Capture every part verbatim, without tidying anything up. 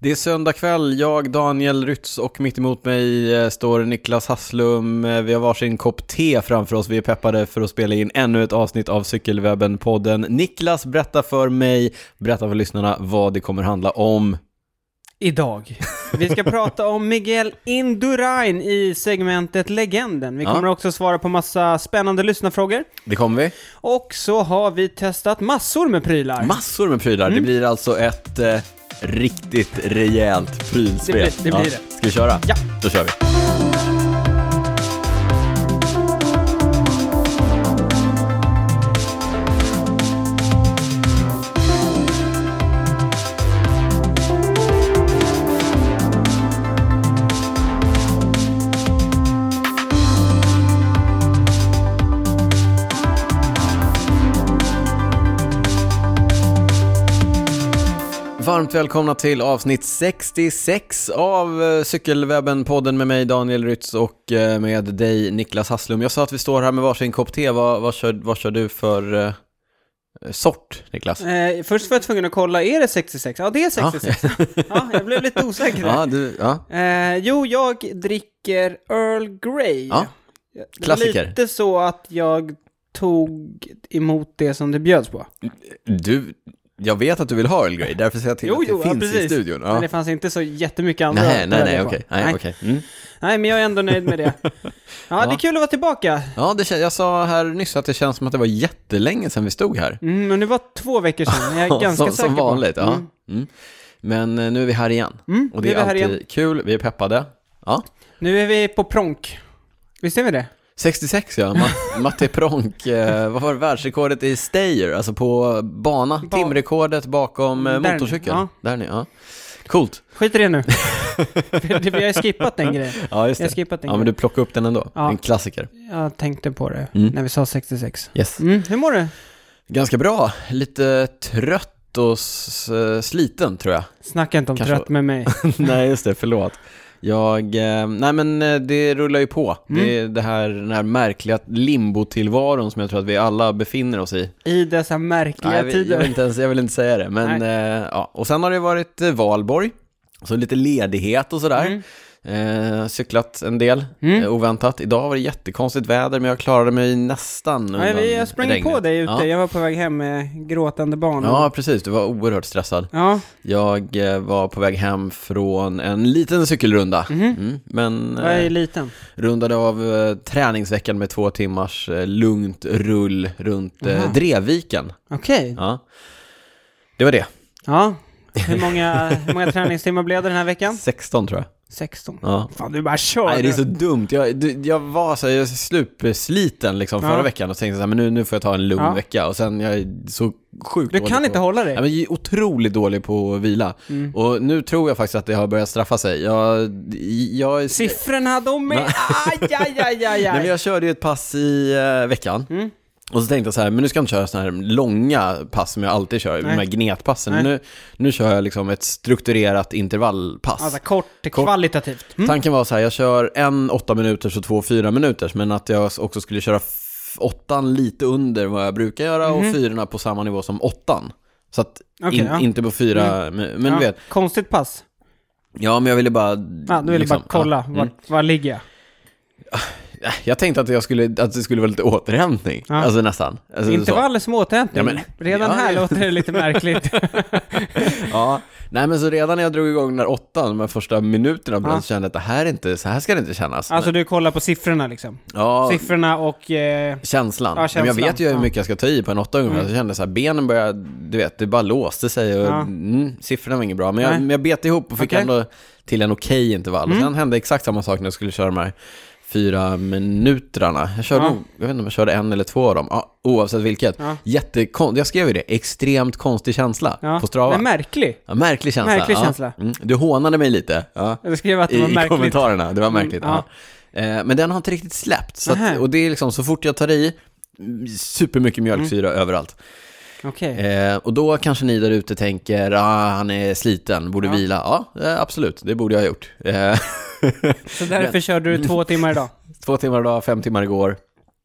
Det är söndag kväll, jag, Daniel Rytz och mitt emot mig eh, står Niklas Hasslum. Eh, Vi har varsin kopp te framför oss, vi är peppade för att spela in ännu ett avsnitt av Cykelwebben-podden. Niklas, berätta för mig, berätta för lyssnarna vad det kommer handla om. Idag. Vi ska prata om Miguel Indurain i segmentet Legenden. Vi kommer ja. också svara på massa spännande lyssnarfrågor. Det kommer vi. Och så har vi testat massor med prylar. Massor med prylar. Mm. Det blir alltså ett eh, riktigt rejält prylspel. Det blir det. Blir ja. det. Ska vi köra? Ja. Då kör vi. Varmt välkomna till avsnitt sextiosex av Cykelwebben-podden med mig Daniel Rytz och med dig Niklas Hasslum. Jag sa att vi står här med varsin kopp te. Vad, vad, kör, vad kör du för uh, sort, Niklas? Eh, först var jag tvungen att kolla, är det sextiosex? Ja, det är sextiosex. Ja, ja jag blev lite osäker. Ja, du, ja. Eh, jo, jag dricker Earl Grey. Ja. Det Klassiker. var lite så att jag tog emot det som det bjöds på. Du... Jag vet att du vill ha Earl Grey, därför ser jag till jo, att det jo, finns ja, i studion. Ja. Men det fanns inte så jättemycket andra. Nej, nej, nej, okej. Nej, nej. Okay. Mm. nej, men jag är ändå nöjd med det. Ja, ja. Det är kul att vara tillbaka. Ja, det, jag sa här nyss att det känns som att det var jättelänge sedan vi stod här. Mm, men det var två veckor sedan, jag är ganska som, säker som vanligt, på. ja. Mm. Mm. Men nu är vi här igen. Mm, och det är, är alltid igen. Kul, vi är peppade. Ja. Nu är vi på pronk. Visst är vi det? sextiosex, ja. Matte Pronk. Eh, vad var världsrekordet i stayer? Alltså på bana. Ba- Timrekordet bakom eh, motorcykeln. Ja. Där ni, ja. Coolt. Skit i det nu. Vi har skippat den grejen. Ja, just det. Jag skippat den ja, men du plockar upp den ändå. Ja. En klassiker. Jag tänkte på det mm. när vi sa sextiosex. Yes. Mm. Hur mår du? Ganska bra. Lite trött och s- sliten, tror jag. Snacka inte om Kanske... trött med mig. Nej, just det. Förlåt. Jag, eh, nej men det rullar ju på. Mm. Det är det här, den här märkliga limbo-tillvaron som jag tror att vi alla befinner oss i. I dessa märkliga nej, tider. Jag vill, inte ens, jag vill inte säga det. Men, eh, ja. Och sen har det varit eh, Valborg. Så lite ledighet och sådär. Mm. Eh, cyklat en del, mm. eh, oväntat. Idag var det jättekonstigt väder, men jag klarade mig nästan undan regnet. Jag sprang på dig ute, ja. Jag var på väg hem med gråtande barn. Ja, precis, du var oerhört stressad. Ja. Jag eh, var på väg hem från en liten cykelrunda. Mm. Mm, men, Vad är liten? Rundade av eh, träningsveckan med två timmars eh, lugnt rull runt eh, Drevviken. Okej. Okay. Ja. Det var det. Ja. Hur många, hur många träningstimmar blev det den här veckan? sexton tror jag. sexton? Ja. Fan, du bara kör. Nej, det är så dumt. Jag, jag var så jag slutsliten liksom förra ja. veckan och tänkte så här, men nu, nu får jag ta en lugn ja. vecka. Och sen jag är så sjukt Du kan på, inte hålla dig. Ja, men jag är otroligt dålig på att vila. Mm. Och nu tror jag faktiskt att det har börjat straffa sig. Jag, jag... Siffrorna, de är... aj, aj, aj, aj, aj. Nej, men jag körde ju ett pass i uh, veckan. Mm. Och så tänkte jag så här, men nu ska jag inte köra såna här långa pass som jag alltid kör, Nej. de här gnetpassen. Nu, nu kör jag liksom ett strukturerat intervallpass. Alltså kort, kort. Kvalitativt. Mm. Tanken var så här, jag kör en åtta minuters och två fyra minuters, men att jag också skulle köra f- åttan lite under vad jag brukar göra mm. och fyrorna på samma nivå som åttan. Så att okay, in, ja. inte på fyra, mm. men, men ja. du vet. Konstigt pass. Ja, men jag ville bara... Ja, du ville liksom, bara kolla, ja. var, mm. var ligger jag? Jag tänkte att, jag skulle, att det skulle vara lite återhämtning. Ja. Alltså nästan. Alltså, intervaller som återhämtning. Ja, men, redan ja, här ja. låter det lite märkligt. Ja, nej men så redan när jag drog igång den där åttan, de här första minuterna, ja. så kände jag att det här är inte, så här ska det inte kännas. Alltså men... du kollar på siffrorna liksom. Ja. Siffrorna och... Eh... Känslan. Ja, känslan. Men jag vet ju hur mycket jag ska ta i på en åtta ungefär. Mm. Så jag kände så här, benen började, du vet, det bara låste sig. Och, ja. mm, siffrorna var inget bra. Men jag, men jag bet ihop och fick okay. ändå till en okej okay intervall. Mm. Och sen hände exakt samma sak när jag skulle köra de här fyra minuterna. Jag körde, ja. jag vet inte om jag körde en eller två av dem. Ja, oavsett vilket. Ja. Jättekon- jag skrev ju det. Extremt konstig känsla ja. på Strava. Men märklig. Ja, märklig känsla. Märklig ja. känsla. Mm. Du hånade mig lite. Ja. Jag skrev att det var I, märkligt. I kommentarerna. Det var märkligt. Mm, ja. Ja. Eh, men den har inte riktigt släppt. Så att, och det är liksom så fort jag tar i supermycket mjölksyra mm. överallt. Okay. Eh, och då kanske ni där ute tänker ah, han är sliten, borde ja. vila. Ja, eh, absolut, det borde jag ha gjort. Eh, Så därför men, körde du två timmar idag? Två timmar idag, fem timmar igår.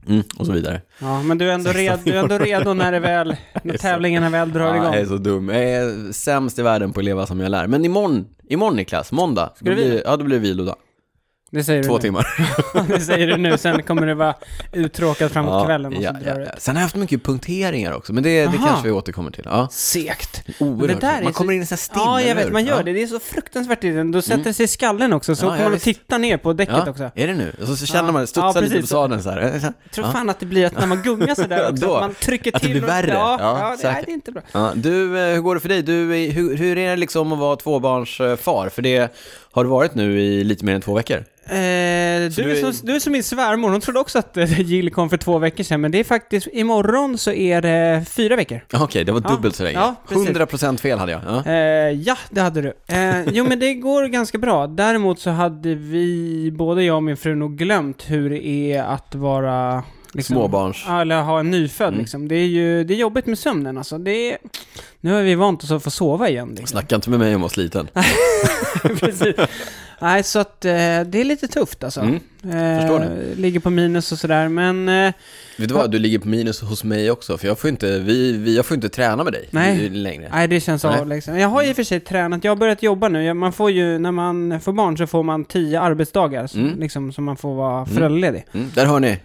Mm, och så vidare. Ja, men du är ändå redo, du är ändå redo när, det väl, när tävlingarna väl drar ja, igång. Jag är så dum. Jag är sämst i världen på att leva som jag lär. Men imorgon, imorgon Niklas, måndag. Då blir, ja, då blir det vilodag. Det säger Två du timmar. Det säger du nu, sen kommer det vara uttråkat framåt ja, kvällen. Och ja, så ja, ja. Sen har jag haft mycket punkteringar också, men det, det kanske vi återkommer till. Ja. Segt. Det där man kommer så... in i en stim. Ja, jag vet, hur? man gör ja. det. Det är så fruktansvärt i den. Då sätter mm. sig i skallen också, så ja, kommer man att titta ner på däcket ja, också. Är det nu? Och så, så känner ja. man, studsar ja, lite på sadeln så här. Jag tror ja. fan att det blir att när man gungar så där också, Då, att man trycker att till. Att det blir värre. Och, ja, ja, ja det, nej, det är inte bra. Ja, du, hur går det för dig? Du, hur, hur är det liksom att vara tvåbarnsfar? För det har du varit nu i lite mer än två veckor. Eh, du, du, är som, du är som min svärmor. Hon trodde också att eh, Jill kom för två veckor sedan. Men det är faktiskt, imorgon så är det fyra veckor. Okej, okay, det var dubbelt ja. så länge. Ja, hundra procent fel hade jag. Ja, eh, ja det hade du. Eh, jo, men det går ganska bra. Däremot så hade vi, både jag och min fru, nog glömt hur det är att vara... Liksom, småbarns. Eller ha en nyfödd mm. liksom. Det är ju det är jobbigt med sömnen alltså. Det är, nu har vi vant oss att få sova igen liksom. Snacka inte med mig om att sliten. Precis. Nej, så att eh, det är lite tufft alltså. Mm. Eh, Förstår det. Ligger på minus och sådär, men... Eh, Vet du vad, du ligger på minus hos mig också. För jag får inte, vi, vi, jag får inte träna med dig nej. längre. Nej, det känns så liksom. Jag har ju för sig tränat, jag har börjat jobba nu. Man får ju, när man får barn så får man tio arbetsdagar mm. liksom, som man får vara föräldraledig. Mm. Mm. Där har ni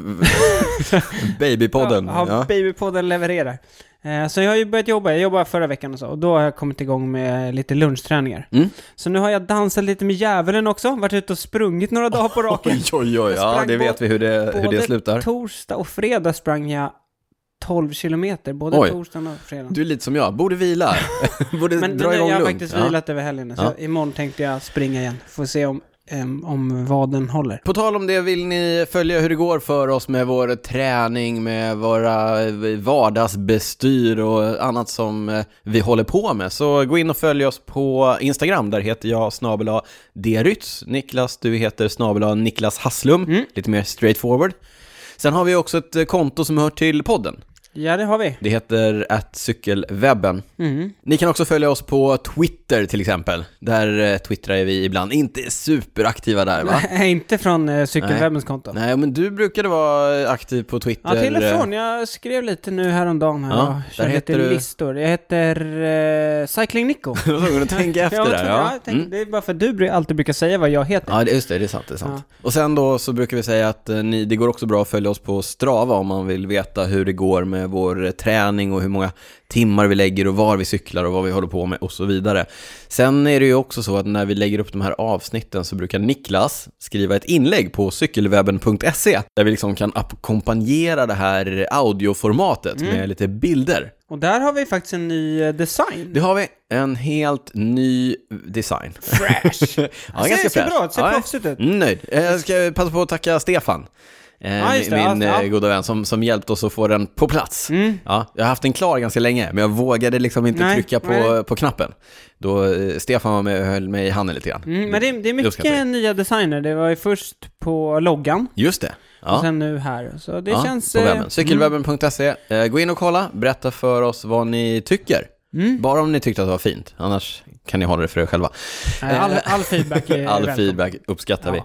Babypodden. Ja, ja, Babypodden levererar. Eh, så jag har ju börjat jobba. Jag jobbade förra veckan och så. Och då har jag kommit igång med lite lunchträningar. Mm. Så nu har jag dansat lite med djävulen också. Varit ute och sprungit några dagar på raken. Oj, oj, oj. Ja, det vet vi hur det, hur det slutar. Både torsdag och fredag sprang jag tolv kilometer. Både oj. Torsdagen och fredag. Du är lite som jag. Borde vila. Borde men, dra men igång jag har lugnt. faktiskt vilat ja. över helgen. Så ja. Imorgon tänkte jag springa igen. Får se om Um, om vad den håller. På tal om det, vill ni följa hur det går för oss med vår träning, med våra vardagsbestyr och annat som vi håller på med, så gå in och följ oss på Instagram. Där heter jag snabel-a drytz. Niklas, du heter snabel-a Niklas Hasslum. Mm. Lite mer straightforward. Sen har vi också ett konto som hör till podden. Ja, det har vi. Det heter at cykelwebben. Mm. Ni kan också följa oss på Twitter till exempel. Där eh, twittrar vi ibland. Inte superaktiva där, va? Nej, inte från eh, cykelwebbens konto. Nej, men du brukade vara aktiv på Twitter. Ja, till och från. Jag skrev lite nu häromdagen. Här ja, och körde lite du... listor. Jag heter eh, Cycling Nico. Du var tvungen att tänka efter där. Ja. Ja, tänk, mm. Det är bara för att du alltid brukar säga vad jag heter. Ja, det, just det. Det är sant. Det är sant. Ja. Och sen då så brukar vi säga att eh, ni, det går också bra att följa oss på Strava om man vill veta hur det går med vår träning och hur många timmar vi lägger och var vi cyklar och vad vi håller på med och så vidare. Sen är det ju också så att när vi lägger upp de här avsnitten så brukar Niklas skriva ett inlägg på cykelwebben punkt se där vi liksom kan ackompanjera det här audioformatet mm. med lite bilder. Och där har vi faktiskt en ny design. Det har vi, en helt ny design. Fresh. Ja, det ganska ser fresh. bra ut, det ser ja, proffsigt ut. Nöjd. Jag ska passa på att tacka Stefan. Eh, ah, det, min ja. goda vän som, som hjälpt oss att få den på plats. Mm. Ja, jag har haft den klar ganska länge, men jag vågade liksom inte nej, trycka på, på knappen. Då eh, Stefan var med och höll mig i handen lite grann. Mm, men det, det är mycket nya designer. Det var ju först på loggan. Just det. Ja. Och sen nu här. Så det ja, känns... På webben. cykelwebben punkt se. Eh, gå in och kolla. Berätta för oss vad ni tycker. Mm. Bara om ni tyckte att det var fint. Annars kan ni hålla det för er själva. All, all feedback är All välkommen. feedback uppskattar ja. vi.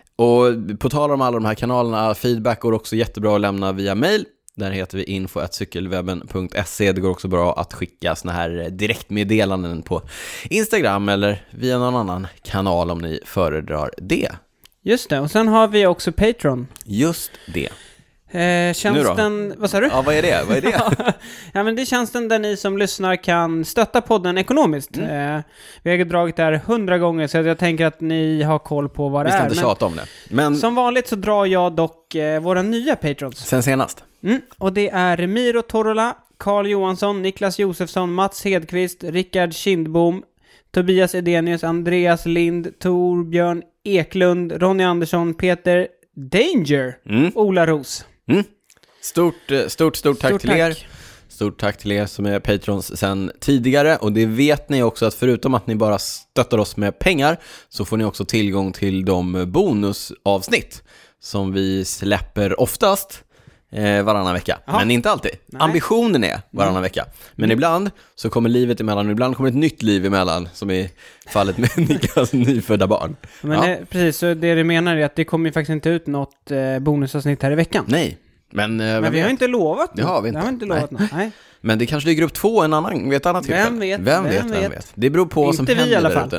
Och på tal om alla de här kanalerna, feedback går också jättebra att lämna via mail. Där heter vi info at cykelwebben punkt se. Det går också bra att skicka såna här direktmeddelanden på Instagram eller via någon annan kanal om ni föredrar det. Just det, och sen har vi också Patreon. Just det. Eh, tjänsten, vad sa du? Ja, vad är det? Vad är det? ja, men det är tjänsten där ni som lyssnar kan stötta podden ekonomiskt. Mm. Eh, vi har dragit det här hundra gånger så jag tänker att ni har koll på vad det är. Vi ska inte tjata om det. Men... Som vanligt så drar jag dock eh, våra nya patrons. Sen senast. Mm. Och det är Miro Torola, Carl Johansson, Niklas Josefsson, Mats Hedqvist, Rickard Kindbom, Tobias Edenius, Andreas Lind, Torbjörn Eklund, Ronny Andersson, Peter Danger, mm. Ola Ros. Mm. Stort, stort, stort tack stort till tack. er. Stort tack till er som är patrons sedan tidigare. Och det vet ni också att förutom att ni bara stöttar oss med pengar så får ni också tillgång till de bonusavsnitt som vi släpper oftast eh, varannan vecka. Aha. Men inte alltid. Nej. Ambitionen är varannan mm. vecka. Men mm. ibland så kommer livet emellan och ibland kommer ett nytt liv emellan, som i fallet med Niklas nyfödda barn. Men ja. det, precis, så det du menar är att det kommer ju faktiskt inte ut något eh, bonusavsnitt här i veckan. Nej. Men, eh, men vi har inte lovat det. Har vi inte. Det har vi inte lovat Nej. Nej. Men det kanske dyker upp två en annan, vet annat tillfälle. Vem vet? Vem, vem vet, vem vet? vet. Det beror på vad som händer i alla fall.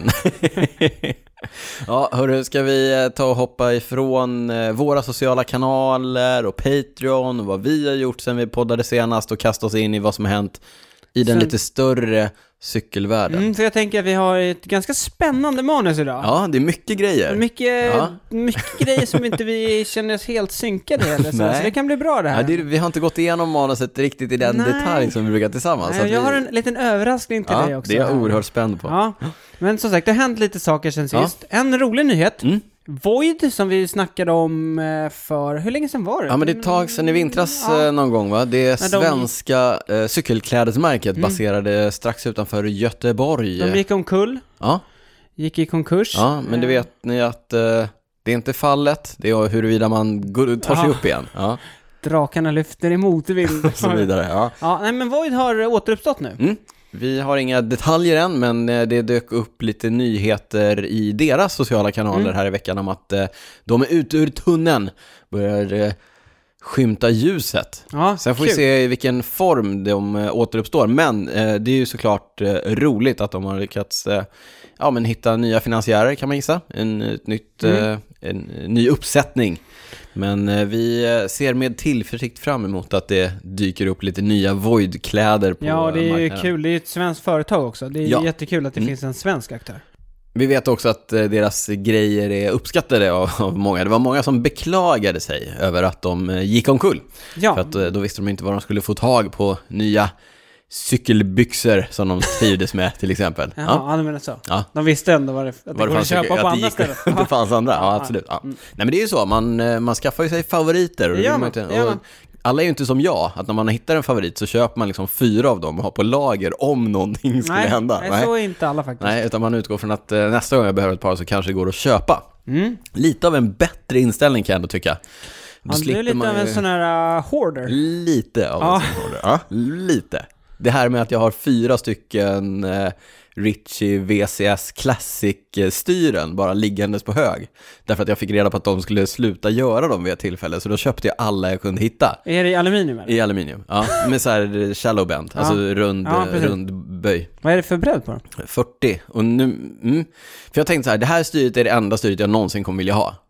Ja, hörru, ska vi ta och hoppa ifrån våra sociala kanaler och Patreon och vad vi har gjort sen vi poddade senast och kasta oss in i vad som har hänt i den sen... lite större cykelvärlden. Mm, så jag tänker att vi har ett ganska spännande manus idag. Ja, det är mycket grejer. Mycket, ja. mycket grejer som inte vi känner oss helt synkade eller så. Så det kan bli bra det här. Ja, det, vi har inte gått igenom manuset riktigt i den Nej. detalj som vi brukar tillsammans. Nej, så jag vi... har en liten överraskning till ja, dig också. Det är jag oerhört spänd på. Ja. Men som sagt, det har hänt lite saker sen sist. Ja. En rolig nyhet. Mm. Void, som vi snackade om för... Hur länge sedan var det? Ja, men det är ett tag sedan i vintras ja. någon gång, va? Det är svenska de... eh, cykelklädesmärket mm. baserade strax utanför Göteborg. De gick omkull. Ja. Gick i konkurs. Ja, men det vet ni att eh, det är inte fallet. Det är huruvida man går, tar sig ja. upp igen. Ja. Drakarna lyfter i motvind. Och så vidare, ja. Ja, nej, men Void har återuppstått nu. Mm. Vi har inga detaljer än, men det dök upp lite nyheter i deras sociala kanaler mm. här i veckan om att eh, de är ute ur tunneln, börjar eh, skymta ljuset. Ja, Sen får kul. vi se i vilken form de eh, återuppstår, men eh, det är ju såklart eh, roligt att de har lyckats eh, ja, men hitta nya finansiärer, kan man gissa. En, ett nytt, mm. eh, en, en ny uppsättning. Men eh, vi ser med tillförsikt fram emot att det dyker upp lite nya Void-kläder på Ja, det är marknaden. ju kul. Det är ett svenskt företag också. Det är ja. jättekul att det mm. finns en svensk aktör. Vi vet också att eh, deras grejer är uppskattade av, av många. Det var många som beklagade sig över att de eh, gick omkull. Ja. För att eh, då visste de inte vad de skulle få tag på nya cykelbyxor som de trivdes med till exempel. Jaha, ja, du menar så. Ja. De visste ändå vad det, att det, det går att köpa på andra ställen. Det fanns andra, ja absolut. Ja. Mm. Nej, men det är ju så, man, man skaffar ju sig favoriter. Och det gör man, inte, och alla är ju inte som jag, att när man hittar en favorit så köper man liksom fyra av dem och har på lager om någonting skulle nej, hända. Nej, så är inte alla faktiskt. Nej, utan man utgår från att eh, nästa gång jag behöver ett par så kanske det går att köpa. Mm. Lite av en bättre inställning kan jag ändå tycka. Då ja, du är lite man av en sån här uh, hoarder. Lite av ja. en sån hoarder, ja, lite. Det här med att jag har fyra stycken eh, Ritchie V C S Classic-styren bara liggandes på hög. Därför att jag fick reda på att de skulle sluta göra dem vid ett tillfälle. Så då köpte jag alla jag kunde hitta. Är det i aluminium eller? I aluminium, ja. Med så här shallow bend, ja. alltså rund, ja, rund böj. Vad är det för bredd på dem? fyrtio. Och nu, mm, för jag tänkte så här, det här styret är det enda styret jag någonsin kommer vilja ha.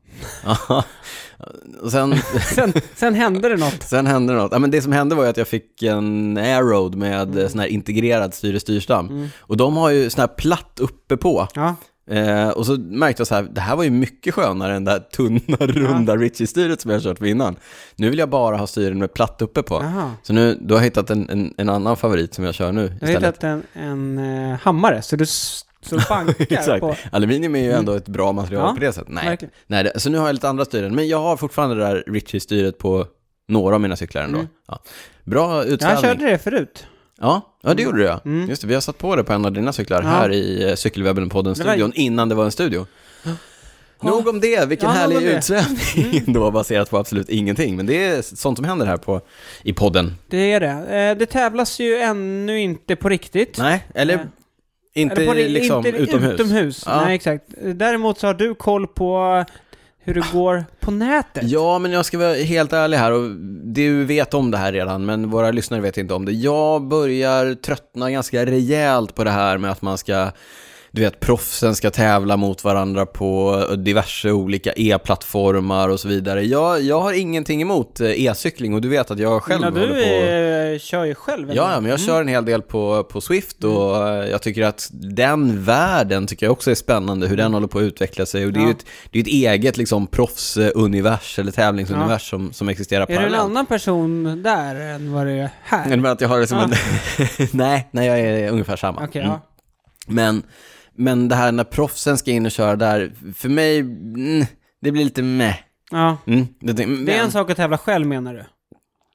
Och sen, sen, sen hände det något. Sen hände det något. Ja, men det som hände var ju att jag fick en Aeroad med mm. sån här integrerad styre-styrstam. Mm. Och de har ju sån här platt uppe på. Ja. Eh, och så märkte jag så här, det här var ju mycket skönare än det här tunna, runda ja. Ritchie-styret som jag har kört med innan. Nu vill jag bara ha styren med platt uppe på. Aha. Så nu, du har hittat en, en, en annan favorit som jag kör nu istället. Jag har hittat en, en uh, hammare, så du... Så bankar på. Aluminium är ju ändå ett bra material ja, på det sättet. Nej, Nej det, så nu har jag lite andra styren. Men jag har fortfarande det där Ritchie-styret på några av mina cyklar ändå. Mm. Ja. Bra utställning. Jag körde det förut. Ja, ja det gjorde jag. Mm. Just det, vi har satt på det på en av dina cyklar ja. här i Cykelwebben-podden-studion var... innan det var en studio. Ja. Nog om det, vilken ja, härlig utsvävning mm. då baserat på absolut ingenting. Men det är sånt som händer här på, i podden. Det är det. Det tävlas ju ännu inte på riktigt. Nej, eller... Äh. Inte på, liksom inte utomhus. utomhus. Ja. Nej, exakt. Däremot så har du koll på hur det går på nätet. Ja, men jag ska vara helt ärlig här och du vet om det här redan, men våra lyssnare vet inte om det. Jag börjar tröttna ganska rejält på det här med att man ska, du vet, proffsen ska tävla mot varandra på diverse olika e-plattformar och så vidare. Jag, jag har ingenting emot e-cykling och du vet att jag själv men håller på... du är, kör ju själv. Ja, men jag mm. kör en hel del på, på Swift och mm. jag tycker att den världen tycker jag också är spännande, hur den håller på att utveckla sig. Och det ja. är ju ett, det är ett eget liksom proffsunivers eller tävlingsunivers ja. som, som existerar parallellt. Är du en annan person där än vad det är här? Men att jag har det som ja. en... nej, nej, jag är ungefär samma. Okay, mm. ja. Men... Men det här när proffsen ska in och köra där, för mig, mm, det blir lite meh. Ja. Mm, det, men... det är en sak att tävla själv, menar du?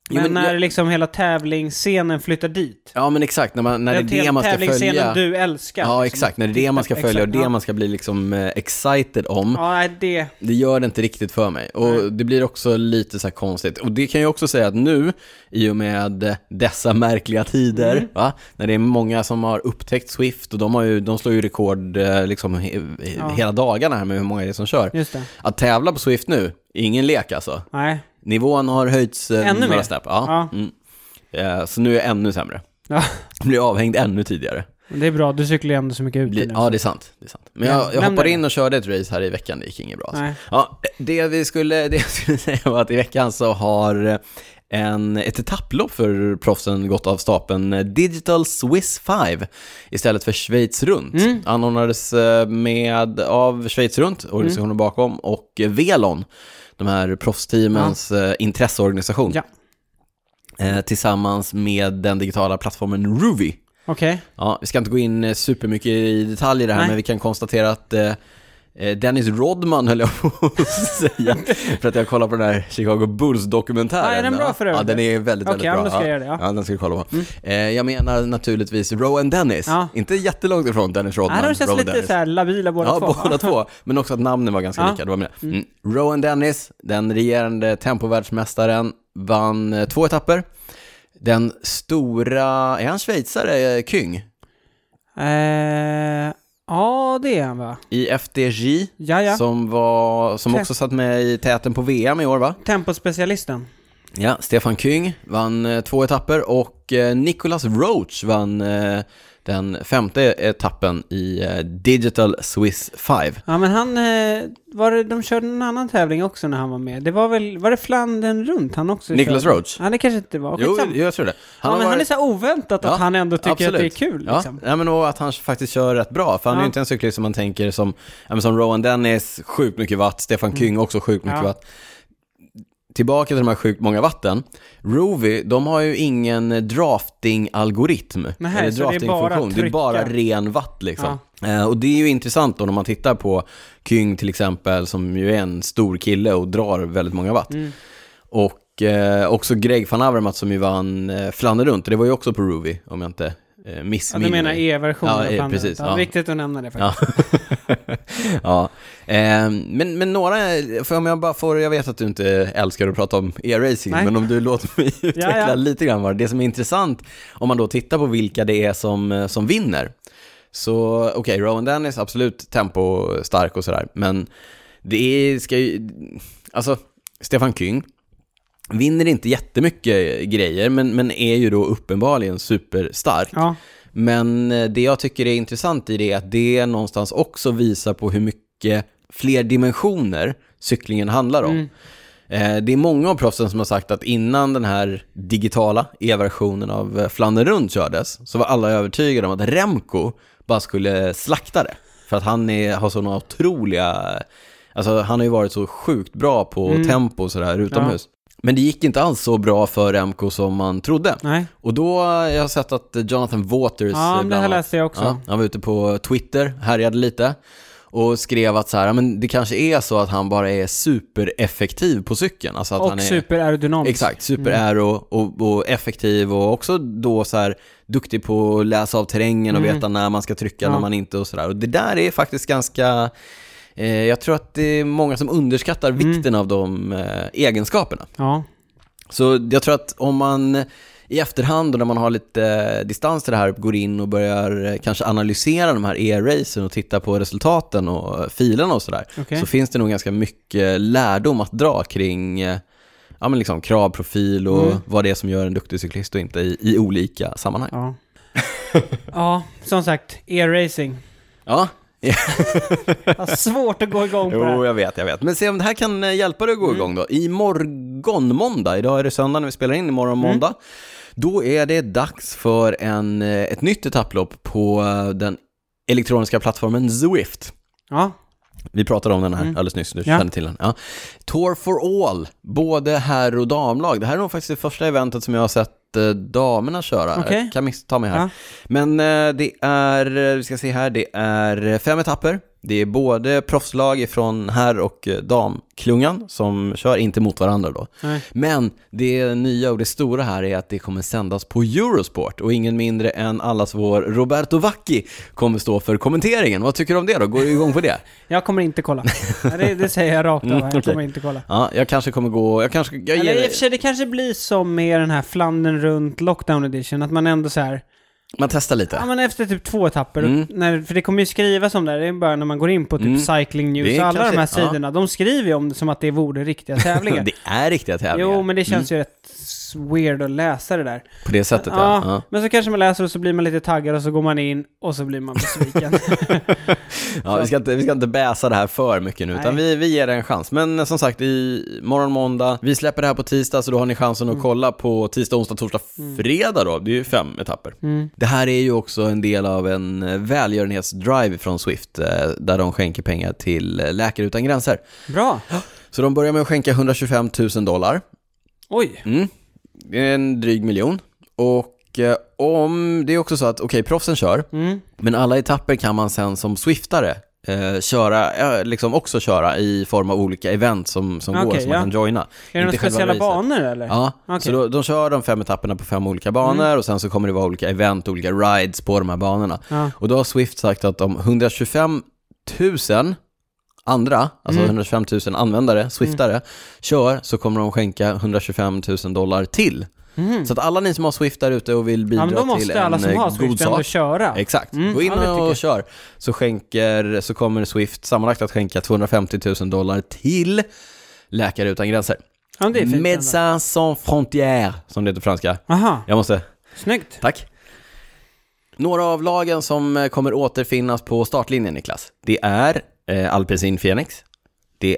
Men, men när jag... liksom hela tävlingsscenen flyttar dit. Ja, men exakt. När, man, när det är det man ska följa. Du älskar. Ja, liksom. exakt. När det är det man ska följa exakt, och det ja. man ska bli liksom eh, excited om. Ja, det... Det gör det inte riktigt för mig. Och Nej. det blir också lite så här konstigt. Och det kan jag också säga att nu, i och med dessa märkliga tider, mm. va? När det är många som har upptäckt Swift och de, har ju, de slår ju rekord eh, liksom he, ja. hela dagarna här med hur många det är som kör. Just det. Att tävla på Swift nu, ingen lek alltså. Nej. Nivån har höjts eh, ännu några mer. snäpp. Ja. Ja. Mm. Eh, så nu är jag ännu sämre. Ja. Jag blir avhängd ännu tidigare. Det är bra, du cyklar ändå så mycket ut. Bli, ja, det är sant. Det är sant. Men jag, jag hoppade in och körde ett race här i veckan, det gick inget bra. Alltså. Ja, det, vi skulle, det jag skulle säga var att i veckan så har en, ett etapplopp för proffsen gått av stapeln, Digital Swiss fem istället för Schweiz runt. Mm. Anordnades med av Schweiz runt, organisationen mm. bakom, och Velon, de här proffsteamens ja. intresseorganisation. Ja. Eh, tillsammans med den digitala plattformen Ruvi. Okej. Okay. Ja, vi ska inte gå in supermycket i detaljer här, Nej. men vi kan konstatera att eh, Dennis Rodman höll jag på att säga för att jag kollar på den här Chicago Bulls-dokumentären. Ja, är den bra för övrigt? Ja, den är väldigt, väldigt okay, bra. Okej, ska jag göra det, ja. Ja, den ska vi kolla på. Mm. Eh, jag menar naturligtvis Rowan Dennis. Ja. Inte jättelångt ifrån Dennis Rodman. Ja, de känns Rowan lite Dennis. så här labila båda ja, två. Ja, båda två. Men också att namnen var ganska ja. lika. Det var med. Mm. Rowan Dennis, den regerande tempovärldsmästaren, vann eh, två etapper. Den stora, är han schweizare, Kyng? Eh, ja, det är han, va? I F D J, Jaja. som, var, som också satt med i täten på V M i år, va? Tempospecialisten. Ja, Stefan Kyng vann eh, två etapper och eh, Nicholas Roach vann eh, den femte etappen i eh, Digital Swiss fem. Ja, men han, eh, var det, de körde en annan tävling också när han var med. Det var väl, var det Flandern runt han också Nicholas körde? Roach? Ja, det kanske inte var. Jo, jag tror det. Han, ja, men varit... han är så oväntat ja, att han ändå tycker absolut. att det är kul. Liksom. Ja, ja, men och att han faktiskt kör rätt bra. För han ja. är ju inte en cyklist som man tänker som, ja, som Rowan Dennis, sjukt mycket watt. Stefan mm. Kyng också sjukt mycket ja. watt. Tillbaka till de här sjukt många vatten. Ruvi, de har ju ingen drafting-algoritm. Nej, eller drafting-funktion. Det, det är bara ren watt liksom. Ja. Eh, och det är ju intressant då när man tittar på Kyng till exempel, som ju är en stor kille och drar väldigt många watt. Mm. Och eh, också Greg van Avermaet som ju vann eh, Flandern runt. Det var ju också på Ruvi, om jag inte eh, missminner. Ja, du menar E-versionen ja, av Flandern. precis. Ja, ja. Viktigt att nämna det faktiskt. Ja. ja. Eh, men, men några, för om jag bara får, jag vet att du inte älskar att prata om e-racing, Nej. men om du låter mig utveckla ja, ja. lite grann vad det som är intressant, om man då tittar på vilka det är som, som vinner. Så okej, okay, Rowan Dennis, absolut tempo stark och sådär, men det är, ska ju, alltså Stefan Kyng vinner inte jättemycket grejer, men, men är ju då uppenbarligen superstark. Ja. Men det jag tycker är intressant i det är att det någonstans också visar på hur mycket fler dimensioner cyklingen handlar om. Mm. Eh, det är många av proffsen som har sagt att innan den här digitala e-versionen av Flandern runt kördes så var alla övertygade om att Remco bara skulle slakta det. För att han är, har sådana otroliga... Alltså han har ju varit så sjukt bra på mm. tempo och sådär utomhus. Ja. Men det gick inte alls så bra för Remco som man trodde. Nej. Och då jag har sett att Jonathan Waters... Ja, det här läste jag också. Ja, han var ute på Twitter, härjade lite. Och skrev att så här, men det kanske är så att han bara är supereffektiv på cykeln. Alltså att och han är, superaerodynamisk. Exakt, superaero mm. och, och effektiv. Och också då så här duktig på att läsa av terrängen och mm. veta när man ska trycka, ja. när man inte och sådär. Och det där är faktiskt ganska... Eh, jag tror att det är många som underskattar mm. vikten av de eh, egenskaperna. Ja. Så jag tror att om man i efterhand och när man har lite distans till det här går in och börjar kanske analysera de här e-racen och titta på resultaten och filerna och sådär, okay. så finns det nog ganska mycket lärdom att dra kring ja, men liksom kravprofil och mm. vad det är som gör en duktig cyklist och inte i, i olika sammanhang. Ja, ja som sagt, e-racing. Ja. Ja, svårt att gå igång på jo, det här. jag vet, jag vet. Men se om det här kan hjälpa dig att gå mm. igång då. I morgon måndag, idag är det söndag när vi spelar in, imorgon måndag. Mm. Då är det dags för en, ett nytt etapplopp på den elektroniska plattformen Zwift. Ja. Vi pratade om den här mm. alldeles nyss, du ja. känner till den. Ja. Tour for All, både herr- och damlag. Det här är nog faktiskt det första eventet som jag har sett damerna köra. Okay. Jag kan missta mig här. Ja. Men eh, det är, vi ska se här, det är fem etapper. Det är både proffslag från herr- och damklungan som kör inte mot varandra då. Nej. Men det nya och det stora här är att det kommer sändas på Eurosport och ingen mindre än allas vår Roberto Vacchi kommer stå för kommenteringen. Vad tycker du om det då? Går du igång på det? Jag kommer inte kolla. det, det säger jag rakt av. Jag okay. kommer inte kolla. Ja, jag kanske kommer gå... Jag kanske, jag Eller ger... i och för sig, det kanske blir som med den här Flandern runt Lockdown Edition, att man ändå så här... Man testar lite. Ja, men efter typ två etapper. Mm. När, för det kommer ju skrivas om det. Det är bara när man går in på typ mm. Cycling News. Alla kanske, de här sidorna, ja. de skriver ju om det som att det vore riktiga tävlingar. Det är riktiga tävlingar. Jo, men det känns mm. ju rätt weird att läsa det där. På det sättet, ja. ja. ja. Men så kanske man läser och så blir man lite taggad och så går man in och så blir man besviken. ja, vi ska, inte, vi ska inte bäsa det här för mycket nu, utan vi, vi ger det en chans. Men som sagt, i morgon måndag, vi släpper det här på tisdag, så då har ni chansen att mm. kolla på tisdag, onsdag, torsdag, fredag då. Det är ju fem etapper. Mm. Det här är ju också en del av en välgörenhetsdrive från Swift, där de skänker pengar till Läkare Utan Gränser. Bra! Så de börjar med att skänka hundratjugofem tusen dollar. Oj! Mm. Det är en dryg miljon. Och eh, om det är också så att, okej, okay, proffsen kör, mm. men alla etapper kan man sen som Swiftare eh, köra, eh, liksom också köra i form av olika event som, som okay, går, som ja. man kan joina. Är det några speciella banor eller? Ja, okay. Så då, de kör de fem etapperna på fem olika banor mm. och sen så kommer det vara olika event, olika rides på de här banorna. Ja. Och då har Swift sagt att om hundratjugofem tusen andra, alltså mm. hundratjugofem tusen användare, Swiftare, mm. kör, så kommer de skänka hundratjugofem tusen dollar till. Mm. Så att alla ni som har Swift där ute och vill bidra ja, till en som har god sak. Köra. Exakt, mm. gå in ja, och kör. Så, skänker, så kommer Swift sammanlagt att skänka tvåhundrafemtio tusen dollar till Läkare Utan Gränser. Ja, det är fint. Médecins Sans Frontières, som det heter på franska. Aha. Jag måste... Snyggt. Tack. Några av lagen som kommer återfinnas på startlinjen, Niklas. Det är eh, Alpecin Phoenix. Det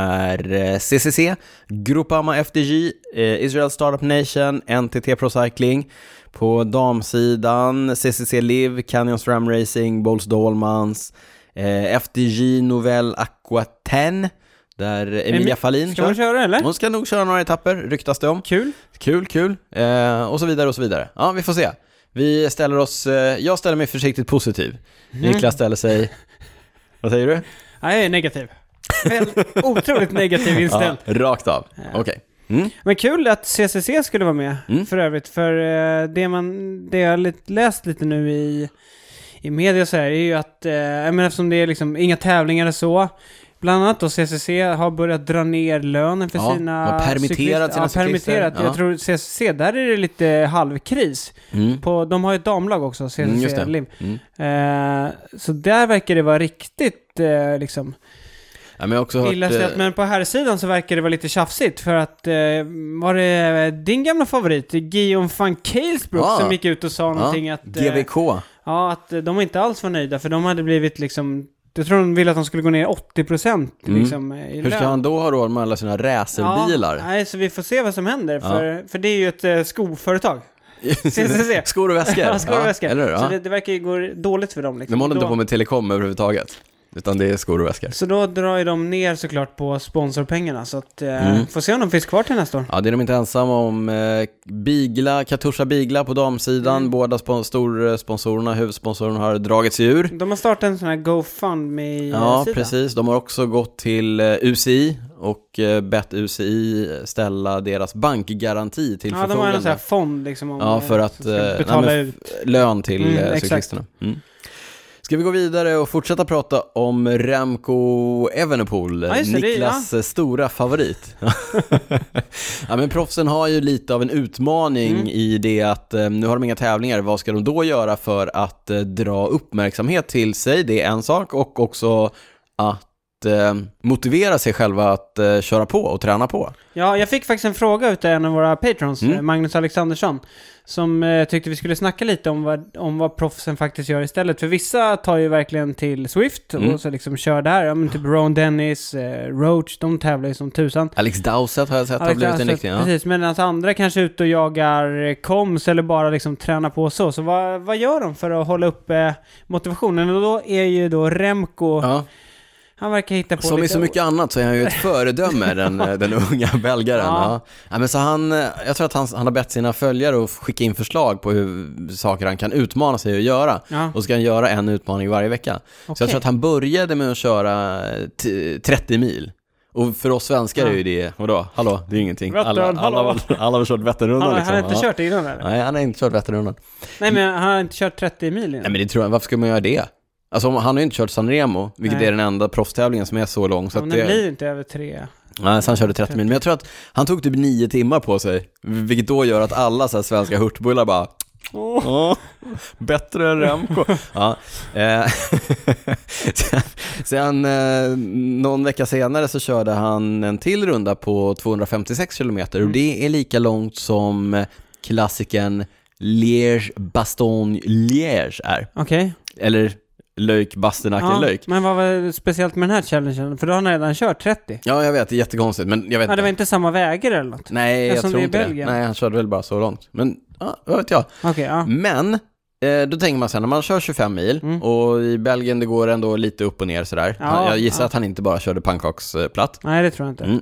är eh, C C C, Groupama F D J, eh, Israel Startup Nation, N T T Pro Cycling. På damsidan C C C Live, Canyon SRAM Racing, Bols Dolmans, eh, F D J Nouvelle Aquitaine, där Emilia Fahlin ska hon köra eller? Hon ska nog köra några etapper, ryktas det om. Kul. Kul, kul. Eh, och så vidare och så vidare. Ja, vi får se. Vi ställer oss, eh, jag ställer mig försiktigt positiv. Mm. Niklas ställer sig, vad säger du? Ja, jag är negativ. Väl, otroligt negativ inställd. Ja, rakt av, ja. Okej. Okay. Mm. Men kul att C C C skulle vara med mm. för övrigt. För eh, det, man, det jag har läst lite nu i, i media så här är ju att eh, jag menar, eftersom det är liksom inga tävlingar och så, bland annat då C C C har börjat dra ner lönen för ja, sina permitterat sina ja, permitterat. Ja. Jag tror C C C, där är det lite halvkris. Mm. På, de har ju ett damlag också, C C C mm, Liv. Mm. Eh, så där verkar det vara riktigt eh, liksom... Ja, men, jag också hört, illa ställt, men på här sidan så verkar det vara lite tjafsigt för att eh, var det din gamla favorit Guillaume van Keelsbroek ja. som gick ut och sa ja. någonting att G V K. Eh, ja, att de inte alls var nöjda för de hade blivit liksom, jag tror de ville att de skulle gå ner åttio procent liksom, mm. i Hur ska han då ha råd med alla sina racerbilar? Ja, nej, så vi får se vad som händer för, ja. för det är ju ett eh, skoföretag. C C C. Skor och väskor. Ja, skor och väskor. Ja, eller, ja. Så det, det verkar ju gå dåligt för dem liksom. De håller inte på med telekom överhuvudtaget, utan det är skor och väskor. Så då drar ju de ner såklart på sponsorpengarna. Så att, eh, mm. får se om de finns kvar till nästa år. Ja, det är de inte ensamma om. Eh, Bigla, Katusha Bigla på damsidan. Mm. Båda spon- storsponsorerna, huvudsponsorerna har dragit sig ur. De har startat en sån här GoFundMe-sida. Ja, precis. De har också gått till eh, U C I och eh, bett U C I ställa deras bankgaranti till ja, förfogande. Ja, de har en sån här fond liksom. Om, ja, för att eh, betala nej, ut lön till mm, eh, cyklisterna. Mm. Ska vi gå vidare och fortsätta prata om Remco Evenepoel, ja, Niklas det, ja. stora favorit. Ja, men proffsen har ju lite av en utmaning mm. i det att eh, nu har de inga tävlingar. Vad ska de då göra för att eh, dra uppmärksamhet till sig? Det är en sak, och också att eh, motivera sig själva att eh, köra på och träna på. Ja, jag fick faktiskt en fråga utav en av våra patrons, mm. Magnus Alexandersson, som eh, tyckte vi skulle snacka lite om vad, om vad proffsen faktiskt gör istället. För vissa tar ju verkligen till Swift mm. och så liksom kör där. Ja, men typ Ron Dennis, eh, Roach, de tävlar ju som tusan. Alex Dowsett har jag sett har blivit en riktig. Ja. Precis, men alltså andra kanske ute och jagar koms eller bara liksom tränar på så. Så vad, vad gör de för att hålla upp eh, motivationen? Och då är ju då Remco... Ja. Han verkar hitta på Som lite... i så mycket annat så är han ju ett föredöme, den, den unga belgaren. Ja. Ja. Ja, men så han, jag tror att han, han har bett sina följare att skicka in förslag på hur saker han kan utmana sig att göra. Ja. Och ska han göra en utmaning varje vecka. Okay. Så jag tror att han började med att köra t- trettio mil. Och för oss svenskar ja. är ju det, vadå? Hallå, det är ingenting. Vättern, alla, alla, alla, alla har kört Vätternrundan. Han, liksom. han har inte ja. kört det innan eller? Nej, han har inte kört Vätternrundan. Nej, men han har inte kört trettio mil innan. Nej, men det tror jag, varför ska man göra det? Alltså han har ju inte kört Sanremo, vilket Nej. är den enda proffstävlingen som är så lång. Så ja, att det det blir inte över tre. Nej, så han körde trettio mil. Men jag tror att han tog typ nio timmar på sig. Vilket då gör att alla så här svenska hurtbullar bara... Oh. Oh, bättre än Remco. Ja. Eh, sen sen eh, någon vecka senare så körde han en till runda på tvåhundrafemtiosex kilometer. Mm. Och det är lika långt som klassiken Liège-Bastogne-Liège är. Okej. Okay. Eller... Löjk, Bastenacken, ja, löjk. Men vad var speciellt med den här challengen? För då har han redan kört trettio. Ja, jag vet, det är jättekonstigt. Men jag vet ja, det var inte samma vägar eller något? Nej, jag som tror det inte Belgien. det. Nej, han körde väl bara så långt. Men, ja, vad vet jag. Okay, ja. Men, eh, då tänker man sen, när man kör tjugofem mil, mm. och i Belgien det går ändå lite upp och ner sådär. Ja, jag gissar ja. att han inte bara körde pannkaksplatt. Nej, det tror jag inte. Mm.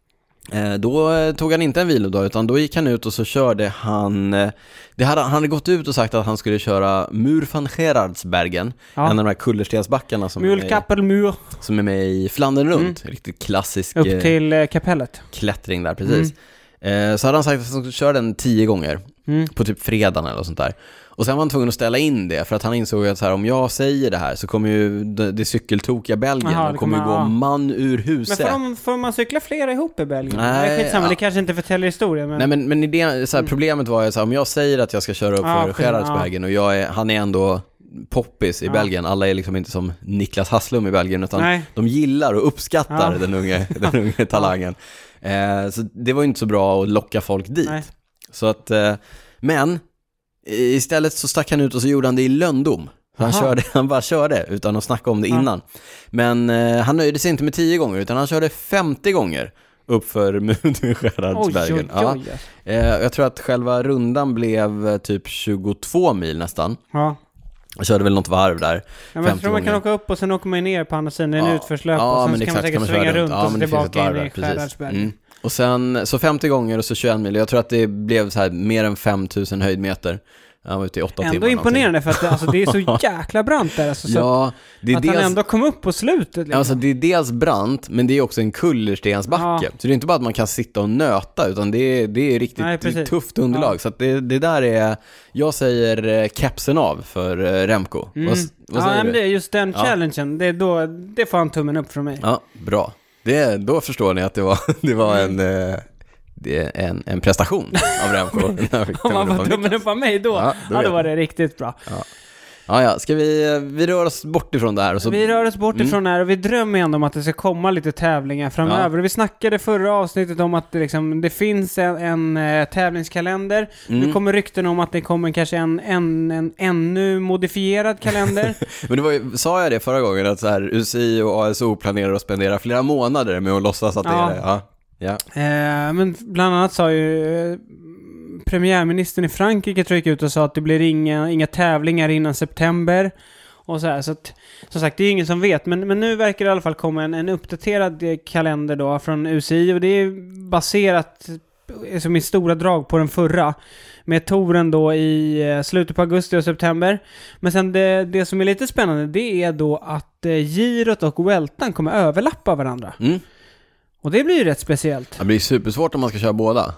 Eh, då eh, tog han inte en vilodag, utan då gick han ut och så körde han... Eh, det hade, han hade gått ut och sagt att han skulle köra Muur van Gerardsbergen, ja. en av de här kullerstensbackarna som, är, som är med i Flandern runt. Mm. Riktigt klassisk... Upp till eh, kapellet. Klättring där, precis. Mm. Eh, så hade han sagt att han skulle köra den tio gånger. Mm. På typ fredagen eller sånt där. Och sen var han tvungen att ställa in det, för att han insåg att så här, om jag säger det här så kommer ju det, det cykeltokiga Belgien. Aha, det kommer ju gå ja. man ur huset. Men får, de, får man cykla flera ihop i Belgien? Nej, det är skitsamma, ja. det kanske inte förtäljer historien. Men... Nej, men, men idén, så här, problemet var ju så här, om jag säger att jag ska köra upp ja, för Gerardsbergen ja. och jag är, han är ändå poppis i ja. Belgien. Alla är liksom inte som Niklas Hasslum i Belgien, utan Nej. de gillar och uppskattar ja. den unge, den unge talangen. Ja. Eh, så det var ju inte så bra att locka folk dit. Nej. Så att, eh, men istället så stack han ut och så gjorde han det i löndom. Han, körde, han bara körde utan att snacka om det ja. innan. Men eh, han nöjde sig inte med tio gånger, utan han körde femtio gånger upp för Gerardsbergen. Ja. Eh, jag tror att själva rundan blev typ tjugotvå mil nästan. Ja. Jag körde väl något varv där. Ja, men jag tror man kan åka upp och sen åker man ner på andra sidan. Det är en ja. utförslöp ja, och sen men kan man säkert man svänga runt, runt ja, och så tillbaka in i Gerardsbergen. Mm. Och sen så femtio gånger och så tjugoen mil. Jag tror att det blev så här mer än fem tusen höjdmeter. Han var ute i åtta timmar. Ändå imponerande för att det, alltså, det är så jäkla brant där. Alltså, ja, det är att dels, han ändå kom upp på slutet. Liksom. Alltså det är dels brant, men det är också en kullerstensbacke. Ja. Så det är inte bara att man kan sitta och nöta, utan det är, det är riktigt Nej, det är tufft underlag. Ja. Så att det, det där är, jag säger kepsen av för Remco. Mm. Vad, vad säger ja, men du? det är just den challengen. Det, är då, det får han tummen upp från mig. Ja, bra. Det, då förstår ni att det var, det var en... Mm. Det är en, en prestation av Remco. Om man får tummen upp av mig då, ja, då, ja, då var det riktigt bra. Ja. Ja, ja. Ska vi, vi rör oss bort ifrån det här? Och så... Vi rör oss bort ifrån mm. det här och vi drömmer ändå om att det ska komma lite tävlingar framöver. Ja. Vi snackade förra avsnittet om att det, liksom, det finns en, en uh, tävlingskalender. Mm. Nu kommer rykten om att det kommer kanske en, en, en ännu modifierad kalender. Men det var ju, sa jag det förra gången att så här, U C I och A S O planerar att spendera flera månader med att låtsas att det ja. är det? Ja. Ja. Eh, men bland annat sa ju eh, premiärministern i Frankrike tryckte ut och sa att det blir inga, inga tävlingar innan september och så här, så att, som sagt, det är ingen som vet, men, men nu verkar det i alla fall komma en, en uppdaterad kalender då från U C I, och det är baserat som i stora drag på den förra, med touren då i eh, slutet på augusti och september. Men sen det, det som är lite spännande, det är då att eh, Girot och Vueltan kommer överlappa varandra. Mm. Och det blir ju rätt speciellt. Det blir supersvårt om man ska köra båda.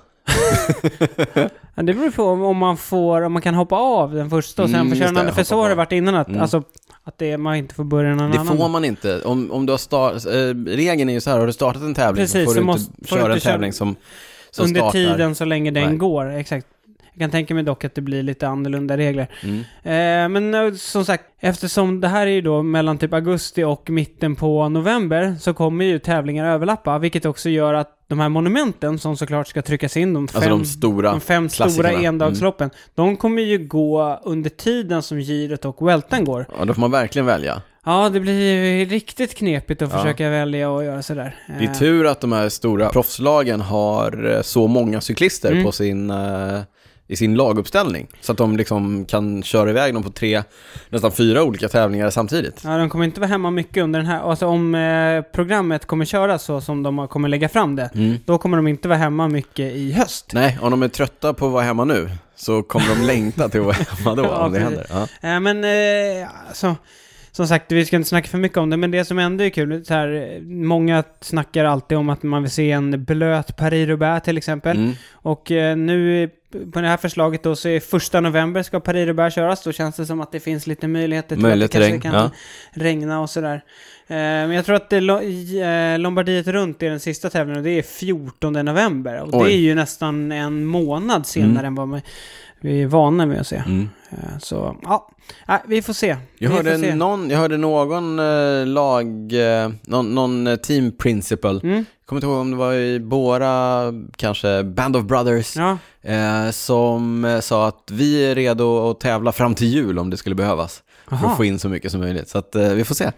Ja, det beror på om man får, om man kan hoppa av den första och sen mm, får köra den andra. För så har det varit innan att, mm. alltså, att det, man inte får börja någon det annan. Det får man inte. Om, om du har start, äh, regeln är ju så här, har du startat en tävling Precis, så får så du måste, inte köra en tävling som, som under startar. tiden så länge den Nej. går. Exakt. Jag kan tänka mig dock att det blir lite annorlunda regler. Mm. Eh, men som sagt, eftersom det här är ju då mellan typ augusti och mitten på november, så kommer ju tävlingar överlappa, vilket också gör att de här monumenten som såklart ska tryckas in, de fem, alltså de stora, de fem stora endagsloppen, mm. de kommer ju gå under tiden som Girot och Vueltan går. Ja, då får man verkligen välja. Ja, det blir riktigt knepigt att ja. försöka välja och göra sådär. Det är tur att de här stora proffslagen har så många cyklister mm. på sin... Uh, i sin laguppställning. Så att de liksom kan köra iväg dem på tre, nästan fyra olika tävlingar samtidigt. Ja, de kommer inte vara hemma mycket under den här. Alltså om eh, programmet kommer köra så som de kommer lägga fram det, mm. då kommer de inte vara hemma mycket i höst. Nej, om de är trötta på att vara hemma nu så kommer de längta till att vara hemma då, ja, om det händer. Ja. Äh, men eh, alltså... Som sagt, vi ska inte snacka för mycket om det, men det som ändå är kul, så här, många snackar alltid om att man vill se en blöt Paris-Roubaix till exempel. Mm. Och eh, nu på det här förslaget då så är första november ska Paris-Roubaix köras. Då känns det som att det finns lite möjligheter till Möjlighet att det regn, kanske kan ja. regna och sådär. Eh, men jag tror att det, eh, Lombardiet runt är den sista tävlingen och det är fjortonde november. Och Oj. det är ju nästan en månad senare mm. än vad man... Vi är vana med att se. Mm. Så, ja. Nej, vi får se. Jag vi hörde, se. Någon, jag hörde någon eh, lag, eh, någon, någon team principal. Mm. Jag kommer inte ihåg om det var i Bora, kanske Band of Brothers. Ja. Eh, som eh, sa att vi är redo att tävla fram till jul om det skulle behövas. Aha. För att få in så mycket som möjligt. Så att eh, vi får se.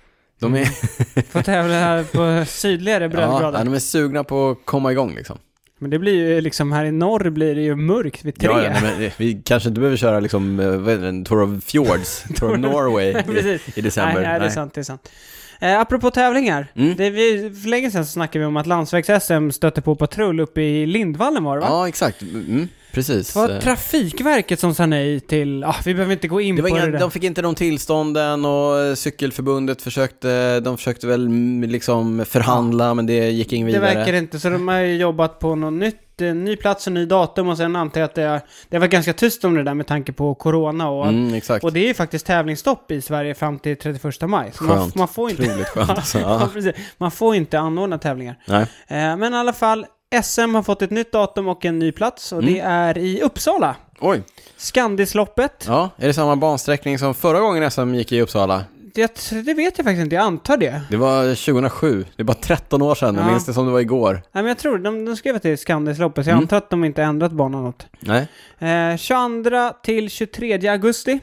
De är... Får tävla här på sydligare breddgrader. Ja, de är sugna på att komma igång liksom. Men det blir ju liksom här i norr blir det ju mörkt vid tre. Ja, ja, men vi kanske inte behöver köra liksom en Tour of Fjords, Tour of Norway i, i december. Nej, nej, det är sant, det är sant. Eh, apropå tävlingar. Mm. Det vi, för länge sedan så snackade vi om att landsvägs-S M stötte på patrull uppe i Lindvallen var det va? Ja, exakt. Mm, precis. Det var Trafikverket som sa nej till... Ah, vi behöver inte gå in det var på inga, det där. De fick inte de tillstånden och cykelförbundet försökte... De försökte väl liksom förhandla, ja. men det gick ingen vidare. Det verkar inte, så de har jobbat på något nytt. Ny plats och ny datum och sen antar jag att det, det var ganska tyst om det där med tanke på corona och, mm, exakt. och det är ju faktiskt tävlingsstopp i Sverige fram till trettioförsta maj. Så man, man får inte skönt, alltså. ja. Man får inte anordna tävlingar. Nej. Eh, men i alla fall S M har fått ett nytt datum och en ny plats och mm. det är i Uppsala. Oj. Skandisloppet. Ja, är det samma bansträckning som förra gången S M gick i Uppsala? Det, det vet jag faktiskt inte, jag antar det. Det var tjugohundrasju, det är bara tretton år sedan, ja. Jag minns det som det var igår. Nej, men jag tror, de, de skrev att det är Skandisloppet, så jag mm. antar att de inte ändrat banan något. Nej. Eh, tjugoandra till tjugotredje augusti,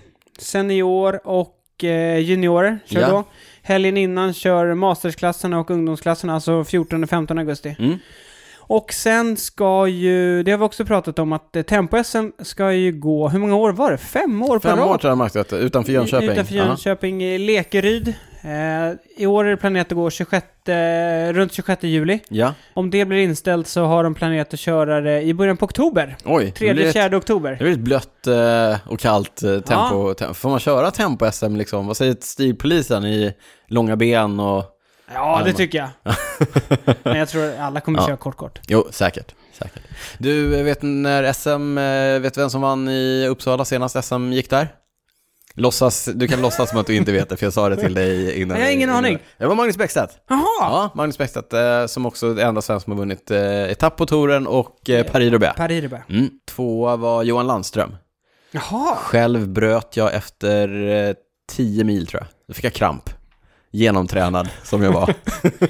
senior och eh, juniorer kör ja. då. Helgen innan kör mastersklasserna och ungdomsklasserna, alltså fjortonde till femtonde augusti. Mm. Och sen ska ju, det har vi också pratat om att Tempo-S M ska ju gå, hur många år var det? Fem år på Fem år tror jag märkt detta, utanför Jönköping. Utanför Jönköping, i Lekeryd. Eh, I år är det planerat att gå tjugosjätte, runt tjugosjätte juli. Ja. Om det blir inställt så har de planerat att köra det i början på oktober. Oj. tredje fjärde oktober. Det blir ett blött eh, och kallt eh, tempo. Ja. Tem- får man köra Tempo-S M liksom? Vad säger stilpolisen i långa ben och... Ja, det tycker jag. Men jag tror att alla kommer ja. köra kort kort. Jo, säkert, säkert. Du, vet när S M, vet du vem som vann i Uppsala senast S M gick där? Låtsas, du kan låtsas som att du inte vet det, för jag sa det till dig innan. Jag har ingen innan. aning. Det var Magnus Bäckstedt. Jaha. Ja, Magnus Bäckstedt, eh, som också är det enda svensk som har vunnit eh, etapp på touren och eh, Paris-Roubaix. Paris-Roubaix. Mm. Tvåa var Johan Landström. Jaha. Själv bröt jag efter eh, tio mil tror jag. Då fick jag kramp. Genomtränad som jag var.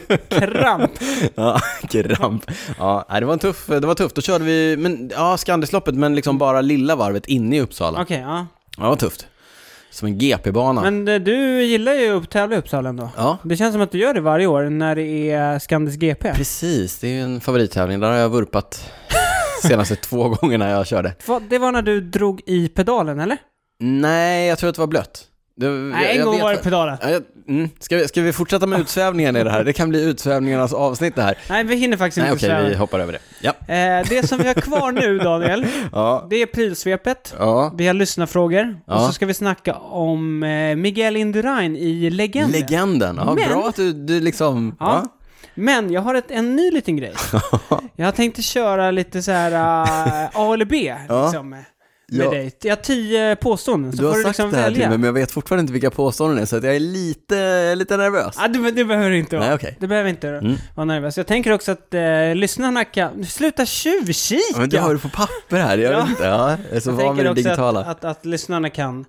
Kramp. Ja, kramp. Ja, det var en tuff, det var tufft. Då körde vi men ja, Skandisloppet men liksom bara lilla varvet inne i Uppsala. Okej, okay, ja. Ja, det var tufft. Som en G P-bana. Men du gillar ju att tävla i Uppsala ändå. Ja. Det känns som att du gör det varje år när det är Skandis G P. Precis, det är ju en favorittävling. Där har jag vurpat senaste två gångerna jag körde. Det var när du drog i pedalen, eller? Nej, jag tror att det var blött. Det, Nej, jag, en gång vet, var det pedalen. Jag, mm, ska, vi, ska vi fortsätta med utsvävningen i det här? Det kan bli utsvävningarnas avsnitt det här. Nej, vi hinner faktiskt Nej, inte okej, okay, vi hoppar över det. Ja. Eh, det som vi har kvar nu, Daniel, ja. det är prylsvepet. Ja. Vi har lyssnarfrågor. Ja. Och så ska vi snacka om eh, Miguel Indurain i Legenden. Legenden, ja, Men... bra att du, du liksom... Ja. Ja. Men jag har ett, en ny liten grej. Jag tänkte köra lite så här uh, A eller B, liksom. Ja. Med ja. dig. Jag har tio påståenden, så du har får du sagt liksom det här välja. Till mig, men jag vet fortfarande inte vilka påståenden är, så att jag är lite, lite nervös. Ja, du, du behöver inte vara. Nej, okay. Du behöver inte mm. vara nervös. Jag tänker också att eh, lyssnarna kan... Sluta tjuvkika! Ja, men du har du på papper här, jag ja. vet inte. Ja, jag är så van med det digitala. Att, att, att lyssnarna kan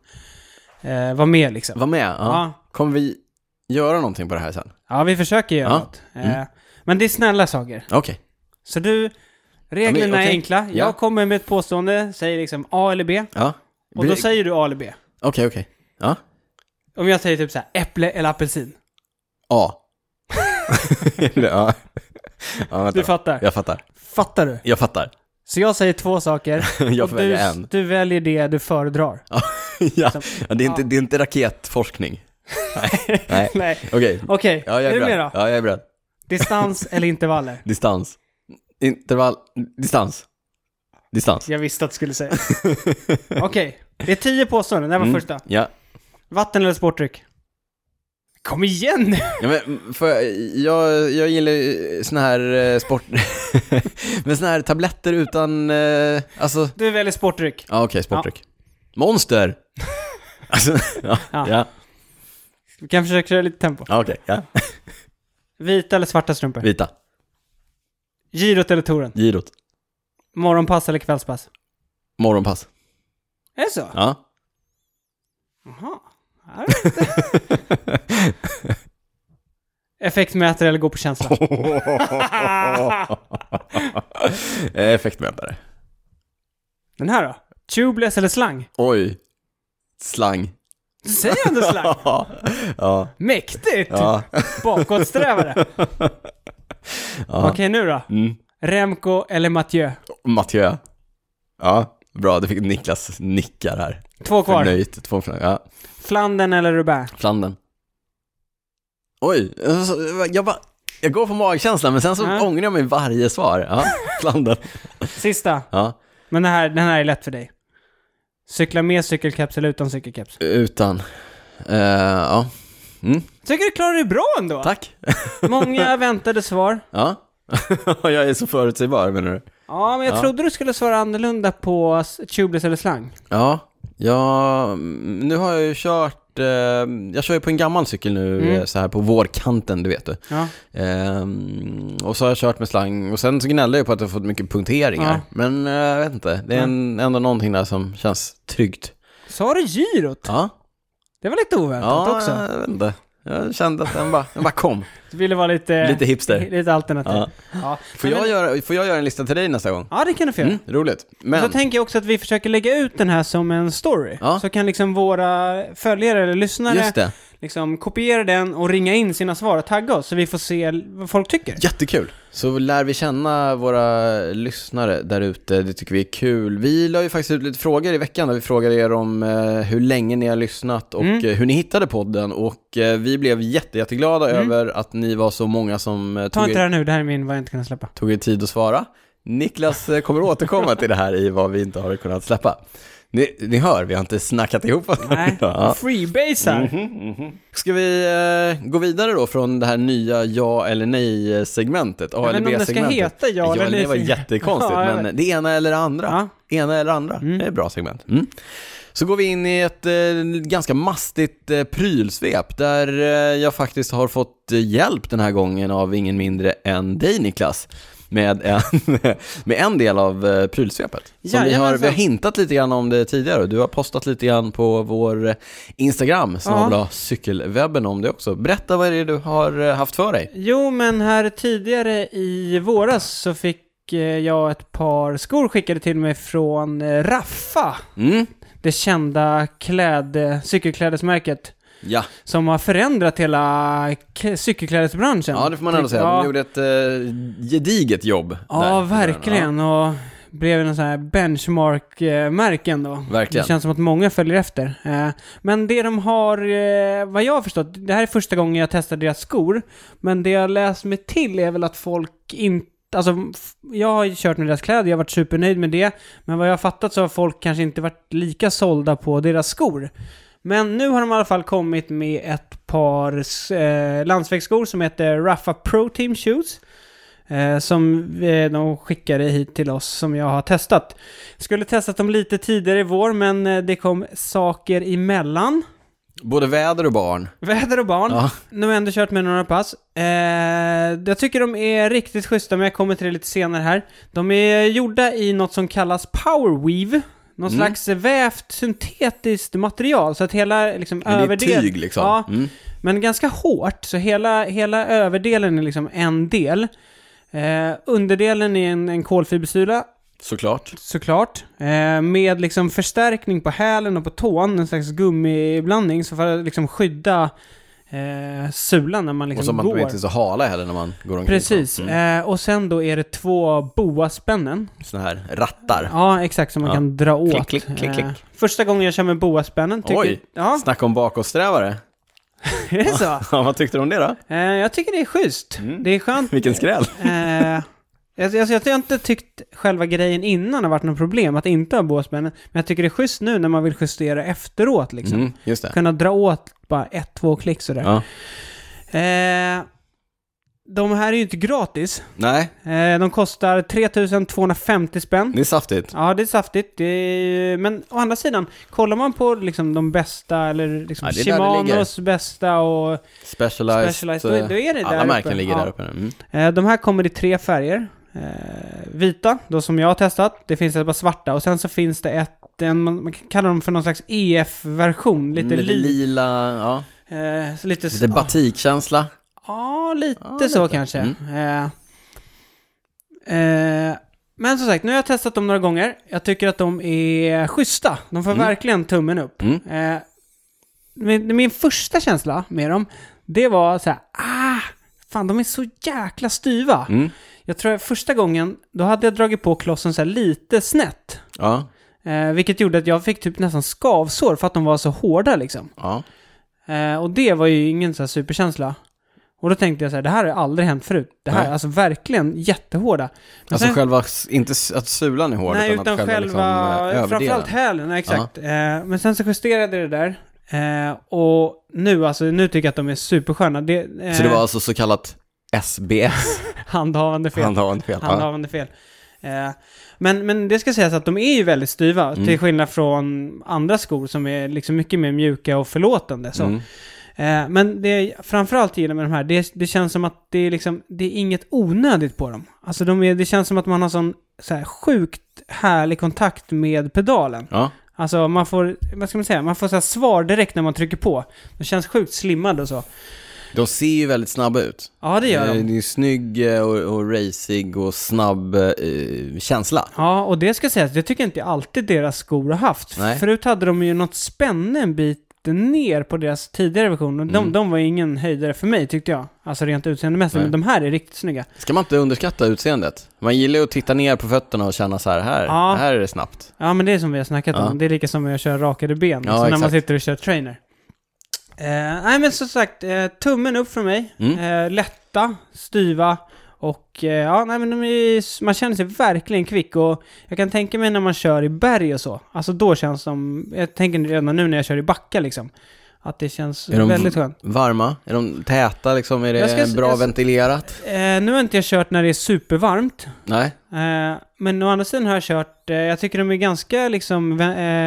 eh, vara med liksom. Vara med, ja. ja. Kommer vi göra någonting på det här sen? Ja, vi försöker göra ja. något. Eh, mm. Men det är snälla saker. Okej. Okay. Så du... Reglerna ja, men, okay. är enkla. Jag ja. kommer med ett påstående, säger liksom A eller B. Ja. Och då säger du A eller B. Okej, okay, okej. Okay. Ja. Om jag säger typ så här, äpple eller apelsin. A. ja. Ja, du fattar? Jag fattar. Fattar du? Jag fattar. Så jag säger två saker. Jag och får du, välja en. du väljer det du föredrar. ja. Som, ja, det är inte, ja. det är inte raketforskning. Nej. Nej. Nej. Okej. Okej, Ja, jag är, är du beredd. med då? Ja, jag är beredd. Distans eller intervaller? Distans. Intervall. Distans. Distans. Jag visste att du skulle säga. Okej, det är tio påståenden. Det här var Mm. första. Ja. Vatten eller sportdryck? Kom igen nu! Ja, men för jag, jag, jag gillar såna här eh, sport... men såna här tabletter utan... Eh, alltså... Du väljer sportdryck. Ja, okej, okay, sportdryck. Ja. Monster! alltså, ja. Ja. ja. Vi kan försöka köra lite tempo. Ja, okej, okay, ja. Vita eller svarta strumpor? Vita. Girot eller touren? Girot. Morgonpass eller kvällspass? Morgonpass. Är det så? Ja. Jaha. Effektmätare eller gå på känsla? Effektmätare. Den här då? Tubeless eller slang? Oj. Slang. Säger han det slang? ja. Mäktigt! Ja. Bakåtsträvare. ja. Okej, nu då? Mm. Remco eller Mathieu? Mathieu. Ja, bra. Det fick Niklas nickar här. Två kvar. Förnöjt. Två kvar. Ja. Flandern eller Roubaix? Flandern. Oj, jag bara... Jag går på magkänslan, men sen så ja. ångrar jag mig varje svar. Ja, Flandern. Sista. Ja. Men den här, den här är lätt för dig. Cykla med cykelkeps eller utan cykelkeps? Utan. Uh, ja. Mm. Tycker du klarar dig bra ändå? Tack. Många väntade svar. Ja. jag är så förutsägbar, menar du? Ja, men jag ja. trodde du skulle svara annorlunda på tubeless eller slang. Ja. Ja, nu har jag ju kört, eh, jag kör ju på en gammal cykel nu mm. så här på vårkanten, du vet du. Ja. Eh, och så har jag kört med slang och sen så gnällde jag på att jag fått mycket punkteringar. Ja. Men eh, jag vet inte, det är en, ändå någonting där som känns tryggt. Sa du girot? Ja. Det var lite oväntat ja, också. Ja, jag vet inte. Jag kände att den bara, den bara kom. Du ville vara lite... Lite hipster. Lite alternativ. Ja. Ja. Får, jag göra, får jag göra en lista till dig nästa gång? Ja, det kan du få göra. Mm, roligt. Men... Så tänker jag också att vi försöker lägga ut den här som en story. Ja. Så kan liksom våra följare eller lyssnare liksom kopiera den och ringa in sina svar och tagga oss så vi får se vad folk tycker. Jättekul. Så lär vi känna våra lyssnare där ute. Det tycker vi är kul. Vi la ju faktiskt ut lite frågor i veckan där vi frågade er om eh, hur länge ni har lyssnat och mm. eh, hur ni hittade podden. Och eh, vi blev jätte, jätteglada mm. över att ni var så många som eh, Ta tog, inte er, det här nu, det här är min vad jag inte kan släppa. tog er tid att svara. Niklas eh, kommer återkomma till det här i vad vi inte har kunnat släppa. Ni, ni hör, vi har inte snackat ihop oss. Nej, ja. Freebase här. Mm-hmm, mm-hmm. Ska vi eh, gå vidare då från det här nya ja eller nej-segmentet? A eller B-segmentet. Jag vet inte om det ska heta ja, ja eller nej. Det var jättekonstigt, ja, men det ena eller andra. Ja. Ena eller andra, mm. det är ett bra segment. Mm. Så går vi in i ett eh, ganska mastigt eh, prylsvep där eh, jag faktiskt har fått eh, hjälp den här gången av ingen mindre än dig, Niklas. Med en, med en del av uh, prylsvepet. Som ja, vi, har, så... vi har hintat lite grann om det tidigare. Du har postat lite grann på vår Instagram, snabel-a cykelwebben, om det också. Berätta vad är det du har uh, haft för dig. Jo, men här tidigare i våras så fick uh, jag ett par skor skickade till mig från uh, Raffa. Mm. Det kända kläd, cykelklädesmärket. Ja. Som har förändrat hela k- cykelklädesbranschen. Ja, det får man ändå säga. Ja. De gjorde ett uh, gediget jobb. Ja, där. verkligen. Ja. Och blev en sån här benchmark-märken då. Verkligen. Det känns som att många följer efter. Men det de har, vad jag har förstått, det här är första gången jag testar deras skor. Men det jag läst mig till är väl att folk inte, alltså jag har ju kört med deras kläder, jag har varit supernöjd med det. Men vad jag har fattat så har folk kanske inte varit lika sålda på deras skor. Men nu har de i alla fall kommit med ett par eh, landsvägsskor som heter Raffa Pro Team Shoes. Eh, som eh, de skickade hit till oss som jag har testat. Jag skulle testat dem lite tidigare i vår, men eh, det kom saker emellan. Både väder och barn. Väder och barn. Ja. Nu har jag ändå kört med några pass. Eh, jag tycker de är riktigt schyssta, men jag kommer till det lite senare här. De är gjorda i något som kallas Powerweave. Någon mm. slags vävt syntetiskt material. Så att hela liksom, överdelen... tyg liksom. Ja, mm. men ganska hårt. Så hela, hela överdelen är liksom en del. Eh, underdelen är en, en kolfibersula. Såklart. Såklart. Eh, med liksom förstärkning på hälen och på tån. En slags gummiblandning. Så för att liksom skydda eh, sulan när man liksom går. Och som man går. blir inte så hala heller när man går omkring. Precis. Mm. Eh, och sen då är det två boaspännen. Såna här rattar. Ja, exakt, som man ja. kan dra åt. Klick, klick, klick, klick. Eh, första gången jag kör med boaspännen tycker Oj, ja. snacka om bakåtsträvare. Är det så? Ja, vad tyckte du om det då? Eh, jag tycker det är schysst. Mm. Det är skönt. Vilken skräll. Eh, jag, jag, jag har inte tyckt själva grejen innan har varit något problem att inte ha båspännen. Men jag tycker det är schysst nu när man vill justera efteråt liksom. Mm, just det. Kunna dra åt bara ett, två klick sådär. Ja. Eh, de här är ju inte gratis. Nej. Eh, de kostar tre tusen tvåhundrafemtio spänn. Det är saftigt. Ja, det är saftigt. Det är, men å andra sidan, kollar man på liksom de bästa, eller liksom ja, Shimanos bästa och Specialized, Specialized då, då är det alla där märken uppe. ligger ja. där uppe. Mm. Eh, de här kommer i tre färger. Eh, vita, då som jag har testat. Det finns ett par svarta och sen så finns det ett, en, man kallar dem för någon slags E F-version. Lite mm, li- lila, ja. Eh, så lite, lite batikkänsla. Ja, lite ja, så lite. kanske. Mm. Eh, eh, men som sagt, nu har jag testat dem några gånger. Jag tycker att de är schyssta. De får mm. verkligen tummen upp. Mm. Eh, min, min första känsla med dem, det var så här, ah, fan de är så jäkla styva. Mm. Jag tror att första gången, då hade jag dragit på klossen så här lite snett. Ja. Eh, vilket gjorde att jag fick typ nästan skavsår för att de var så hårda liksom. Ja. Eh, och det var ju ingen så här superkänsla. Och då tänkte jag så här, det här har aldrig hänt förut. Det här är alltså verkligen jättehårda. Men alltså sen, själva, inte att sulan är hård, nej, utan, utan att själva, själva liksom, framförallt hälen, exakt. Ja. Eh, men sen så justerade det där. Eh, och nu, alltså, nu tycker jag att de är supersköna. Det, eh, så det var alltså så kallat S B S? Handhavande fel. Handhavande fel. Handhavande fel. Eh, men, men det ska sägas att de är ju väldigt styva. Mm. Till skillnad från andra skor som är liksom mycket mer mjuka och förlåtande. Så. Mm. Eh, men det framförallt gillar med de här, det, det känns som att det är, liksom, det är inget onödigt på dem. Alltså de är, det känns som att man har sån så här sjukt härlig kontakt med pedalen. Ja. Alltså man får, vad ska man säga, man får så här svar direkt när man trycker på. Det känns sjukt slimmad och så. De ser ju väldigt snabba ut. Ja, det gör de. Det är snygg och, och racig och snabb eh, känsla. Ja, och det ska sägas, det tycker jag inte alltid deras skor har haft. Nej. Förut hade de ju något spänne en bit ner på deras tidigare version. De, mm. de var ju ingen höjdare för mig, tyckte jag. Alltså rent utseendemässigt, men de här är riktigt snygga. Ska man inte underskatta utseendet? Man gillar ju att titta ner på fötterna och känna så här, här, ja. här är det snabbt. Ja, men det är som vi har snackat ja. om. Det är lika som jag kör rakade ben. Ja, så när man sitter och kör trainer. Eh, nej, men som sagt, eh, tummen upp för mig. Mm. Eh, lätta, styva. Och eh, ja, nej, men de är, man känner sig verkligen kvick. Och jag kan tänka mig när man kör i berg och så. Alltså då känns som, jag tänker redan nu när jag kör i backa liksom, att det känns är de väldigt skönt. Varma? Är de täta liksom? Är det ska, bra jag, ventilerat? Eh, nu har inte jag kört när det är supervarmt. Nej. Eh, men å andra sidan har jag kört, eh, jag tycker de är ganska liksom,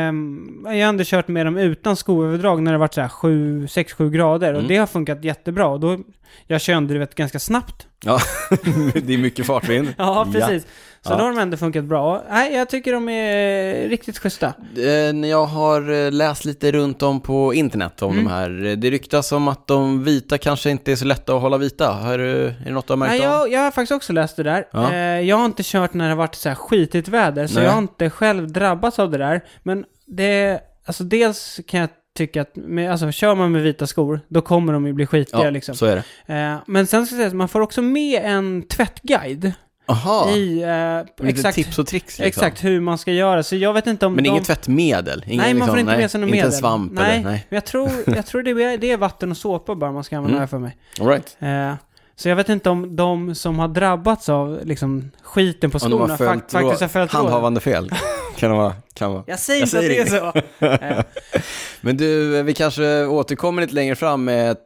eh, jag har ändå kört med dem utan skoöverdrag när det har varit så här sex sju grader. Mm. Och det har funkat jättebra. Och då, jag kör ändå, du vet, ganska snabbt. Ja, det är mycket fartvind. Ja, precis. Ja. Så ja. då har de ändå funkat bra. Nej, jag tycker de är riktigt schyssta. När jag har läst lite runt om på internet om mm. de här, det ryktas om att de vita kanske inte är så lätta att hålla vita. Har du, är det något du har märkt? Nej, jag, jag har faktiskt också läst det där. Ja. Jag har inte kört när det har varit så här skitigt väder, så Nej. jag har inte själv drabbats av det där. Men det, alltså dels kan jag tycka att med, alltså, kör man med vita skor, då kommer de ju bli skitiga. Ja, liksom. Så är det. Eh, men sen ska jag säga att man får också med en tvättguide. Aha. I eh, exakt, tips och tricks liksom. Exakt hur man ska göra. Så jag vet inte om Men de... inget tvättmedel? Ingen, nej, man får liksom, inte nej, med sig något inte medel. En svamp nej, eller, nej. Men jag tror, jag tror det, är, det är vatten och såpa bara man ska använda mm. här för mig. All right. Eh, så jag vet inte om de som har drabbats av liksom, skiten på skorna har följt, fakt- faktiskt har följt handhavande fel. Kan det vara, kan vara. Jag säger inte att det är så. eh. Men du, vi kanske återkommer lite längre fram med ett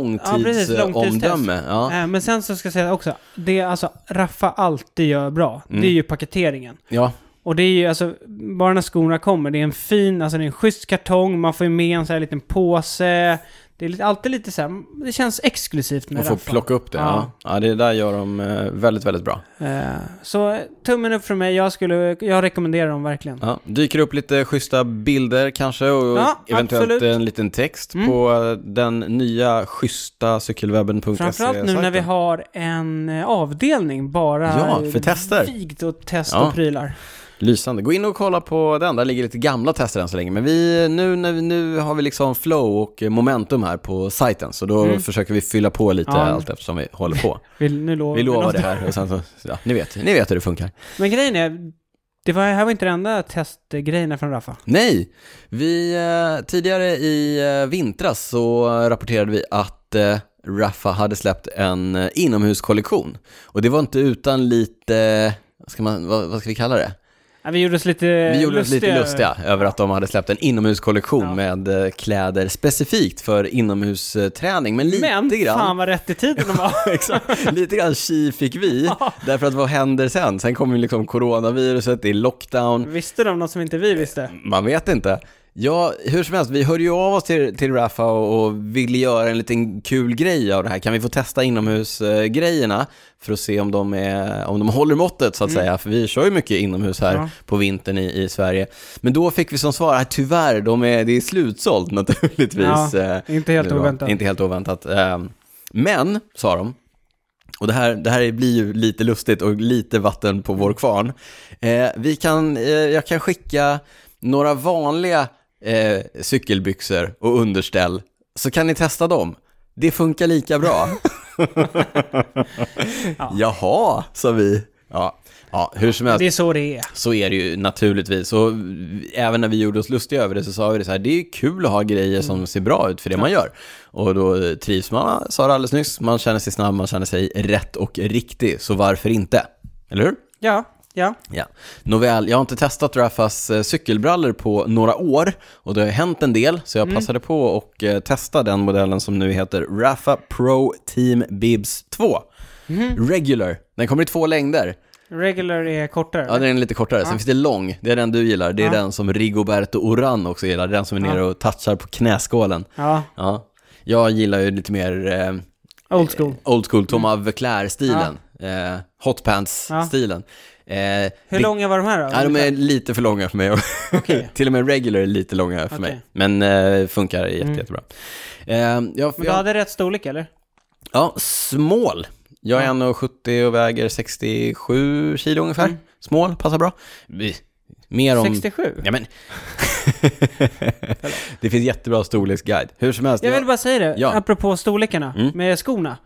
långtidsomdöme. Ja, ja. eh, men sen så ska jag säga också, det är alltså Raffa alltid gör bra. Mm. Det är ju paketeringen. Ja. Och det är ju, alltså, bara när skorna kommer, det är en fin, alltså det är en schysst kartong, man får ju med en sån här liten påse. Det är lite, alltid lite så här, det känns exklusivt med man får Raffa. plocka upp det, ja. Ja, ja det där gör de eh, väldigt, väldigt bra. Eh, så tummen upp för mig, jag skulle, jag rekommenderar dem verkligen. Ja, dyker upp lite schyssta bilder kanske och ja, eventuellt absolut. En liten text mm. på den nya schyssta cykelwebben punkt se framförallt nu sajten. när vi har en avdelning bara ja, för tester. Vigt och test ja. och prylar. Lysande. Gå in och kolla på den. Där ligger lite gamla tester än så länge. Men vi, nu, nu, nu har vi liksom flow och momentum här på sajten. Så då mm. försöker vi fylla på lite ja. allt eftersom vi håller på. vi, nu lovar, vi lovar det här. Och sen så, ja, ni vet, ni vet hur det funkar. Men grejen är, det var, här var inte den enda testgrejerna från Rafa. Nej. Vi, eh, tidigare i eh, vintras så rapporterade vi att eh, Rafa hade släppt en eh, inomhuskollektion. Och det var inte utan lite... Vad ska, man, vad, vad ska vi kalla det? Ja, vi gjorde oss lite Vi gjorde lustiga. oss lite lustiga över att de hade släppt en inomhuskollektion ja. med kläder specifikt för inomhusträning. Men lite men, grann... fan vad rätt i tiden de var. Exakt. Lite grann tji fick vi. Därför att vad händer sen? Sen kommer ju liksom coronaviruset, det är lockdown. Visste de något som inte vi visste? Man vet inte. Ja, hur som helst, vi hörde ju av oss till, till Rafa och, och ville göra en liten kul grej av det här. Kan vi få testa inomhusgrejerna för att se om de, är, om de håller måttet så att mm. säga? För vi kör ju mycket inomhus här ja. på vintern i, i Sverige. Men då fick vi som svar att tyvärr, de är, det är slutsålt naturligtvis. Ja, inte helt oväntat. Inte helt oväntat. Men, sa de, och det här, det här blir ju lite lustigt och lite vatten på vår kvarn. Vi kan, jag kan skicka några vanliga Eh, cykelbyxor och underställ, så kan ni testa dem. Det funkar lika bra. ja. Jaha, sa vi. Ja, ja, hur som helst. Det är så det är. Så är det ju naturligtvis. Och även när vi gjorde oss lustiga över det så sa vi det så här, det är kul att ha grejer som mm. ser bra ut för det ja. man gör. Och då trivs man, sa det alldeles nyss, man känner sig snabb, man känner sig rätt och riktig. Så varför inte? Eller hur? Ja. Ja. Ja. Nåväl, jag har inte testat Rafas eh, cykelbrallor på några år och det har hänt en del så jag mm. passade på och eh, testa den modellen som nu heter Rafa Pro Team Bibs två. Mm. Regular. Den kommer i två längder. Regular är kortare. Ja, den är lite kortare. Ja. Sen finns det lång. Det är den du gillar. Det är ja. den som Rigoberto Urán också gillar. Den som är nere och touchar på knäskålen. Ja. Ja. Jag gillar ju lite mer eh, old school. Old school Thomas mm. Veuclair-stilen. Ja. Eh, hotpants-stilen. Ja. Eh, Hur långa var de här då? Ja, de är lite för långa för mig. Okay. Till och med regular är lite långa för okay. mig. Men eh, funkar jätte, mm. jättebra. Eh, jag, Men du jag, hade rätt storlek, eller? Ja, small. Jag är ja. en komma sjuttio och väger sextiosju kilo ungefär. Mm. Small, passar bra. Mer om... sextiosju? Ja, men... det finns jättebra storleksguide. Hur som helst. Jag vill bara säga det, ja. apropå storlekarna mm. med skorna.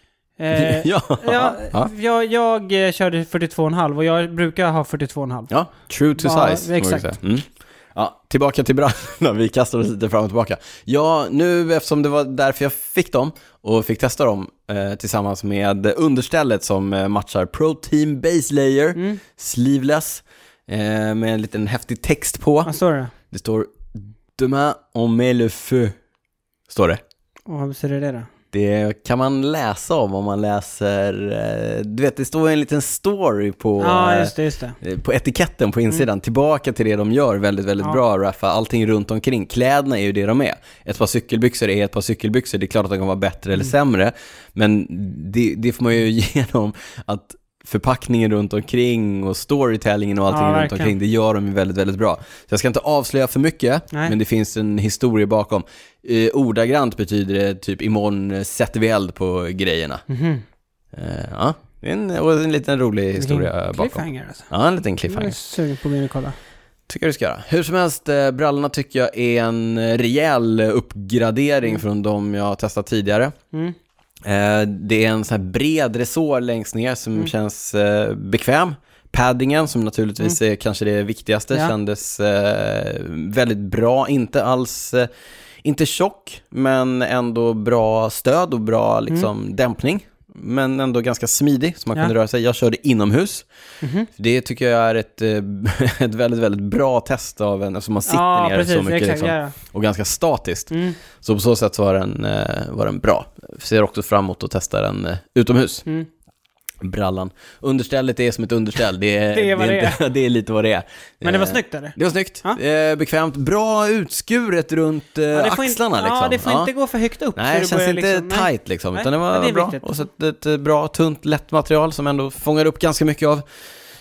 Eh, ja. ja, ja. Jag, jag körde fyrtiotvå komma fem och jag brukar ha fyrtiotvå komma fem. Ja, true to ja, size. Exakt. Mm. Ja, tillbaka till brallorna. Vi kastar oss lite fram och tillbaka. Ja, nu eftersom det var därför jag fick dem och fick testa dem eh, tillsammans med understället som eh, matchar Pro Team Base Layer, mm. sleeveless, eh, med en liten häftig text på. Vad står det? Det står Demain on met le feu. Står det. Och vad betyder det då? Det kan man läsa om om man läser, du vet det står en liten story på, ja, just det, just det. på etiketten på insidan, mm. tillbaka till det de gör väldigt, väldigt ja. bra, Rafa, allting runt omkring, kläderna är ju det de är, ett par cykelbyxor är ett par cykelbyxor, det är klart att de kan vara bättre eller mm. sämre, men det, det får man ju genom att förpackningen runt omkring och storytellingen och allting ja, runt omkring, det gör de ju väldigt, väldigt bra. Så jag ska inte avslöja för mycket, Nej. men det finns en historia bakom. Eh, ordagrant betyder det typ imorgon sätter vi eld på grejerna. Mm-hmm. Eh, ja, det är en, och en liten rolig historia bakom. Cliffhanger alltså. Ja, en liten cliffhanger. Jag är sugen på att kolla. Tycker du ska göra. Hur som helst, eh, brallorna tycker jag är en rejäl uppgradering mm. från de jag har testat tidigare. Mm. Eh, det är en sån här bred resår längst ner som mm. känns eh, bekväm. Paddingen som naturligtvis mm. är kanske det viktigaste ja. kändes eh, väldigt bra. Inte alls, eh, inte tjock men ändå bra stöd och bra liksom, mm. dämpning. Men ändå ganska smidig så man ja. kunde röra sig. Jag körde inomhus. Mm-hmm. Det tycker jag är ett, ett väldigt, väldigt bra test av en, alltså man sitter ja, ner precis, så mycket exakt, liksom, ja, ja. och ganska statiskt. Mm. Så på så sätt så var den, var den bra. Jag ser också fram emot att testa den utomhus. Mm. Brallan. Understället är som ett underställ. Det är, det är, vad det är, det inte, är. det är lite vad det är. Men det var snyggt eller? Det var snyggt. Ja? Eh, bekvämt. Bra utskuret runt eh, ja, axlarna inte, liksom. Ja, det får ja. inte gå för högt upp. Nej, det känns inte liksom, tight liksom. Nej. Utan det var det bra. Viktigt. Och så ett, ett bra, tunt, lätt material som ändå fångar upp ganska mycket av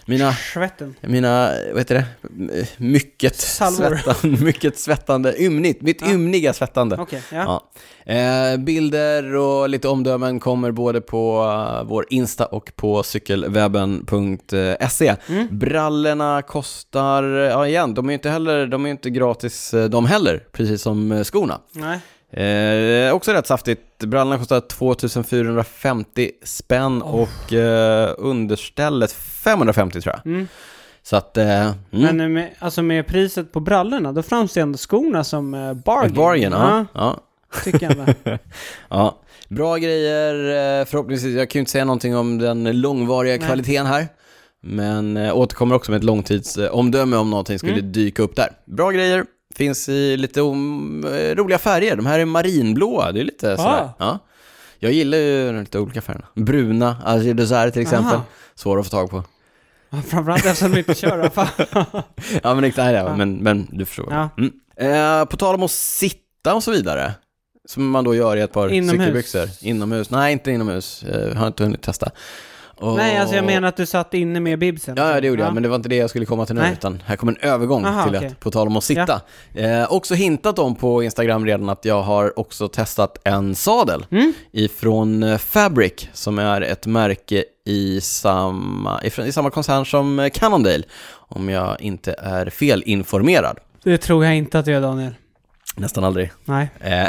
Mina, Svetten. mina, vad heter det? Mycket svettande, mycket svettande, ymnigt, mitt ja. ymniga svettande. Okay, ja. Ja. Eh, bilder och lite omdömen kommer både på uh, vår Insta och på cykelwebben punkt se. Mm. Brallorna kostar, ja igen, de är inte heller, de är inte gratis de heller, precis som skorna. Nej. Eh, också rätt saftigt. Brallorna kostar tvåtusenfyrahundrafemtio spänn oh. och eh, understället femhundrafemtio tror jag. Mm. Så att, eh, mm. Men med, alltså med priset på brallorna, då framstår ändå skorna som eh, bargain. Bargain, ja. ja. Tycker jag det. Ja, bra grejer. Förhoppningsvis, jag kan ju inte säga någonting om den långvariga Nej. kvaliteten här. Men eh, återkommer också med ett långtidsomdöme om någonting skulle mm. dyka upp där. Bra grejer. Finns i lite om, roliga färger. De här är marinblåa. Det är lite sådär. Ja. Jag gillar ju de lite olika färgerna. Bruna, Alger Dessert till exempel. Aha. Svår att få tag på. Ja, framförallt eftersom de inte kör. Ja, men exakt. Ja. Men, men du förstår. Ja. Mm. Eh, på tal om att sitta och så vidare. Som man då gör i ett par inomhus. cykelbyxor. Inomhus. Nej, inte inomhus. Jag har inte hunnit testa. Och... Nej, alltså jag menar att du satt inne med bibsen. Ja, det gjorde ja. jag, men det var inte det jag skulle komma till nu. Nej. Utan här kommer en övergång Aha, till okay. att, på tal om att sitta. Ja. Eh, också hintat om på Instagram redan att jag har också testat en sadel mm. ifrån Fabric, som är ett märke i samma, i samma koncern som Cannondale, om jag inte är felinformerad. Det tror jag inte att jag är, Daniel. Nästan aldrig. Nej.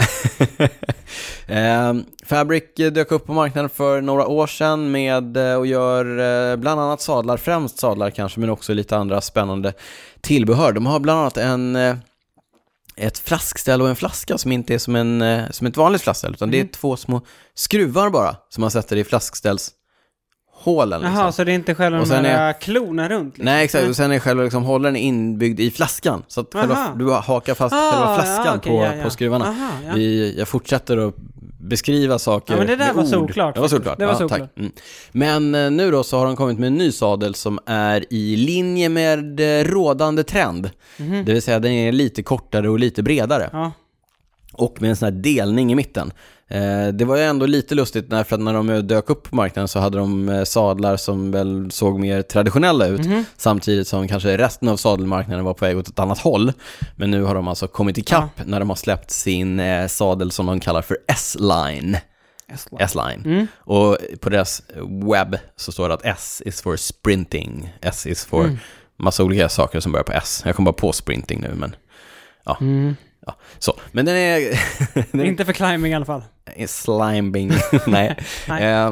eh, Fabric dök upp på marknaden för några år sedan med och gör eh, bland annat sadlar, främst sadlar kanske, men också lite andra spännande tillbehör. De har bland annat en eh, ett flaskställ och en flaska som inte är som en eh, som ett vanligt flaskställ, utan mm. det är två små skruvar bara som man sätter i flaskställs hålen. Jaha, liksom. Så det är inte själva de här är... klorna runt? Liksom. Nej, exakt. Och sen är själva liksom, hållaren inbyggd i flaskan. Så att själva, du hakar fast ah, själva flaskan ja, okay, på, ja, ja. på skruvarna. Aha, ja. Vi, jag fortsätter att beskriva saker. Ja, men det där var ord. såklart. Det var såklart. Det var ja, såklart. Tack. Mm. Men eh, nu då så har de kommit med en ny sadel som är i linje med eh, rådande trend. Mm-hmm. Det vill säga den är lite kortare och lite bredare. Ja. Och med en sån här delning i mitten. Eh, det var ju ändå lite lustigt när, för att när de dök upp på marknaden så hade de eh, sadlar som väl såg mer traditionella ut. Mm-hmm. Samtidigt som kanske resten av sadelmarknaden var på väg åt ett annat håll. Men nu har de alltså kommit ikapp ja. när de har släppt sin eh, sadel som de kallar för S-Line. S-Line. S-Line. Mm. Och på deras webb så står det att S is for sprinting. S is for mm. massa olika saker som börjar på S. Jag kommer bara på sprinting nu, men ja. Mm. Ja, så. Men den är... den är inte för climbing i alla fall. Sliming, nej. nej. Eh,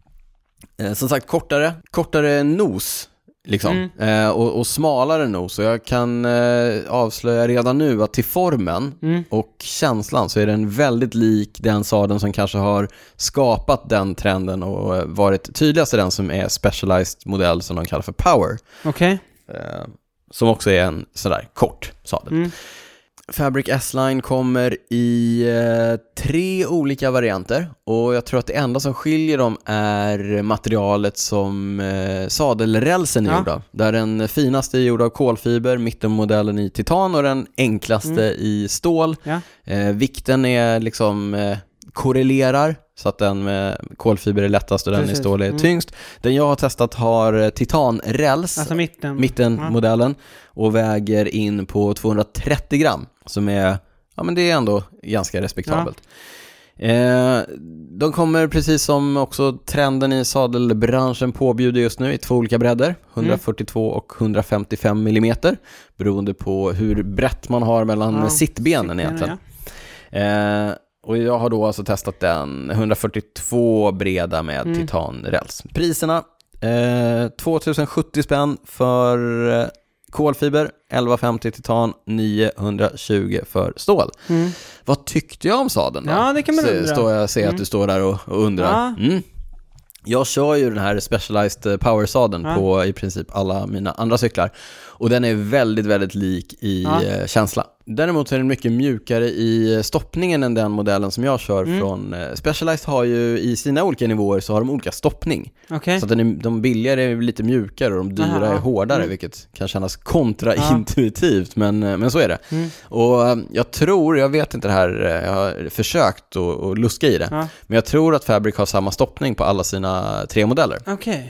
eh, som sagt, kortare, kortare nos, liksom. Mm. Eh, och, och smalare nos. Så jag kan eh, avslöja redan nu att till formen mm. och känslan så är den väldigt lik den sadeln som kanske har skapat den trenden och varit tydligast i den som är Specialized modell som de kallar för Power. Okej. Okay. Eh, som också är en sådär kort sadel. Mm. Fabric S-Line kommer i eh, tre olika varianter och jag tror att det enda som skiljer dem är materialet som eh, sadelrälsen är ja. gjord av. Där den finaste är gjord av kolfiber, mittenmodellen i titan och den enklaste mm. i stål. Ja. Eh, vikten är liksom eh, korrelerar så att den med kolfiber är lättast och den Precis. i stål är mm. tyngst. Den jag har testat har titanräls, alltså mitten. mittenmodellen ja. och väger in på tvåhundratrettio gram. Som är, ja men det är ändå ganska respektabelt. Ja. Eh, de kommer precis som också trenden i sadelbranschen påbjuder just nu i två olika bredder. hundrafyrtiotvå mm. och hundrafemtiofem millimeter. Beroende på hur brett man har mellan ja, sittbenen egentligen. Ja. Eh, och jag har då alltså testat den hundrafyrtiotvå breda med mm. titanräls. Priserna, eh, tvåtusensjuttio spänn för... Eh, kolfiber, elva femtio titan, niohundratjugo för stål. Mm. Vad tyckte jag om sadeln då? Ja, det kan man undra. Står jag ser mm. att du står där och, och undrar. Ja. Mm. Jag kör ju den här Specialized Power-sadeln ja. på i princip alla mina andra cyklar. Och den är väldigt, väldigt lik i ja. känsla. Däremot är den mycket mjukare i stoppningen än den modellen som jag kör mm. från. Specialized har ju i sina olika nivåer så har de olika stoppning. Okay. Så att den är, de billigare är lite mjukare och de dyra Aha. är hårdare, mm. vilket kan kännas kontraintuitivt, ja. men, men så är det. Mm. Och jag tror, jag vet inte det här, jag har försökt att, att luska i det, ja. men jag tror att Fabric har samma stoppning på alla sina tre modeller. Okej. Okay.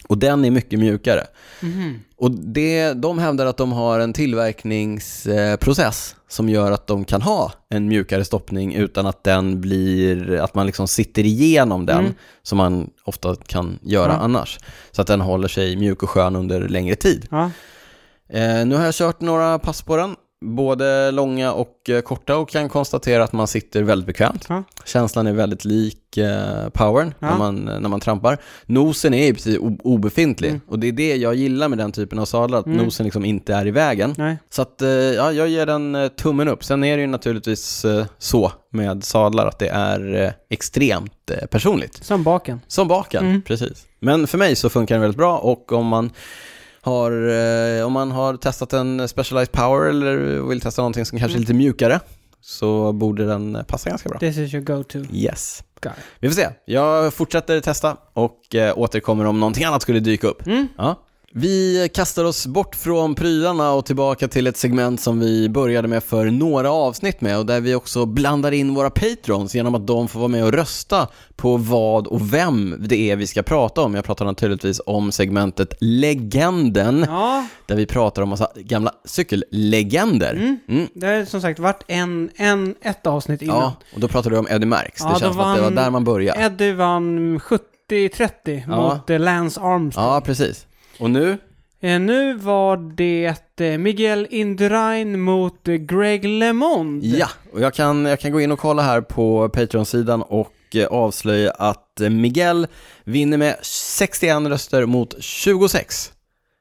Och den är mycket mjukare. Mm. Och det, de hävdar att de har en tillverkningsprocess som gör att de kan ha en mjukare stoppning utan att den blir, att man liksom sitter igenom den mm. som man ofta kan göra ja. annars. Så att den håller sig mjuk och skön under längre tid. Ja. Eh, nu har jag kört några pass på den. Både långa och eh, korta och kan konstatera att man sitter väldigt bekvämt. Ja. Känslan är väldigt lik eh, powern ja. när, man, när man trampar. Nosen är precis o- obefintlig mm. och det är det jag gillar med den typen av sadlar, att mm. nosen liksom inte är i vägen. Nej. Så att eh, ja, jag ger den eh, tummen upp. Sen är det ju naturligtvis eh, så med sadlar att det är eh, extremt eh, personligt. Som baken. Som baken, mm. precis. Men för mig så funkar den väldigt bra och om man Har, eh, om man har testat en Specialized Power eller vill testa någonting som kanske är lite mjukare så borde den passa ganska bra. This is your go-to. Yes. Vi får se. Jag fortsätter testa och eh, återkommer om någonting annat skulle dyka upp. Mm. Ja. Vi kastar oss bort från prylarna och tillbaka till ett segment som vi började med för några avsnitt med och där vi också blandar in våra patrons genom att de får vara med och rösta på vad och vem det är vi ska prata om. Jag pratar naturligtvis om segmentet Legenden ja. där vi pratar om massa gamla cykellegender. Mm. Mm. Det har som sagt varit en, en, ett avsnitt innan. Ja, och då pratade du om Eddie Merckx. Ja, det känns som att det var där man började. Eddie vann sjuttio trettio ja. mot Lance Armstrong. Ja, precis. Och nu? Eh, nu var det eh, Miguel Indurain mot eh, Greg LeMond. Ja, och jag kan, jag kan gå in och kolla här på Patreon-sidan och eh, avslöja att eh, Miguel vinner med sextioen röster mot tjugosex.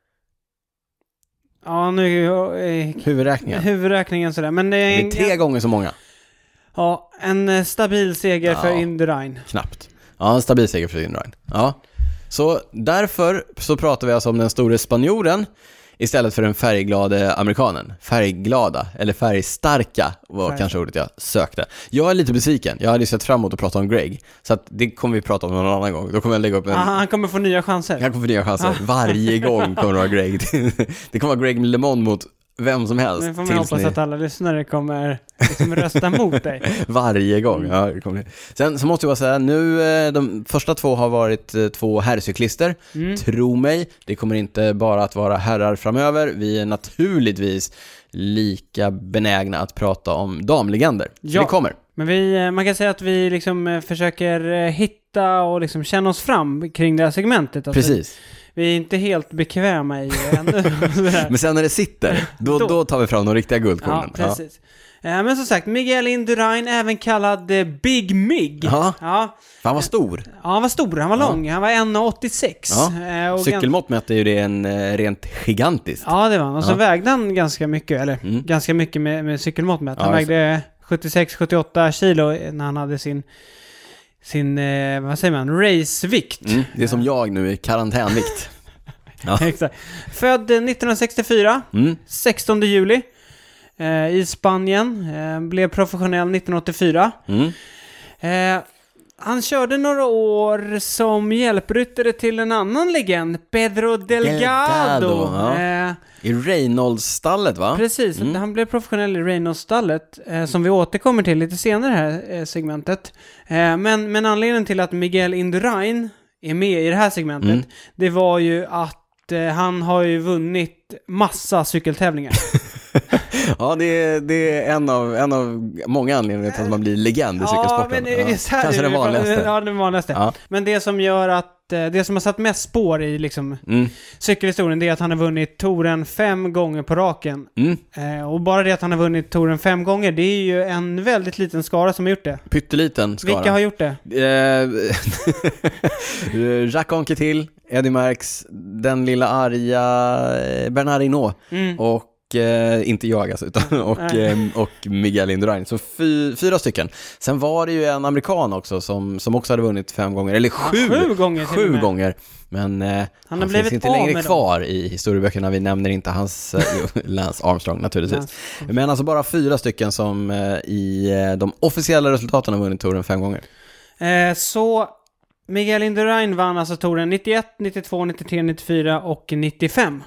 Ja, nu... Eh, huvudräkningen. Huvudräkningen sådär. Men det är, det är tre en, gånger så många. Ja, en eh, stabil seger ja, för Indurain. Knappt. Ja, en stabil seger för Indurain. Ja. Så därför så pratar vi alltså om den store spanjoren istället för den färgglade amerikanen. Färgglada, eller färgstarka var Färg. kanske ordet jag sökte. Jag är lite besviken. Jag hade sett fram emot att prata om Greg. Så att det kommer vi prata om någon annan gång. Då kommer jag lägga upp en... Aha, han kommer få nya chanser. Han kommer få nya chanser. Varje gång kommer det vara Greg. Det kommer vara Greg LeMond mot vem som helst. Men får man hoppas ni... att alla lyssnare kommer liksom rösta mot dig. Varje gång, ja. Det kommer... Sen så måste jag bara säga, nu de första två har varit två herrcyklister. Mm. Tro mig, det kommer inte bara att vara herrar framöver. Vi är naturligtvis lika benägna att prata om damlegender. Ja, det kommer. Men vi, man kan säga att vi liksom försöker hitta och liksom känna oss fram kring det här segmentet. Alltså, precis. vi är inte helt bekväma i ännu. Men sen när det sitter, då, då. då tar vi fram de riktiga guldkornen. Ja, precis. Ja. Men som sagt, Miguel Indurain, även kallad Big Mig. Ja, ja. Han var stor. Ja, han var stor, han var ja. lång. Han var en komma åttiosex. Ja. Och cykelmått mätte ju det en rent gigantiskt. Ja, det var han. Och så ja. vägde han ganska mycket, eller mm. ganska mycket med, med cykelmått mätt. Han ja, vägde sjuttiosex sjuttioåtta kilo när han hade sin... sin, eh, vad säger man, racevikt. Mm, det är som jag nu i karantänvikt. Ja. Exakt. Född nittonhundrasextiofyra, mm. sextonde juli eh, i Spanien. Eh, blev professionell nittonhundraåttiofyra. Mm. Eh, han körde några år som hjälpryttare till en annan legend, Pedro Delgado. Delgado ja. eh, I Reynolds-stallet, va? Precis, mm. han blev professionell i Reynolds-stallet, eh, som vi återkommer till lite senare här eh, segmentet. Eh, men, men anledningen till att Miguel Indurain är med i det här segmentet, mm. det var ju att eh, han har ju vunnit massa cykeltävlingar. Ja, det är, det är en, av, en av många anledningar till att man blir legend i ja, cykelsporten. Men, ja, så här, kanske det vanligaste. Ja, det vanligaste. Ja. Men det som gör att det som har satt mest spår i liksom mm. cykelhistorien, det är att han har vunnit touren fem gånger på raken. Mm. Eh, och bara det att han har vunnit touren fem gånger, det är ju en väldigt liten skara som har gjort det. Pytteliten skara. Vilka har gjort det? Eh, Jacques Anquetil, Eddie Merckx, den lilla arga Bernard Hinault mm. och Eh, inte jag alltså, utan och, eh, och Miguel Indurain. Så fy, fyra stycken. Sen var det ju en amerikan också som, som också hade vunnit fem gånger. Eller sju, ja, sju gånger. Sju gånger. Men eh, han, han har blivit finns inte längre kvar i historieböckerna. Vi nämner inte hans eh, Lance Armstrong naturligtvis. Lance. Men alltså bara fyra stycken som eh, i eh, de officiella resultaten har vunnit touren fem gånger. Eh, så Miguel Indurain vann alltså touren nittioett, nittiotvå, nittiotre, nittiofyra och nittiofem. Mm.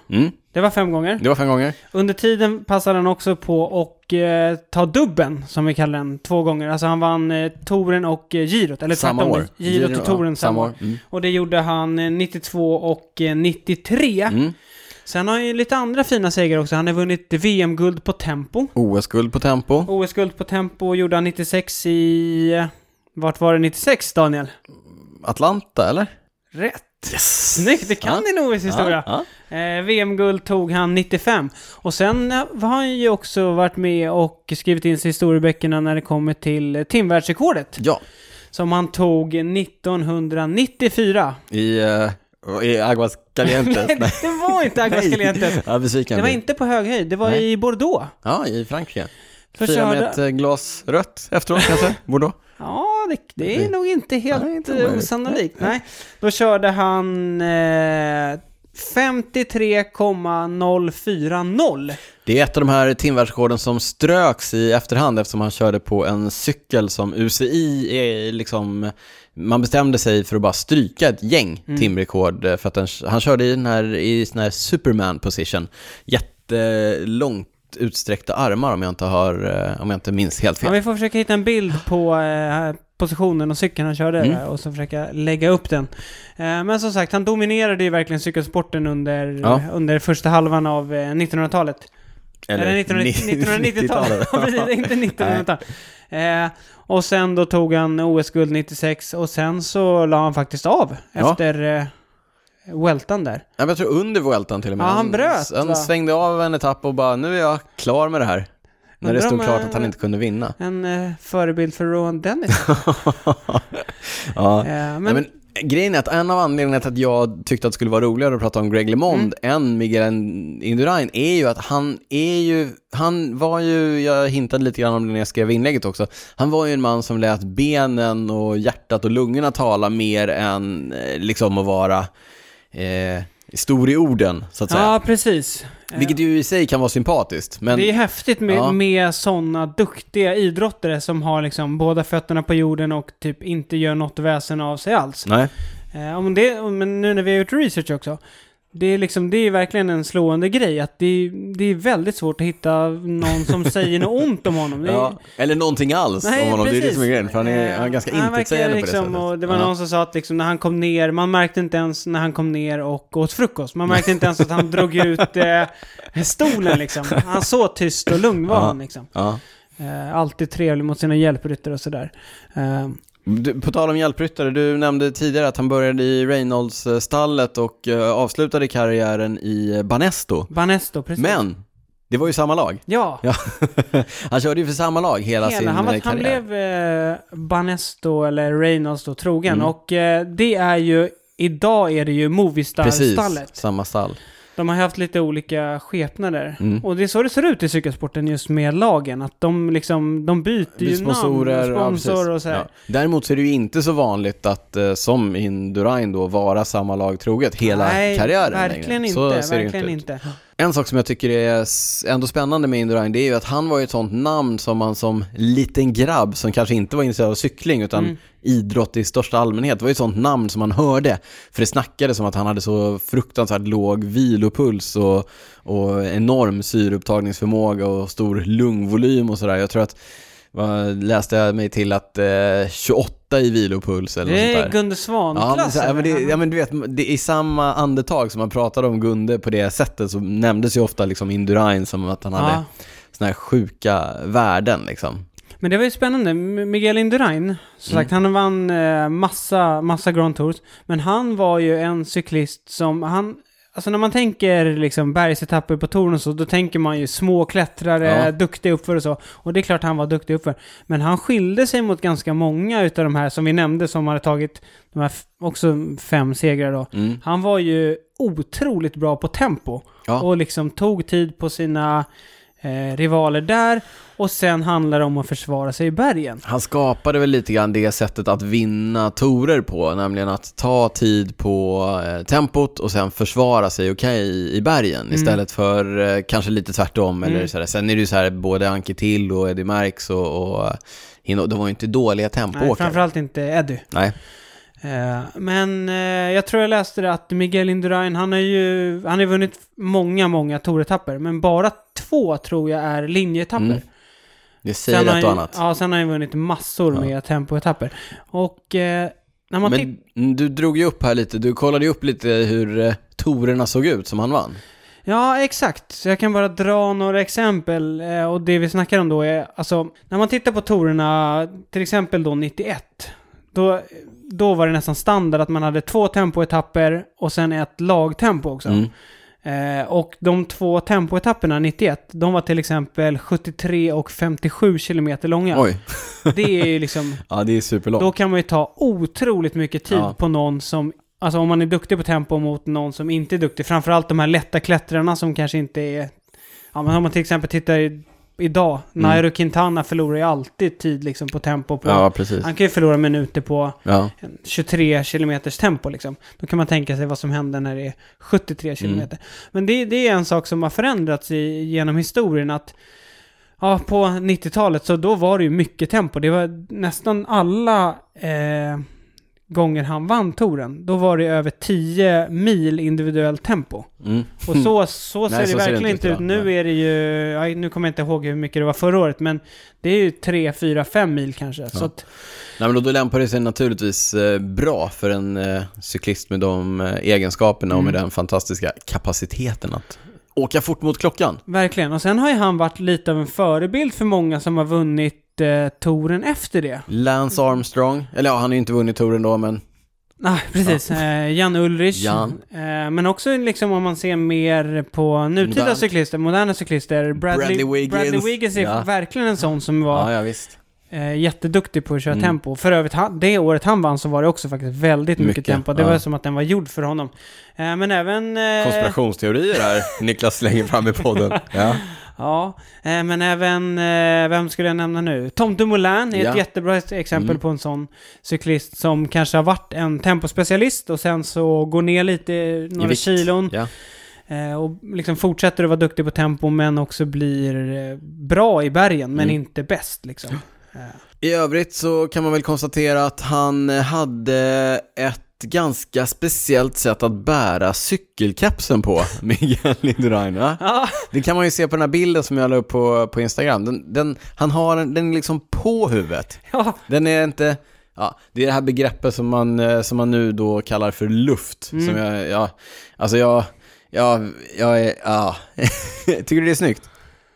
Det var fem gånger. Det var fem gånger. Under tiden passade han också på att eh, ta dubben, som vi kallar den, två gånger. Alltså han vann eh, touren och eh, girot. Eller samma tvärtom, år. Girot och touren ja, samma år. Mm. Och det gjorde han eh, nittiotvå och eh, nittiotre. Mm. Sen har han ju lite andra fina segrar också. Han har vunnit V M-guld på tempo. O S-guld på tempo. O S-guld på tempo gjorde han nittiosex i... Vart var det nittiosex, Daniel? Atlanta, eller? Rätt. Yes. Snyggt, det kan ja. din O S-historia. Ja, ja. eh, V M-guld tog han nittiofem. Och sen har han ju också varit med och skrivit in sig i historieböckerna när det kommer till timvärldsrekordet. Ja. Som han tog nittonhundranittiofyra. I... Uh... I Aguascalientes. Nej, det var inte Aguascalientes. Ja, det var inte på hög höjd. Det var Nej. i Bordeaux. Ja, i Frankrike. Så Fyra med ett körde... glas rött efteråt kanske, Bordeaux. Ja, det, det är det... nog inte helt Nej, inte osannolikt. Nej. Då körde han eh, femtiotre komma noll fyra noll. Det är ett av de här timvärldsrekorden som ströks i efterhand eftersom han körde på en cykel som U C I är liksom... Man bestämde sig för att bara stryka ett gäng mm. timrekord för att den, han körde i den här, i sån här Superman position. Jättelångt utsträckta armar om jag inte har om jag inte minns helt fel. Ja, vi får försöka hitta en bild på eh, positionen och cykeln han körde mm. och så försöka lägga upp den. Eh, men som sagt, han dominerade ju verkligen cykelsporten under, ja. under första halvan av eh, nittonhundratalet. Eller, Eller nittonhundranittiotalet. Ja, precis, inte nittonhundratalet. Eh, och sen då tog han O S-guld nittiosex och sen så la han faktiskt av ja. efter eh, Vueltan där. Ja, jag tror under Vueltan till och med. Ja, han bröt. Han, han svängde av en etapp och bara, nu är jag klar med det här. När Undrar det stod klart att han inte kunde vinna. En eh, förebild för Rowan Dennis. ja, eh, men... Nej, men grejen är att en av anledningarna till att jag tyckte att det skulle vara roligare att prata om Greg LeMond mm. än Miguel Indurain är ju att han är ju, han var ju, jag hintade lite grann om det när jag skrev inlägget också, han var ju en man som lät benen och hjärtat och lungorna tala mer än liksom att vara eh, stor i orden, så att säga. Ja, precis. Vilket ju i sig kan vara sympatiskt. Men... Det är häftigt med, ja. med sådana duktiga idrottare som har liksom båda fötterna på jorden och typ inte gör något väsen av sig alls. Nej. Eh, men, det, men nu när vi har gjort research också, det är, liksom, det är verkligen en slående grej att det, det är väldigt svårt att hitta någon som säger något ont om honom. Det är... ja, eller någonting alls Nej, om honom, precis. Det är det som är grejen, för han är, han är ganska han intetsägande liksom, på det sättet. Och det var ja. någon som sa att liksom, när han kom ner, man märkte inte ens när han kom ner och åt frukost, man märkte inte ens att han drog ut eh, stolen liksom. Han så tyst och lugn var han liksom. Ja. Eh, alltid trevlig mot sina hjälpryttare och sådär. Eh, Du, på tal om hjälpryttare, du nämnde tidigare att han började i Reynolds-stallet och uh, avslutade karriären i Banesto. Banesto, precis. Men det var ju samma lag. Ja. ja. Han körde ju för samma lag hela, hela sin han var, karriär. Han blev eh, Banesto eller Reynolds då trogen. Mm. Och eh, det är ju, idag är det ju Movistar-stallet. Precis, samma stall. De har haft lite olika skepnader. Mm. Och det är så det ser ut i cykelsporten just med lagen. Att de liksom, de byter ju sponsorer, namn, sponsor ja, och så här. Ja. Däremot så är det ju inte så vanligt att eh, som Indurain då vara samma lag troget hela Nej, karriären. verkligen längre. inte. Så verkligen inte. inte. En sak som jag tycker är ändå spännande med Indurain, det är ju att han var ju ett sånt namn som man som liten grabb som kanske inte var intresserad av cykling utan mm. idrott i största allmänhet. Det var ju ett sånt namn som man hörde. För det snackade som att han hade så fruktansvärt låg vilopuls och, och enorm syreupptagningsförmåga och stor lungvolym och sådär. Jag tror att vad läste jag mig till att eh, tjugoåtta i vilopuls eller det något sånt där. Det är Gunde Svan-klass. Ja, men det, ja, men du vet, det är i samma andetag som man pratade om Gunde på det sättet så nämndes ju ofta liksom Indurain som att han ja. hade såna här sjuka värden liksom. Men det var ju spännande. Miguel Indurain, som sagt, mm. han vann eh, massa, massa Grand Tours. Men han var ju en cyklist som, han, alltså när man tänker liksom bergsetapper på touren och så, då tänker man ju små klättrare, ja. duktiga uppför och så. Och det är klart han var duktig uppför. Men han skilde sig mot ganska många utav de här som vi nämnde som hade tagit de här f- också fem segrar då. Mm. Han var ju otroligt bra på tempo. Ja. Och liksom tog tid på sina eh, rivaler där. Och sen handlar det om att försvara sig i bergen. Han skapade väl lite grann det sättet att vinna torer på. Nämligen att ta tid på eh, tempot och sen försvara sig okej okay i, i bergen. Mm. Istället för eh, kanske lite tvärtom. Mm. Eller så här. Sen är det ju så här både Anke Till och Eddie Merckx och, och de var ju inte dåliga tempoåkare. Nej, framförallt inte Eddie. Nej. Eh, men eh, jag tror jag läste det att Miguel Indurain, han har ju han har vunnit många, många touretapper, men bara två tror jag är linjeetapper. Mm. Det säger ett och annat. Ja, sen har han vunnit massor ja. med tempoetapper. Och eh, när man Men du drog ju upp här lite, du kollade ju upp lite hur eh, tourerna såg ut som han vann. Ja, exakt. Så jag kan bara dra några exempel. Eh, och det vi snackar om då är, alltså, när man tittar på tourerna, till exempel då nittioett, då, då var det nästan standard att man hade två tempoetapper och sen ett lagtempo också. Mm. Eh, och de två tempoetapperna nittioett, de var till exempel sjuttiotre och femtiosju kilometer långa. Oj. Det är ju liksom... Ja, det är superlångt. Då kan man ju ta otroligt mycket tid ja. på någon som... Alltså om man är duktig på tempo mot någon som inte är duktig. Framförallt de här lätta klättrarna som kanske inte är... Ja, men om man till exempel tittar i, idag. Mm. Nairo Quintana förlorar ju alltid tid liksom på tempo. På, ja, precis. Han kan ju förlora minuter på ja. tjugotre kilometers tempo liksom. Då kan man tänka sig vad som händer när det är sjuttiotre kilometer. Mm. Men det, det är en sak som har förändrats i, genom historien, att ja, på nittiotalet så då var det ju mycket tempo. Det var nästan alla eh, gånger han vann touren, då var det över tio mil individuellt tempo. Mm. Och så, så ser Nej, det så verkligen ser det inte ut. ut. Nu Nej. är det ju, ja, nu kommer jag inte ihåg hur mycket det var förra året, men det är ju tre, fyra, fem mil kanske. Ja. Så att, Nej, men då, då lämpar det sig naturligtvis eh, bra för en eh, cyklist med de eh, egenskaperna mm. och med den fantastiska kapaciteten att åka fort mot klockan. Verkligen. Och sen har ju han varit lite av en förebild för många som har vunnit eh, touren efter det. Lance Armstrong. Eller ja, han har ju inte vunnit touren då, men... Nej, ah, precis. Ja. Eh, Jan Ullrich. Jan. Eh, men också liksom om man ser mer på nutida Modern. cyklister, moderna cyklister. Bradley, Bradley Wiggins. Bradley Wiggins är ja. verkligen en sån som var... Ja, ja visst. Eh, jätteduktig på att köra mm. tempo. För övrigt, han, det året han vann så var det också faktiskt väldigt mycket, mycket tempo. Det ja. var som att den var gjord för honom. Eh, men även... Eh, konspirationsteorier här. Niklas slänger fram i podden. Ja, ja eh, men även... Eh, vem skulle jag nämna nu? Tom Dumoulin är ja. ett jättebra exempel mm. på en sån cyklist som kanske har varit en tempospecialist och sen så går ner lite några kilon. Ja. Och liksom fortsätter att vara duktig på tempo, men också blir bra i bergen, men mm. inte bäst liksom. I övrigt så kan man väl konstatera att han hade ett ganska speciellt sätt att bära cykelkapsen på, Miguel Indurain. Ja. Det kan man ju se på den här bilden som jag la upp på, på Instagram. Den, den, han har den, den liksom på huvudet. Ja. Den är inte... Ja, det är det här begreppet som man, som man nu då kallar för luft. Mm. Som jag, ja, alltså jag... Ja, jag är... Ja. Tycker du det är snyggt?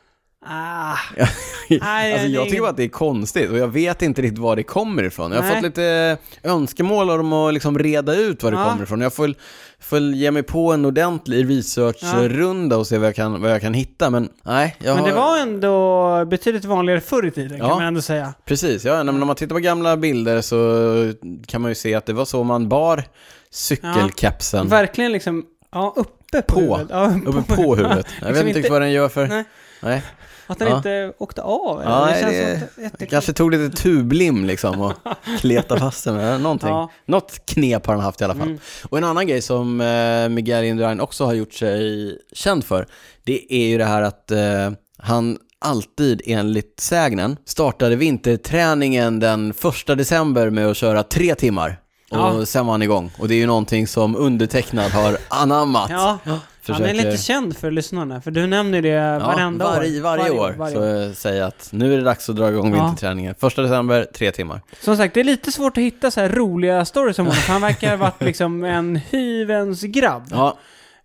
Ah. Alltså jag tycker bara att det är konstigt och jag vet inte riktigt var det kommer ifrån. Jag har Nej. fått lite önskemål om att liksom reda ut var det ja. kommer ifrån. Jag får, får ge mig på en ordentlig researchrunda ja. och se vad jag kan, vad jag kan hitta. Men nej, jag Men det har... var ändå betydligt vanligare förr i tiden, ja. kan man ändå säga. Precis, ja. När man tittar på gamla bilder så kan man ju se att det var så man bar cykelkapsen. Ja. Verkligen liksom, ja, uppe på, på. huvudet. Ja, uppe på huvudet. Jag vet inte vad den gör för... Nej. Nej. Att den ja. inte åkte av. Eller? Ja, det känns det, det kanske tog lite tublim liksom och kleta fast den med någonting. Ja. Något knep har han haft i alla fall. Mm. Och en annan grej som eh, Miguel Indurain också har gjort sig känd för, det är ju det här att eh, han alltid enligt sägnen startade vinterträningen den första december med att köra tre timmar. Och ja. sen var han igång. Och det är ju någonting som undertecknad har anammat. Ja. Försöker... Han är lite känd för lyssnarna. För du nämner det varenda ja, var, år. Varje, varje år. Varje år. Så säger jag att nu är det dags att dra igång ja. vinterträningen. Första december, tre timmar. Som sagt, det är lite svårt att hitta så här roliga stories om honom. Han verkar ha varit liksom en hyvens grabb. Ja.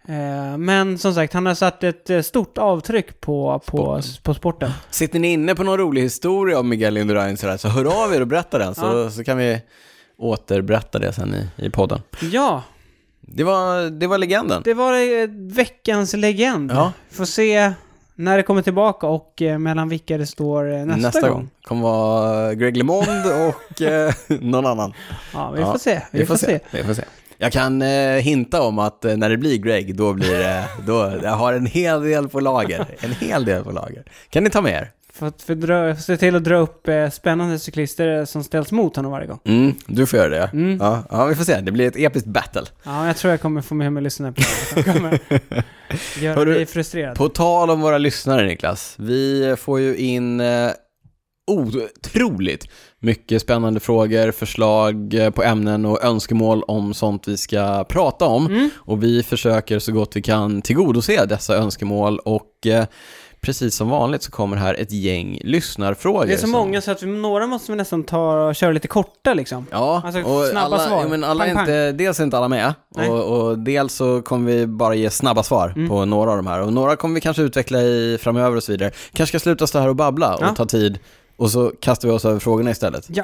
Men som sagt, han har satt ett stort avtryck på, på, sporten. på sporten. Sitter ni inne på någon rolig historia om Miguel Indurain så, så hör av er och berätta den. Så, ja. så kan vi återberätta det sen i, i podden. Ja. Det var, det var legenden. Det var veckans legend. Ja. Får se när det kommer tillbaka och eh, mellan vilka det står nästa, nästa gång. gång. Kommer vara Greg LeMond och eh, någon annan. Ja, vi får ja, se. Vi, vi, får se. se. vi får se. Jag kan eh, hinta om att eh, när det blir Greg, då blir det... Då, jag har en hel del på lager. En hel del på lager. Kan ni ta med er? För att för dra, se till att dra upp eh, spännande cyklister som ställs mot honom varje gång. Mm, du får göra det. Mm. Ja, ja, vi får se. Det blir ett episkt battle. Ja, jag tror jag kommer få med mig lyssnare på det. Jag kommer göra dig frustrerad. På tal om våra lyssnare, Niklas. Vi får ju in eh, otroligt mycket spännande frågor, förslag på ämnen och önskemål om sånt vi ska prata om. Mm. Och vi försöker så gott vi kan tillgodose dessa önskemål och eh, precis som vanligt så kommer här ett gäng lyssnarfrågor. Det är så som... många så att vi, några måste vi nästan ta och köra lite korta liksom. Ja, alltså, och snabba alla, svar. Men alla pang, inte, dels är inte alla med och, och dels så kommer vi bara ge snabba svar mm. på några av de här. Och några kommer vi kanske utveckla i framöver och så vidare. Kanske ska sluta stå här och babbla och ja. ta tid och så kastar vi oss över frågorna istället. Ja.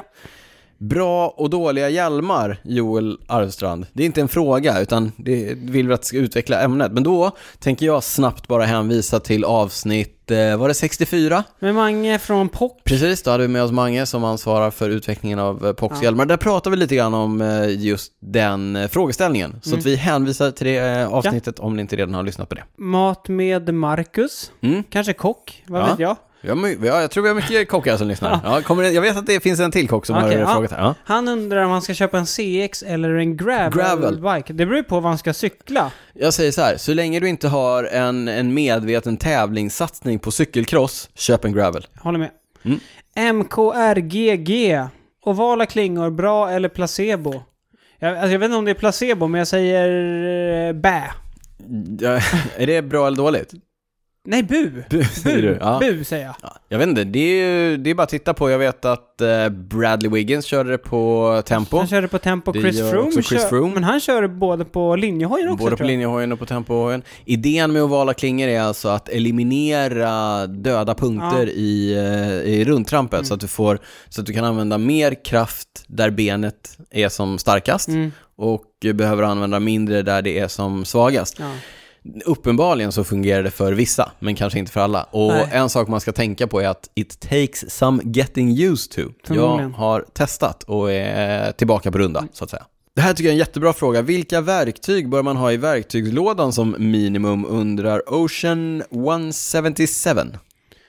Bra och dåliga hjälmar, Joel Arvstrand. Det är inte en fråga utan det vill vi att ska utveckla ämnet. Men då tänker jag snabbt bara hänvisa till avsnitt, eh, var det sextiofyra? Med Mange från P O C. Precis, då hade vi med oss Mange som ansvarar för utvecklingen av P O Cs hjälmar. Ja. Där pratar vi lite grann om eh, just den eh, frågeställningen. Så mm. att vi hänvisar till det eh, avsnittet ja. om ni inte redan har lyssnat på det. Mat med Marcus. Mm. Kanske kock, vad ja. vet jag. Ja, jag tror vi har mycket kockar som lyssnar. Ja, kommer det, jag vet att det finns en till kock som okay, har ja. frågat här. Ja. Han undrar om han ska köpa en C X eller en gravel, gravel bike. Det beror på vad han ska cykla. Jag säger så här, så länge du inte har en, en medveten tävlingssatsning på cykelcross, köp en gravel. Håller med. Mm. M K R G G. Ovala klingor, bra eller placebo? Jag, alltså jag vet inte om det är placebo, men jag säger äh, bä. Ja, är det bra eller dåligt? Nej, bu. Bu, bu, ja. bu säger jag. Ja, jag vet inte, det är, det är bara att titta på. Jag vet att uh, Bradley Wiggins körde det på tempo. Han körde på tempo. Det Chris Froome, Chris kör, Froome. Men han kör både på linjehojen också. Både på linjehojen och på tempohojen. Idén med ovala klingor är alltså att eliminera döda punkter ja. i, uh, i rundtrampet mm. så att du får så att du kan använda mer kraft där benet är som starkast mm. och behöver använda mindre där det är som svagast. Ja. Uppenbarligen så fungerar det för vissa, men kanske inte för alla. Och Nej. en sak man ska tänka på är att it takes some getting used to. Jag har testat och är tillbaka på runda, så att säga. Det här tycker jag är en jättebra fråga. Vilka verktyg bör man ha i verktygslådan som minimum, undrar Ocean etthundrasjuttiosju?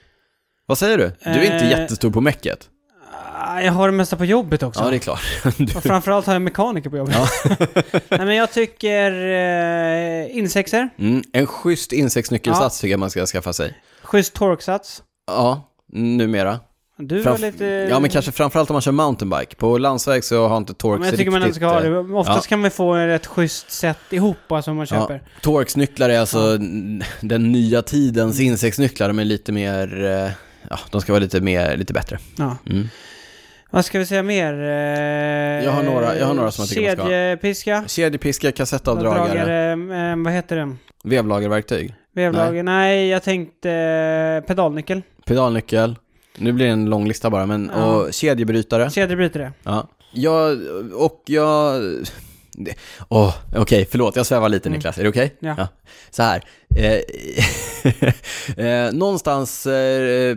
Vad säger du? Du är inte eh... jättestor på mäcket. Jag har det mesta på jobbet också. Ja, det är klart. Du... Och framförallt har jag mekaniker på jobbet. Ja. Nej, men jag tycker eh, insexer. Mm, en schysst insexnyckelsats ja. tycker jag man ska skaffa sig. Schysst torksats. Ja, numera. Du Framf- var lite... Ja, men kanske framförallt om man kör mountainbike. På landsväg så har inte torx riktigt... Men jag tycker man inte ska ha det. Oftast ja. kan man få ett schysst sätt ihop alltså, om man köper. Ja. Torx-nycklar är alltså ja. den nya tidens insexnycklar. De är lite mer... Ja, de ska vara lite mer, lite bättre. Ja. Mm. Vad ska vi säga mer? Jag har några, jag har några som jag tycker man ska ha. Kedjepiska. Kedjepiska, kassettavdragare. Eh, vad heter det? Vevlagerverktyg. Vevlager, nej. nej, jag tänkte eh, pedalnyckel. Pedalnyckel. Nu blir det en lång lista bara, men ja. och kedjebrytare. Kedjebrytare. Ja. Jag, och jag... Åh, oh, okej, okay, förlåt, jag svävar lite mm. Niklas, är det okej? Okay? Ja. ja. Så här, eh, eh, någonstans eh,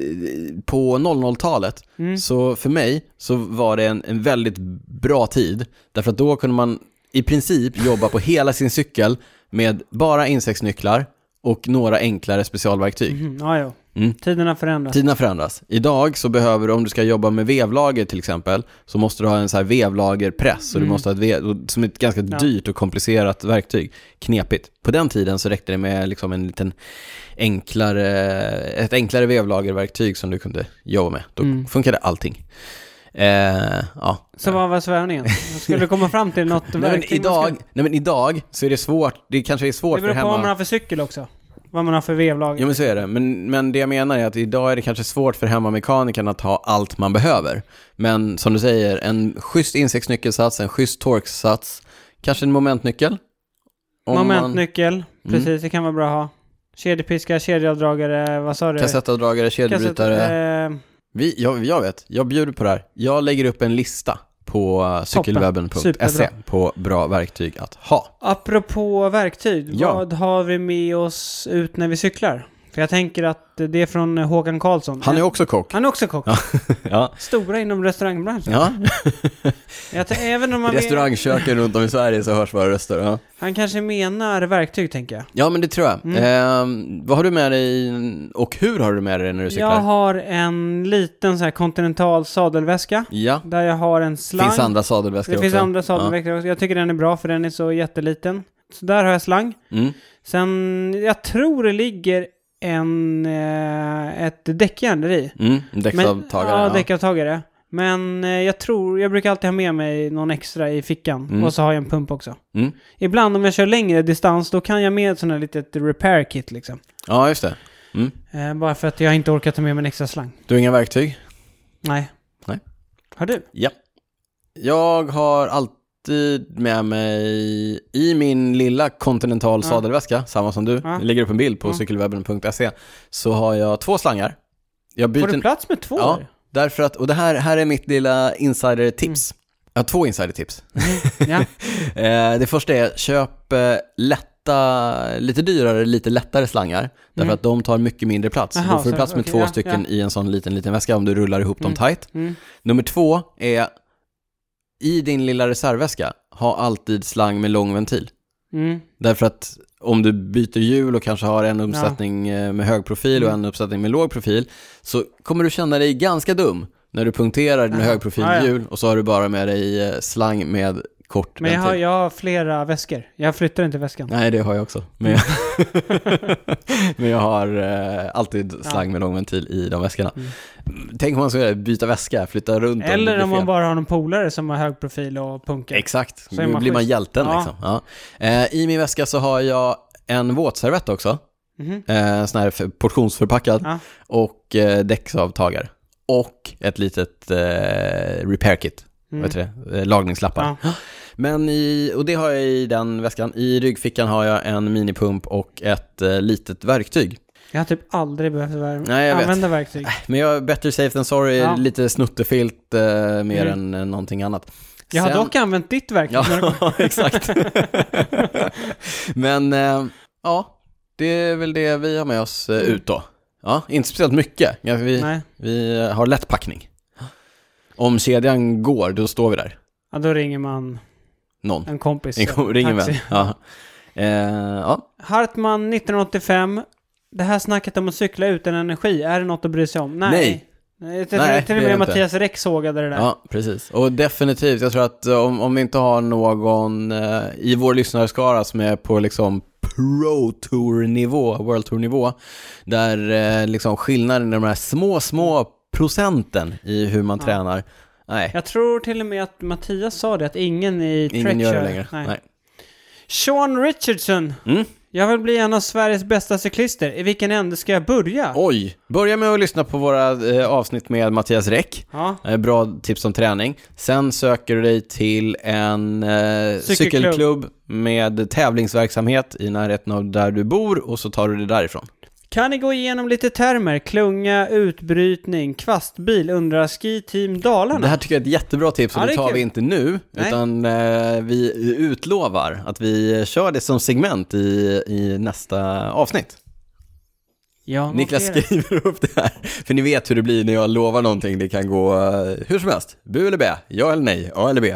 på noll noll-talet mm. så för mig så var det en, en väldigt bra tid, därför att då kunde man i princip jobba på hela sin cykel med bara insexnycklar och några enklare specialverktyg. Mm, ja, ja. Mm. Tiderna förändras. Tiderna förändras. Idag så behöver du, om du ska jobba med vevlager till exempel, så måste du ha en så här vevlagerpress och mm. du måste ha ett vev, som är ett ganska ja. dyrt och komplicerat verktyg. Knepigt. På den tiden så räckte det med liksom en liten enklare, ett enklare vevlagerverktyg som du kunde jobba med. Då mm. funkade allting. Eh, ja. Så vad var svävningen? Skulle du komma fram till något nej, men idag, ska... nej men idag så är det svårt. Det kanske är svårt för hemma. Det beror på vad man har för cykel också. Vad man har för vevlager. Ja, men så är det. Men, men det jag menar är att idag är det kanske svårt för hemmamekanikern att ha allt man behöver. Men som du säger, en schysst insexnyckelsats, en schysst torksats, kanske en momentnyckel. Momentnyckel, man... precis, mm. det kan vara bra att ha. Kedjepiska, kedjeavdragare, vad sa du? Kassettavdragare, kedjebrytare. Kassett, eh... Vi, jag, jag vet, jag bjuder på det här. Jag lägger upp en lista på cykelwebben punkt se på bra verktyg att ha. Apropå verktyg, ja. Vad har vi med oss ut när vi cyklar? För jag tänker att det är från Håkan Karlsson. Han är också kock. Han är också kock. Ja. Ja. Stora inom restaurangbranschen. Ja. jag t- även om man Restaurangköken runt om i Sverige så hörs våra röster. Ja. Han kanske menar verktyg, tänker jag. Ja, men det tror jag. Mm. Eh, vad har du med dig och hur har du med dig när du cyklar? Jag har en liten så här kontinental sadelväska. Ja. Där jag har en slang. Det finns andra sadelväskor också. Det finns andra sadelväskor ja. också. Jag tycker den är bra för den är så jätteliten. Så där har jag slang. Mm. Sen, jag tror det ligger en, eh, ett däckjärn där i. Mm, däcksavtagare. Ja, ja. däckavtagare. Men eh, jag tror, jag brukar alltid ha med mig någon extra i fickan. Mm. Och så har jag en pump också. Mm. Ibland om jag kör längre distans, då kan jag med ett sånt här litet repair kit liksom. Ja, just det. Mm. Eh, bara för att jag inte orkat ta med mig en extra slang. Du har inga verktyg? Nej. Nej. Har du? Ja. Jag har alltid med mig i min lilla Continental Ja. sadelväska, samma som du, Ja. det ligger upp en bild på Ja. cykelwebben punkt se, så har jag två slangar. Jag byter Får du plats med två? Ja, därför att, och det här, här är mitt lilla insider-tips. Mm. Jag har två insider-tips. Mm. Ja. eh, det första är, köp eh, lätta, lite dyrare, lite lättare slangar. Därför Mm. att de tar mycket mindre plats. Aha, Då får du så- plats med okej, två ja, stycken ja. i en sån liten, liten väska om du rullar ihop dem Mm. tight. Mm. Nummer två är, i din lilla reservväska, ha alltid slang med lång ventil. Mm. Därför att om du byter hjul och kanske har en uppsättning ja. med hög profil och Mm. en uppsättning med låg profil, så kommer du känna dig ganska dum när du punkterar dina Aha. högprofilhjul Ja, ja. och så har du bara med dig slang med kort Men jag ventil. har, jag har flera väskor. Jag flyttar inte väskan. Nej, det har jag också. Men jag, men jag har eh, alltid slang Ja. med lång ventil i de väskorna. Mm. Tänk om man ska göra, byta väska, flytta runt. om det Eller blir om man fel. bara har någon polare som har hög profil och punkar. Exakt, Så är då man blir man schysst. hjälten Ja. liksom. Ja. Eh, I min väska så har jag en våtservett också. Mhm. Eh, sån här för- portionsförpackad. Ja. Och eh, däcksavtagare. Och ett litet eh, repair kit. Mm. Vet du det? Eh, lagningslappar. Ja. Men i, och det har jag i den väskan. I ryggfickan har jag en minipump och ett eh, litet verktyg. Jag har typ aldrig behövt vär- Nej, jag vet. använda verktyg. Men jag better safe than sorry, Ja. lite snuttefilt eh, mer Mm. än eh, någonting annat. Jag har Sen- dock använt ditt verktyg. när det- Ja, exakt. Men eh, ja, det är väl det vi har med oss eh, ut då. Ja, inte speciellt mycket. Ja, vi, Nej. vi har lätt packning. Om kedjan går, då står vi där. Ja, då ringer man Någon. en kompis. En kom, ring en vän. Taxi. Ja. Eh, ja. Hartman nittonhundraåttiofem. Det här snacket om att cykla utan energi, är det något att bry sig om? Nej. Nej. Nej. Till, Nej, till det och är med inte. Mattias Räck sågade det där. Ja, precis. Och definitivt, jag tror att eh, om, om vi inte har någon eh, i vår lyssnarskara som är på liksom Pro Tour-nivå, World Tour-nivå, där eh, liksom skillnaden i de här små, små procenten i hur man Ja. tränar. Nej, Jag tror till och med att Mattias sa det, att ingen i ingen Trek gör det kör. längre. Nej. Nej. Sean Richardson. Mm. Jag vill bli en av Sveriges bästa cyklister. I vilken ände ska jag börja? Oj, börja med att lyssna på våra eh, avsnitt med Mattias Räck. Ja. Eh, bra tips om träning. Sen söker du dig till en eh, Cykelklubb. cykelklubb med tävlingsverksamhet i närheten av där du bor och så tar du det därifrån. Kan ni gå igenom lite termer? Klunga, utbrytning, kvastbil, undrar Ski Team Dalarna. Det här tycker jag är ett jättebra tips och Ja, det det är tar kul. vi inte nu, Nej. utan eh, vi utlovar att vi kör det som segment i, i nästa avsnitt. Ja, Niklas notera. skriver upp det här, för ni vet hur det blir när jag lovar någonting. Det kan gå eh, hur som helst. Bu eller bä, ja eller nej, A eller B.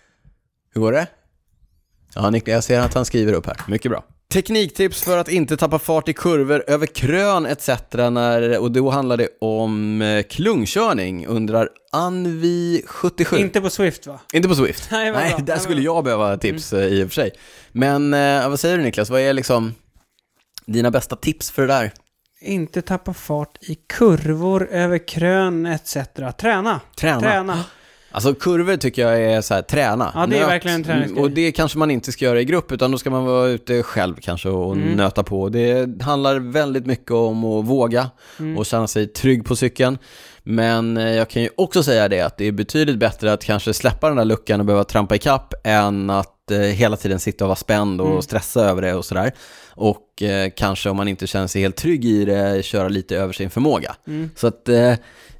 Hur går det? Ja, Niklas, jag ser att han skriver upp här. Mycket bra. Tekniktips för att inte tappa fart i kurvor över krön et cetera. När, och då handlar det om eh, klungkörning, undrar Anvi sjuttiosju. Inte på Swift, va? Inte på Swift. Nej, vad Nej, bra. där Nej, skulle vad jag behöva tips mm. i och för sig. Men eh, vad säger du, Niklas? Vad är liksom dina bästa tips för det där? Inte tappa fart i kurvor över krön et cetera. Träna. Träna. Träna. Alltså kurvor tycker jag är så här, träna. Ja, det är Nöt. verkligen en träningsgrej. Och det kanske man inte ska göra i grupp, utan då ska man vara ute själv kanske och Mm. nöta på. Det handlar väldigt mycket om att våga Mm. och känna sig trygg på cykeln. Men eh, jag kan ju också säga det att det är betydligt bättre att kanske släppa den där luckan och behöva trampa i kapp än att eh, hela tiden sitta och vara spänd och Mm. stressa över det och sådär. Och eh, kanske om man inte känner sig helt trygg i det, köra lite över sin förmåga. Mm. Så att eh,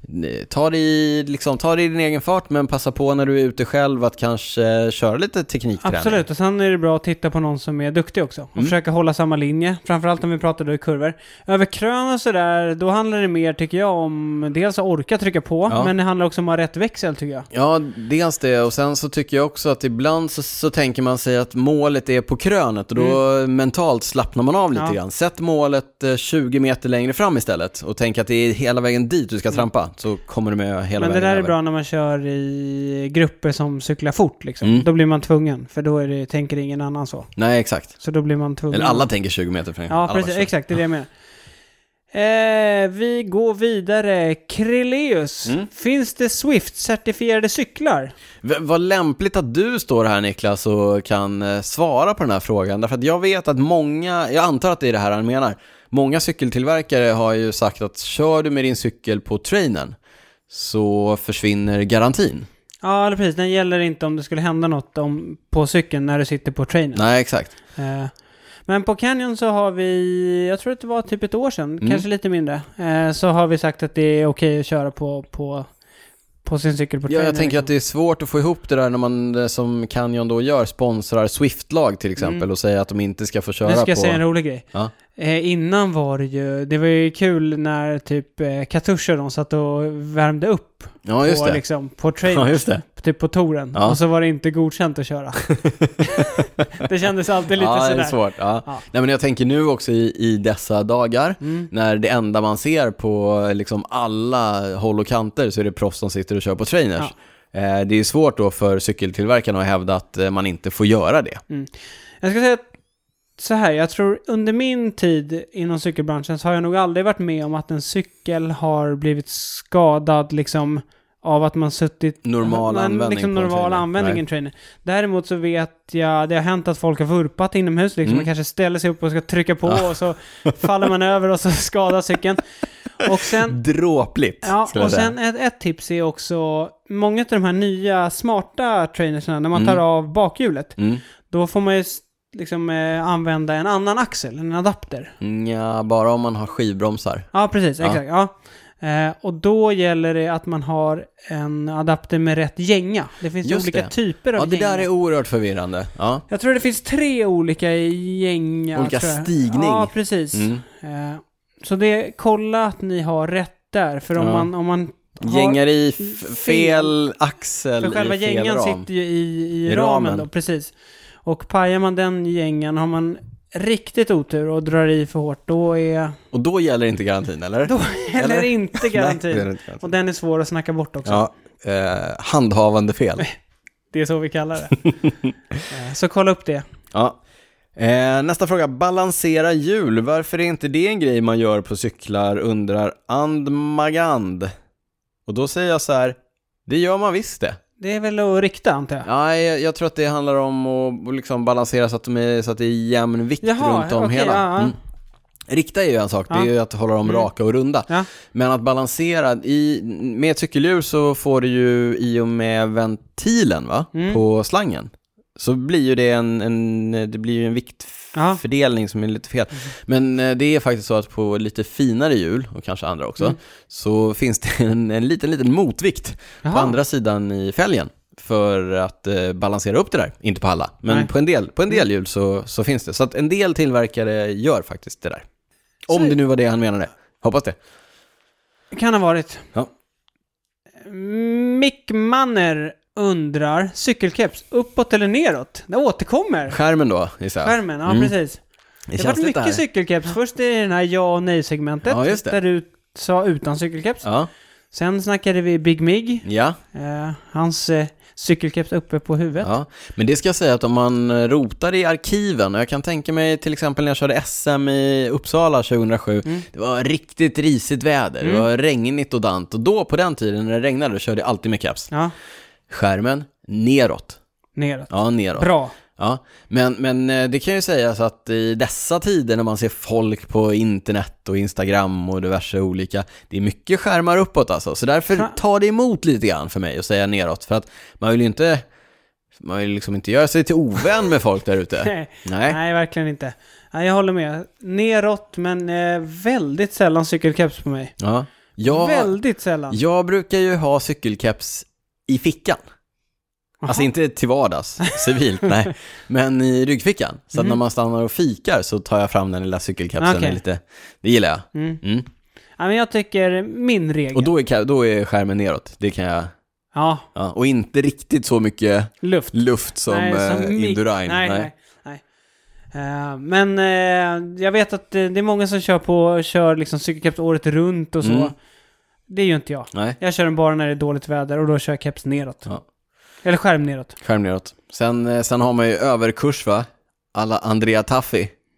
ta det, i, liksom, ta det i din egen fart, men passa på när du är ute själv att kanske köra lite teknikträning. Absolut, och sen är det bra att titta på någon som är duktig också. Och Mm. försöka hålla samma linje. Framförallt om vi pratar då i kurvor. Över krön och sådär, då handlar det mer, tycker jag, om dels att orka trycka på. Ja. Men det handlar också om att ha rätt växel, tycker jag. Ja, dels det. Och sen så tycker jag också att ibland så, så tänker man sig att målet är på krönet och då mentalt slappnar man av lite Ja. grann. Sätt målet eh, tjugo meter längre fram istället och tänk att det är hela vägen dit du ska trampa, så kommer du med hela Men det vägen där är över. bra när man kör i grupper som cyklar fort liksom. Mm. Då blir man tvungen, för då är det, tänker ingen annan så. Nej, exakt. Så då blir man tvungen. Eller alla tänker tjugo meter för Ja, alla precis. bara kör. Exakt, det är det jag menar. Eh, vi går vidare. Krilleus. Mm. Finns det Swift-certifierade cyklar? V- vad lämpligt att du står här, Niklas, och kan eh, svara på den här frågan. Därför att jag vet att många, jag antar att det är det här han menar, många cykeltillverkare har ju sagt att kör du med din cykel på trainern så försvinner garantin. Ja, eller precis. Den gäller inte om det skulle hända något om, på cykeln när du sitter på trainern. Nej, exakt. Eh, men på Canyon så har vi, jag tror att det var typ ett år sedan, mm. kanske lite mindre, eh, så har vi sagt att det är okej att köra på, på, på sin cykel på trainern. Ja, jag tänker liksom. Att det är svårt att få ihop det där när man som Canyon då gör sponsrar Swift-lag till exempel mm. och säger att de inte ska få köra på... Nu ska jag på... säga en rolig grej. Ja. Eh, innan var det ju, det var ju kul när typ eh, Katusha de satt och värmde upp ja, just på, det. Liksom, på trainern, ja, just det. typ på touren. Ja. Och så var det inte godkänt att köra. Det kändes alltid lite ja, sådär. Ja, det är svårt. Ja. Ja. Nej, men jag tänker nu också i, i dessa dagar mm. när det enda man ser på liksom alla håll och kanter så är det proffs som sitter och kör på trainers. Ja. Eh, det är svårt då för cykeltillverkarna att hävda att eh, man inte får göra det. Mm. Jag ska säga att så här, jag tror under min tid inom cykelbranschen så har jag nog aldrig varit med om att en cykel har blivit skadad liksom av att man suttit normal man, användning liksom normal användning i en trainer. Däremot så vet jag, det har hänt att folk har vurpat inomhus liksom, mm. man kanske ställer sig upp och ska trycka på och så faller man över och så skadar cykeln. Och sen dråpligt. Ja, och sen ett, ett tips är också många av de här nya smarta trainersna när man tar mm. av bakhjulet. Mm. Då får man ju liksom eh, använda en annan axel, en adapter. Ja, bara om man har skivbromsar. Ja, precis, ja. exakt. Ja. Eh, och då gäller det att man har en adapter med rätt gänga. Det finns Just olika det. typer av ja, det gänga. där är oerhört förvirrande. Ja. Jag tror det finns tre olika gänga. Olika stigning. Ja, precis. Mm. Eh, så det, kolla att ni har rätt där. För om ja. man... Om man gängar i f- fel axel för själva i fel gängan ram. sitter ju i, i, I ramen, ramen då, precis. Och pajar man den gängan har man riktigt otur och drar i för hårt, då är... Och då gäller inte garantin, eller? Då gäller eller? inte garantin. Nej, inte garantin. Och den är svår att snacka bort också. Ja, eh, handhavande fel. Det är så vi kallar det. eh, så kolla upp det. Ja. Eh, nästa fråga, balansera hjul. Varför är inte det en grej man gör på cyklar, undrar Andmagand. Och då säger jag så här, det gör man visst det. Det är väl att rikta, antar jag. Ja, jag, jag tror att det handlar om att liksom balansera så att, de är, så att det är jämn vikt Jaha, runt om okay, hela. Ja, ja. Mm. Rikta är ju en sak, ja. det är ju att hålla dem mm. raka och runda. Ja. Men att balansera, i, med ett cykelhjul så får du ju i och med ventilen va? Mm. På slangen. Så blir ju det en, en, det blir ju en viktfördelning ja. som är lite fel. Mm. Men det är faktiskt så att på lite finare hjul, och kanske andra också, mm. så finns det en, en liten, liten motvikt Jaha. på andra sidan i fälgen för att eh, balansera upp det där. Inte på alla, men Nej. på en del, på en del hjul så, så finns det. Så att en del tillverkare gör faktiskt det där. Så Om det nu var det han menade. Hoppas det. Kan ha varit. Ja. Mick Manner undrar, cykelkeps uppåt eller neråt? Det återkommer. Skärmen då, gissar jag. Skärmen, ja mm. precis. Det, det har varit mycket här. cykelkeps. Först är det den här ja- och nej-segmentet. Ja, just det. Där du sa utan cykelkeps. Ja. Sen snackade vi Big Mig. Ja. Eh, hans eh, cykelkeps uppe på huvudet. Ja. Men det ska jag säga att om man rotar i arkiven, och jag kan tänka mig till exempel när jag körde S M i Uppsala tjugohundrasju, mm. det var riktigt risigt väder. Mm. Det var regnigt och dant. Och då på den tiden när det regnade då körde jag alltid med keps. Ja. Skärmen neråt. Neråt. Ja, neråt. Bra. Ja, men, men det kan ju sägas att i dessa tider när man ser folk på internet och Instagram och diverse olika, det är mycket skärmar uppåt alltså. Så därför tar det emot lite grann för mig att säga neråt. För att man vill ju inte, man vill liksom inte göra sig till ovän med folk där ute. Nej. Nej. Nej, verkligen inte. Nej, jag håller med. Neråt, men eh, väldigt sällan cykelkeps på mig. Ja. Jag, väldigt sällan. Jag brukar ju ha cykelkeps i fickan. Aha. Alltså inte till vardags, civilt, nej. Men i ryggfickan. Så att mm. när man stannar och fikar så tar jag fram den lilla cykelkapseln okay. lite. Det gillar jag. Mm. Mm. Ja, men jag tycker min regel. Och då är, då är skärmen neråt. Det kan jag... Ja. ja. Och inte riktigt så mycket luft, luft som, nej, som uh, Indurain. Nej, nej. nej. nej. Uh, men uh, jag vet att uh, det är många som kör på kör liksom cykelkeps året runt och så. Mm. Det är ju inte jag. Nej. Jag kör den bara när det är dåligt väder och då kör jag keps neråt. Ja. Eller skärm neråt. Skärm neråt. Sen, sen har man ju överkurs va? Alla Andrea Taffi.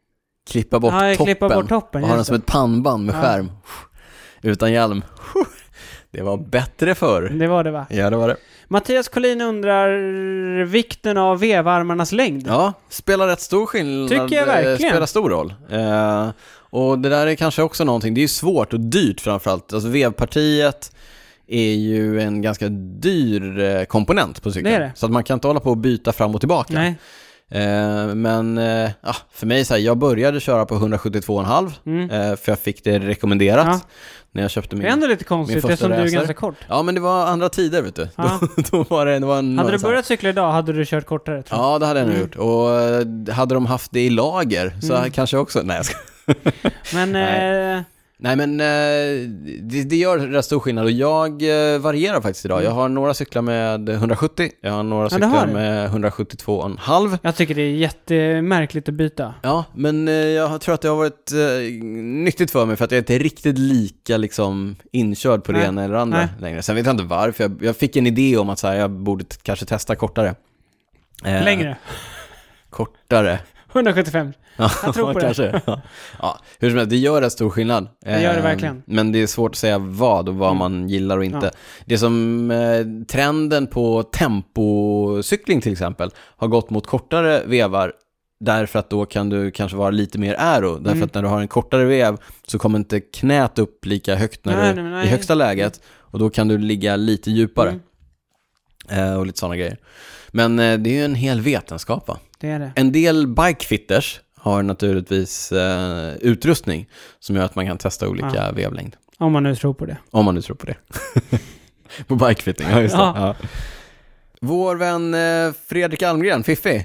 klippa bort ja, toppen. Klippa bort toppen och ha den som ett pannband med ja. skärm. Ja, ja, toppen. klippa bort toppen. Och ha den som ett pannband med ja. skärm. Utan hjälm. Det var bättre förr. Det var det va? Ja, det var det. Mattias Collin undrar vikten av vevarmarnas längd. Ja, spelar rätt stor skillnad. Tycker jag verkligen. Spelar stor roll. Eh, och det där är kanske också någonting, det är ju svårt och dyrt framförallt. Alltså vevpartiet är ju en ganska dyr eh, komponent på cykeln. Det är det. Så att man kan inte hålla på och byta fram och tillbaka. Nej. Eh, men eh, ja, för mig så här, jag började köra på hundrasjuttiotvå komma fem mm. eh, för jag fick det rekommenderat ja. när jag köpte min. Det är ändå lite konstigt eftersom du är ganska kort. Ja, men det var andra tider, vet du. Ja. då, då var det, det var en, hade du börjat cykla idag hade du kört kortare, tror jag. Ja, det hade jag nog mm. gjort. Och hade de haft det i lager så mm. kanske också. Nej, jag ska. Men Nej. Eh... Nej, men eh, det, det gör rätt stor skillnad och jag eh, varierar faktiskt idag. Mm. Jag har några cyklar med hundrasjuttio, jag har några ja, cyklar med hundrasjuttiotvå komma fem. Jag tycker det är jättemärkligt att byta. Ja, men eh, jag tror att det har varit eh, nyttigt för mig för att jag är inte riktigt lika liksom inkörd på Nej. det ena eller andra Nej. längre. Sen vet jag inte varför. Jag, jag fick en idé om att så här, jag borde t- kanske testa kortare. Eh, längre? Kortare. hundrasjuttiofem. Jag tror på kanske. det. Ja. Ja, hur som helst, det gör en stor skillnad. Det gör det verkligen. Men det är svårt att säga vad och vad mm. man gillar och inte. Ja. Det som eh, trenden på tempocykling till exempel har gått mot kortare vevar därför att då kan du kanske vara lite mer aero. Därför mm. att när du har en kortare vev så kommer inte knät upp lika högt när nej, du, nej, nej. i högsta läget och då kan du ligga lite djupare. Mm. Eh, och lite sådana grejer. Men eh, det är ju en hel vetenskap, va? Det är det. En del bikefitters har naturligtvis eh, utrustning som gör att man kan testa olika ja. vevlängd. Om man nu tror på det. Om man nu tror på det. På bikefitting, ja just det. Ja. Ja. Vår vän eh, Fredrik Almgren, Fiffi.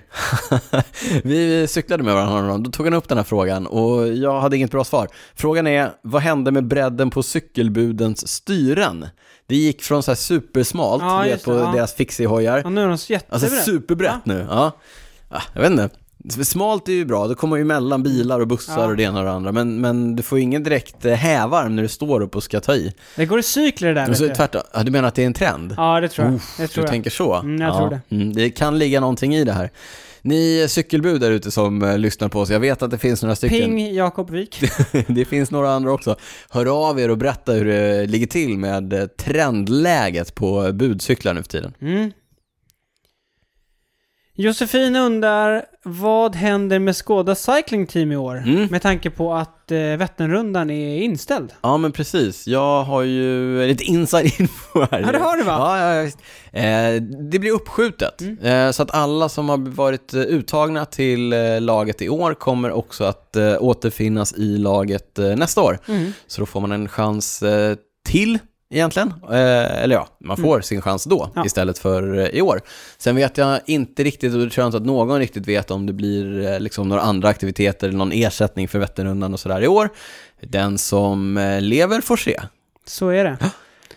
Vi cyklade med varandra, då tog han upp den här frågan och jag hade inget bra svar. Frågan är, vad hände med bredden på cykelbudens styren? Det gick från så här supersmalt ja, vet, på ja. deras fixie-hojar. Ja, nu är de så jättebrett. Alltså superbrett ja. nu, ja. ja. Jag vet inte. Smalt är ju bra, då kommer ju mellan bilar och bussar ja. och det ena och det andra. Men, men du får ju ingen direkt hävarm när du står upp och ska ta i. Det går i cykler där. Så tvärtom. Ja, du menar att det är en trend? Ja, det tror jag. Uff, det tror du jag. tänker så? Mm, jag ja. tror det. Mm, det kan ligga någonting i det här. Ni cykelbud där ute som uh, lyssnar på oss, jag vet att det finns några stycken. Ping Jakob Wik. Det finns några andra också. Hör av er och berätta hur det ligger till med trendläget på budcyklar nu för tiden. Mm. Josefin undrar, vad händer med Skoda Cycling Team i år? Mm. Med tanke på att eh, Vätternrundan är inställd. Ja, men precis. Jag har ju lite inside info här. Ja, det har du va? Ja, ja, ja. Eh, det blir uppskjutet. Mm. Eh, så att alla som har varit uttagna till eh, laget i år kommer också att eh, återfinnas i laget eh, nästa år. Mm. Så då får man en chans eh, till egentligen, eh, eller ja, man får mm. sin chans då ja. istället för eh, i år. Sen vet jag inte riktigt, och det tror jag inte att någon riktigt vet om det blir eh, liksom några andra aktiviteter eller någon ersättning för Vätternrundan och sådär i år. Den som eh, lever får se. Så är det.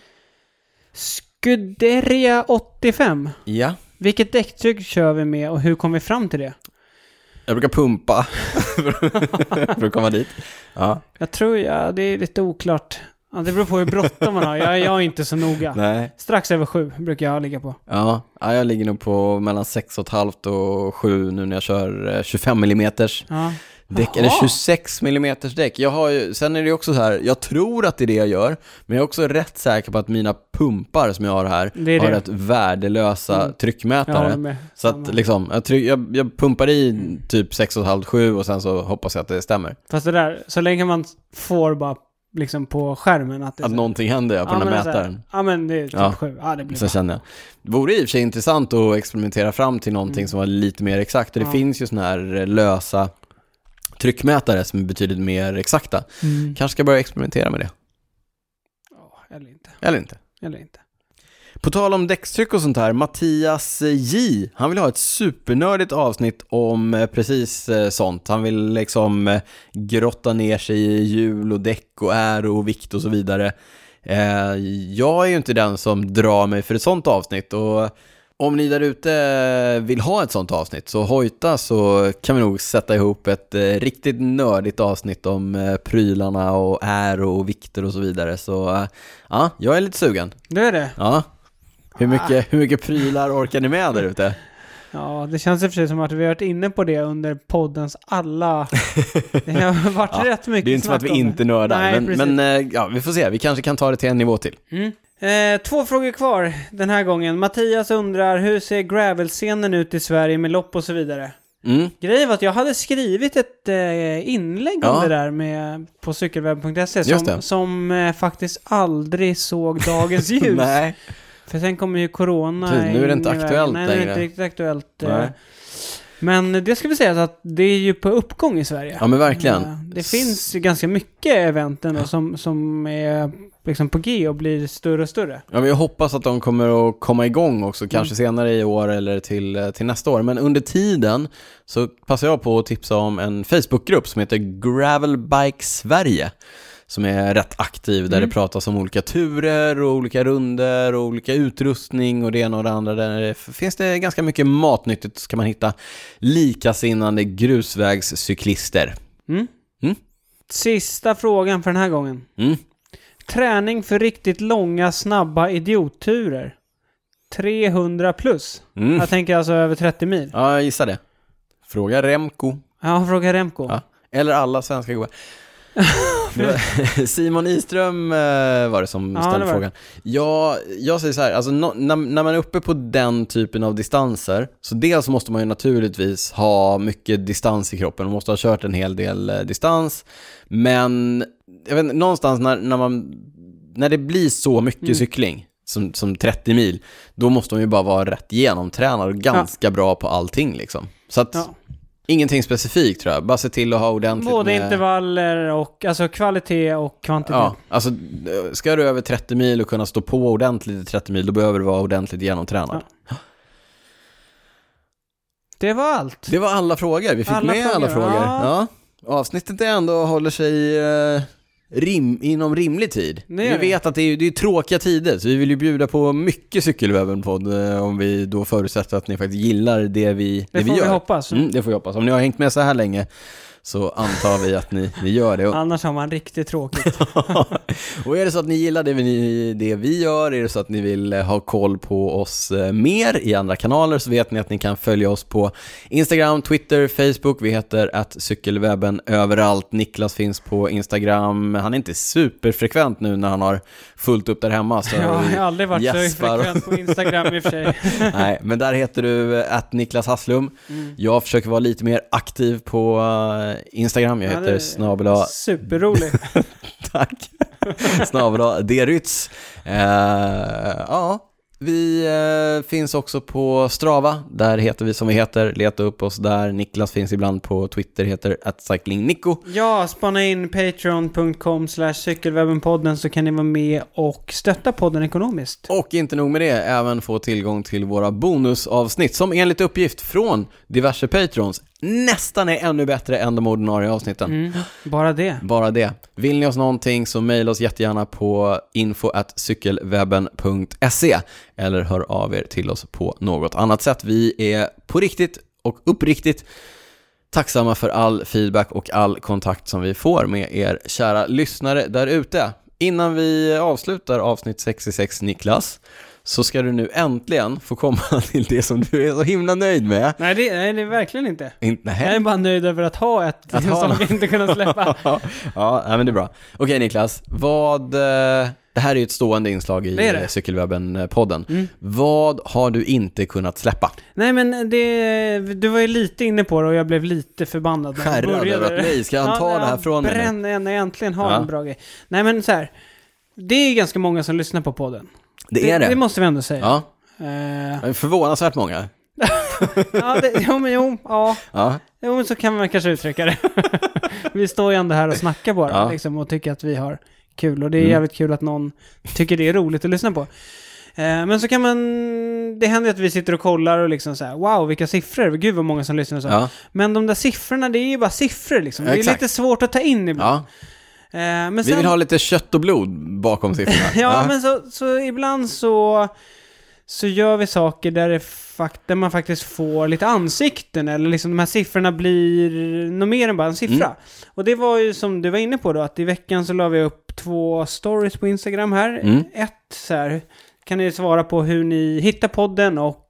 Scuderia åttiofem. Ja. Vilket däcktryck kör vi med och hur kom vi fram till det? Jag brukar pumpa för att komma dit. Ja. Jag tror ja, det är lite oklart. Ja, det beror på hur bråttom man har. Jag, jag är inte så noga. Nej. Strax över sju brukar jag ligga på. Ja, jag ligger nog på mellan sex och ett halvt och sju nu när jag kör tjugofem millimeters ja. däck. Eller tjugosex millimeters däck. Jag har ju, sen är det också så här, jag tror att det är det jag gör. Men jag är också rätt säker på att mina pumpar som jag har här det det. har rätt värdelösa mm. tryckmätare. Så att liksom, jag, tryck, jag, jag pumpar i mm. typ sex och ett halvt, sju och sen så hoppas jag att det stämmer. Fast det där, så länge man får bara liksom på skärmen att, det att någonting händer ja, på ja, den här mätaren. Här, ja men det är typ ja. sju. Ja, det blir så känner jag. Det vore i och för sig intressant att experimentera fram till någonting mm. som var lite mer exakt. Och det ja. finns ju såna här lösa tryckmätare som är betydligt mer exakta. Mm. Kanske ska börja experimentera med det. Oh, eller inte. Eller inte. Eller inte. På tal om däckstryck och sånt här, Mattias J, han vill ha ett supernördigt avsnitt om precis sånt. Han vill liksom grotta ner sig i hjul och däck och aero och vikt och så vidare. Jag är ju inte den som drar mig för ett sånt avsnitt, och om ni där ute vill ha ett sånt avsnitt så hojta, så kan vi nog sätta ihop ett riktigt nördigt avsnitt om prylarna och aero och vikter och så vidare. Så ja, jag är lite sugen. Det är det? Ja. Hur mycket, hur mycket prylar orkar ni med där ute? Ja, det känns i och för sig som att vi har varit inne på det under poddens alla... Det har varit ja, rätt mycket. Det är inte som att vi inte nördar. Nej, men, men ja, vi får se. Vi kanske kan ta det till en nivå till. Mm. Eh, två frågor kvar den här gången. Mattias undrar, hur ser gravel-scenen ut i Sverige med lopp och så vidare? Mm. Grejen var att jag hade skrivit ett eh, inlägg ja. om det där med, på cykelwebb punkt se som, som eh, faktiskt aldrig såg dagens ljus. Nej. För sen kommer ju corona. Precis, nu är det inte aktuellt Nej, längre. nu är det inte riktigt aktuellt. Eh, men det ska vi säga att det är ju på uppgång i Sverige. Ja, men verkligen. Eh, det finns ju ganska mycket eventen då, som, som är liksom på G och blir större och större. Ja, men jag hoppas att de kommer att komma igång också, kanske mm. senare i år eller till, till nästa år. Men under tiden så passar jag på att tipsa om en Facebookgrupp som heter Gravelbike Sverige, som är rätt aktiv, där mm. det pratas om olika turer och olika runder och olika utrustning och det ena och det andra. Där finns det ganska mycket matnyttigt, så kan man hitta likasinnande grusvägscyklister. Mm. Mm. Sista frågan för den här gången. Mm. Träning för riktigt långa, snabba idiotturer. trehundra plus. Mm. Jag tänker alltså över trettio mil. Ja, jag gissar det. Fråga Remco. Ja, fråga Remco. Ja. Eller alla svenska goa. Simon Iström var det som ja, ställde det frågan. Ja, jag säger så här, alltså, no, när, när man är uppe på den typen av distanser, så dels måste man ju naturligtvis ha mycket distans i kroppen. Man måste ha kört en hel del eh, distans. Men jag vet inte, någonstans när, när, man, när det blir så mycket mm. cykling som, som trettio mil, då måste man ju bara vara rätt genomtränad och ganska ja. bra på allting liksom. Så att... Ja. Ingenting specifikt tror jag. Bara se till att ha ordentligt både med... intervaller och alltså kvalitet och kvantitet. Ja, alltså ska du över trettio mil och kunna stå på ordentligt i trettio mil, då behöver du vara ordentligt genomtränad. Ja. Det var allt. Det var alla frågor. Vi fick alla med frågor. alla frågor. Ja. Ja. Avsnittet är ändå håller sig eh, rim, inom rimlig tid. Vi vet att det är, det är tråkiga tider, så vi vill ju bjuda på mycket cykelwebben-podd eh, om vi då förutsätter att ni faktiskt gillar det vi, det det vi gör. Det får vi hoppas. Mm, det får vi hoppas. Om ni har hängt med så här länge, så antar vi att ni, ni gör det. Annars har man riktigt tråkigt. Och är det så att ni gillar det vi, det vi gör, är det så att ni vill ha koll på oss mer i andra kanaler, så vet ni att ni kan följa oss på Instagram, Twitter, Facebook. Vi heter att cykelwebben överallt. Niklas finns på Instagram. Han är inte superfrekvent nu när han har fullt upp där hemma. Så ja, jag har aldrig varit så frekvent på Instagram i och för sig. Nej, men där heter du att Niklas Hasslum. Mm. Jag försöker vara lite mer aktiv på Instagram. Jag heter ja, snabela superrolig. Tack. snabela Derytz. Uh, ja, vi uh, finns också på Strava. Där heter vi som vi heter. Leta upp oss där. Niklas finns ibland på Twitter, heter at cyclingnico. Ja, spana in patreon punkt com slash cykelwebbenpodden, så kan ni vara med och stötta podden ekonomiskt. Och inte nog med det, även få tillgång till våra bonusavsnitt som enligt uppgift från diverse patrons nästan är ännu bättre än de ordinarie avsnitten. Mm, bara det. Bara det. Vill ni oss någonting så mejla oss jättegärna på info at cykelwebben punkt se eller hör av er till oss på något annat sätt. Vi är på riktigt och uppriktigt tacksamma för all feedback och all kontakt som vi får med er kära lyssnare där ute. Innan vi avslutar avsnitt sextiosex, Niklas, så ska du nu äntligen få komma till det som du är så himla nöjd med. Nej, det, nej, det är verkligen inte. In, jag är bara nöjd över att ha ett att som vi inte kunnat släppa. Ja, men det är bra. Okej, Niklas, vad... Det här är ju ett stående inslag i det det. Cykelwebben-podden. Mm. Vad har du inte kunnat släppa? Nej, men det, du var ju lite inne på det och jag blev lite förbannad. Skärrad över att nej, ska han ta ja, det här från mig? Bränn en äntligen har ja. en bra grej. Nej, men så här. Det är ganska många som lyssnar på podden. Det är det. Det, det måste vi ändå säga. Ja. Uh... Förvånansvärt många. ja, det, jo, men jo, ja. ja. Jo, men så kan man kanske uttrycka det. Vi står ju ändå här och snackar bara ja. liksom, och tycker att vi har kul. Och det är mm. jävligt kul att någon tycker det är roligt att lyssna på. Eh, men så kan man... Det händer att vi sitter och kollar och liksom så här, wow, vilka siffror. Gud vad många som lyssnar och så. Ja. Men de där siffrorna, det är ju bara siffror liksom. Det är Exakt. lite svårt att ta in ibland. Ja. Eh, men vi sen... vill ha lite kött och blod bakom siffrorna. ja, ja, men så, så ibland så... så gör vi saker där, det fakt- där man faktiskt får lite ansikten, eller liksom de här siffrorna blir något mer än bara en siffra. Mm. Och det var ju som du var inne på då, att i veckan så la vi upp två stories på Instagram här. Mm. Ett så här, kan ni svara på hur ni hittar podden och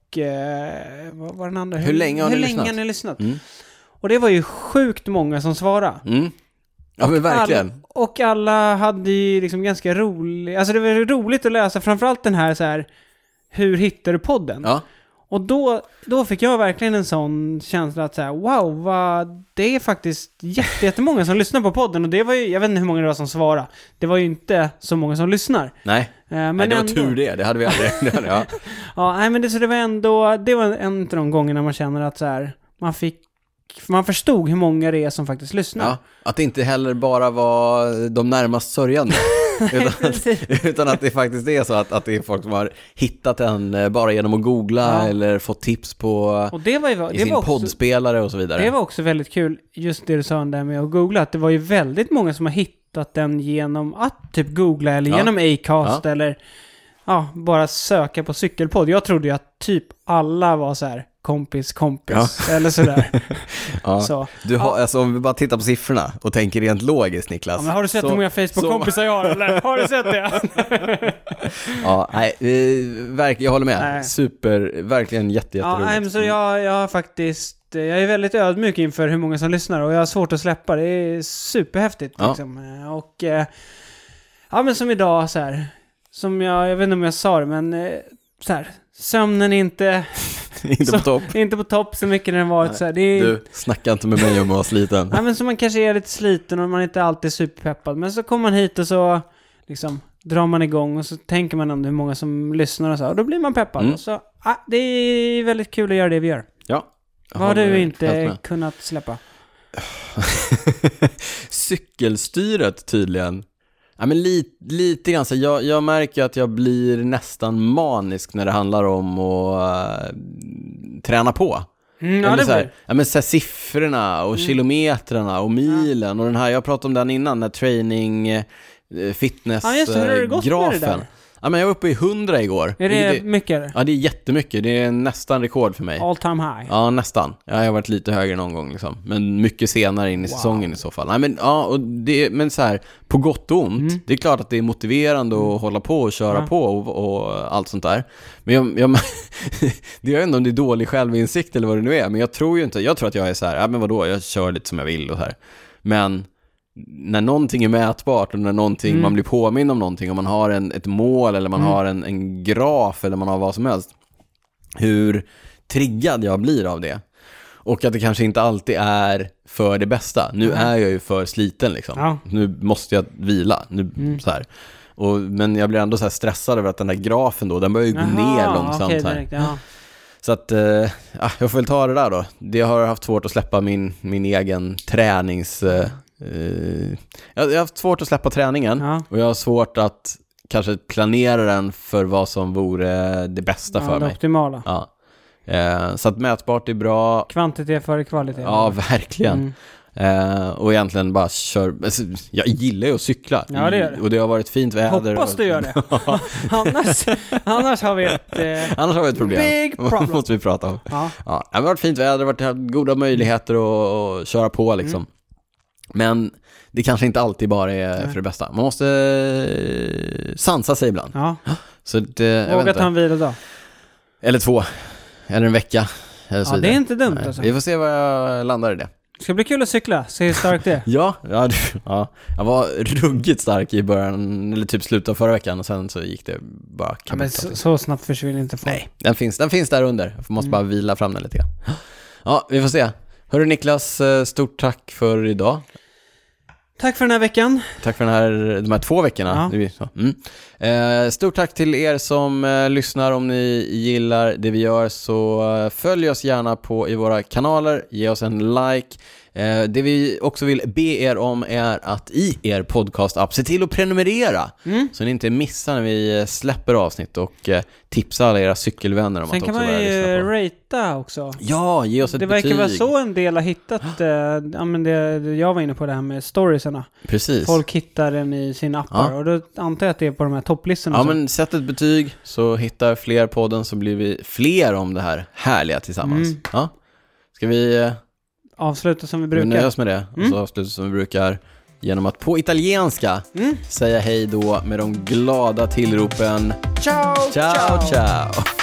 och eh, vad var den andra? Hur länge har hur ni länge lyssnat? Har ni lyssnat? Mm. Och det var ju sjukt många som svarade. Mm. Ja, men verkligen. All, och alla hade ju liksom ganska roligt, alltså det var roligt att läsa, framförallt den här så här, hur hittar du podden? Ja. Och då, då fick jag verkligen en sån känsla att så här, wow, vad, det är faktiskt jätte, jättemånga som lyssnar på podden. Och det var ju, jag vet inte hur många det var som svarade. Det var ju inte så många som lyssnar. Nej, eh, men nej det var ändå, tur det, det hade vi aldrig. Det hade, ja. ja, nej men det, så det var ändå, det var en av de gångerna man känner att så här, man fick, man förstod hur många det är som faktiskt lyssnar. Ja, att det inte heller bara var de närmast sörjande. utan, att, utan att det faktiskt är så att, att det är folk som har hittat en bara genom att googla ja. eller fått tips på och det var ju, i det sin var också, poddspelare och så vidare. Det var också väldigt kul, just det du sa där med att googla, att det var ju väldigt många som har hittat den genom att typ googla eller ja. genom Acast ja. eller ja, bara söka på cykelpodd. Jag trodde ju att typ alla var så här kompis, kompis, ja. eller sådär. ja. Så. Du har, ja. Alltså, om vi bara tittar på siffrorna och tänker rent logiskt, Niklas. Ja, men har du sett så, hur många Facebook-kompisar jag har, eller? Har du sett det? ja, nej, verkligen, jag håller med. Nej. Super, verkligen jätte, jätteroligt. Ja, nej, så jag, jag har faktiskt, jag är väldigt ödmjuk inför hur många som lyssnar och jag har svårt att släppa. Det är superhäftigt, ja. liksom. Och, ja, men som idag, så här, som jag, jag vet inte om jag sa det, men så här, sömnen är inte... inte så, på topp. Inte på topp så mycket när den varit så här. Det är, du, snacka inte med mig om att vara sliten. Ja, men så man kanske är lite sliten och man är inte alltid superpeppad. Men så kommer man hit och så liksom drar man igång och så tänker man om hur många som lyssnar och så. Och då blir man peppad. Mm. Och så, ah, det är väldigt kul att göra det vi gör. Ja. Vad har du inte kunnat släppa? Cykelstyret tydligen. Ja, men lite, lite grann så jag, jag märker att jag blir nästan manisk när det handlar om att uh, träna på. Mm, ja, det så här, ja, men så här, siffrorna och mm. kilometrarna och milen ja. och den här, jag pratade om den innan, när training, uh, fitness, ja, just det, hur har det gått grafen. Med det där? Ja, men jag var uppe i hundra igår. Är det, det mycket? Ja, det är jättemycket. Det är nästan rekord för mig. All time high? Ja, nästan. Ja, jag har varit lite högre någon gång liksom. Men mycket senare in i wow. säsongen i så fall. Nej, men, ja, och det, men så här, på gott och ont. Mm. Det är klart att det är motiverande att mm. hålla på och köra ja. på och, och allt sånt där. Men jag, jag, det är ändå om det är dålig självinsikt eller vad det nu är. Men jag tror ju inte, jag tror att jag är så här, ja men vadå, jag kör lite som jag vill och så här. Men när någonting är mätbart och när någonting, mm. man blir påminn om någonting, om man har en, ett mål eller man mm. har en, en graf eller man har vad som helst, hur triggad jag blir av det. Och att det kanske inte alltid är för det bästa. Nu mm. är jag ju för sliten liksom. Ja. Nu måste jag vila. Nu, mm. så här. Och, men jag blir ändå så här stressad över att den där grafen då, den börjar ju gå Aha, ner långsamt. Okay, så här. Direkt, ja. Så att, eh, ja, jag får väl ta det där då. Det har haft svårt att släppa min, min egen tränings... Eh, Uh, jag, jag har haft svårt att släppa träningen ja. och jag har svårt att kanske planera den för vad som vore det bästa ja, för det mig. Optimala. Ja. Uh, så att mätbart är bra. Kvantitet före kvalitet. Ja, verkligen. Mm. Uh, och egentligen bara kör. Alltså, jag gillar ju att cykla. Ja, det gör det. Och det har varit fint väder. Hoppas du gör det. annars, annars har vi ett eh, annars har vi ett problem. Big problem. Måste vi prata om. Ja. Ja, det har varit fint väder, det har varit goda möjligheter att, att köra på liksom. Mm. Men det kanske inte alltid bara är Nej. för det bästa. Man måste sansa sig ibland. Ja. Så det, våga ta en vilodag. Eller två. Eller en vecka. Eller så ja, det är inte dumt alltså. Vi får se vad jag landar i det. Det ska bli kul att cykla. Se hur stark det är. ja, ja, ja, jag var ruggigt stark i början. Eller typ slutet av förra veckan. Och sen så gick det bara... Ja, men så, så snabbt försvinner inte folk. Nej, den finns, den finns där under. Jag måste mm. bara vila fram den lite grann. Ja, vi får se. Hörru Niklas, stort tack för idag. Tack för den här veckan. Tack för den här, de här två veckorna. Ja. Mm. Eh, stort tack till er som eh, lyssnar. Om ni gillar det vi gör så eh, följ oss gärna på i våra kanaler. Ge oss en like. Eh, det vi också vill be er om är att i er podcast-app se till att prenumerera. Mm. Så ni inte missar när vi släpper avsnitt och eh, tipsa alla era cykelvänner om Sen att också vara lyssna på. Sen kan man ju ratea också. Ja, ge oss ett det betyg. Det verkar vara så en del har hittat, eh, ja, men det, jag var inne på det här med storiesarna. Precis. Folk hittar den i sina appar ja. och då antar jag att det är på de här topplistorna. Ja, så. Men sätt ett betyg så hittar fler podden så blir vi fler om det här härliga tillsammans. Mm. Ja. Ska vi... Eh, avsluta som vi brukar. Vi nöjer oss med det. Mm. Och så avsluta som vi brukar genom att på italienska mm. säga hej då med de glada tillropen. Ciao, ciao, ciao. ciao.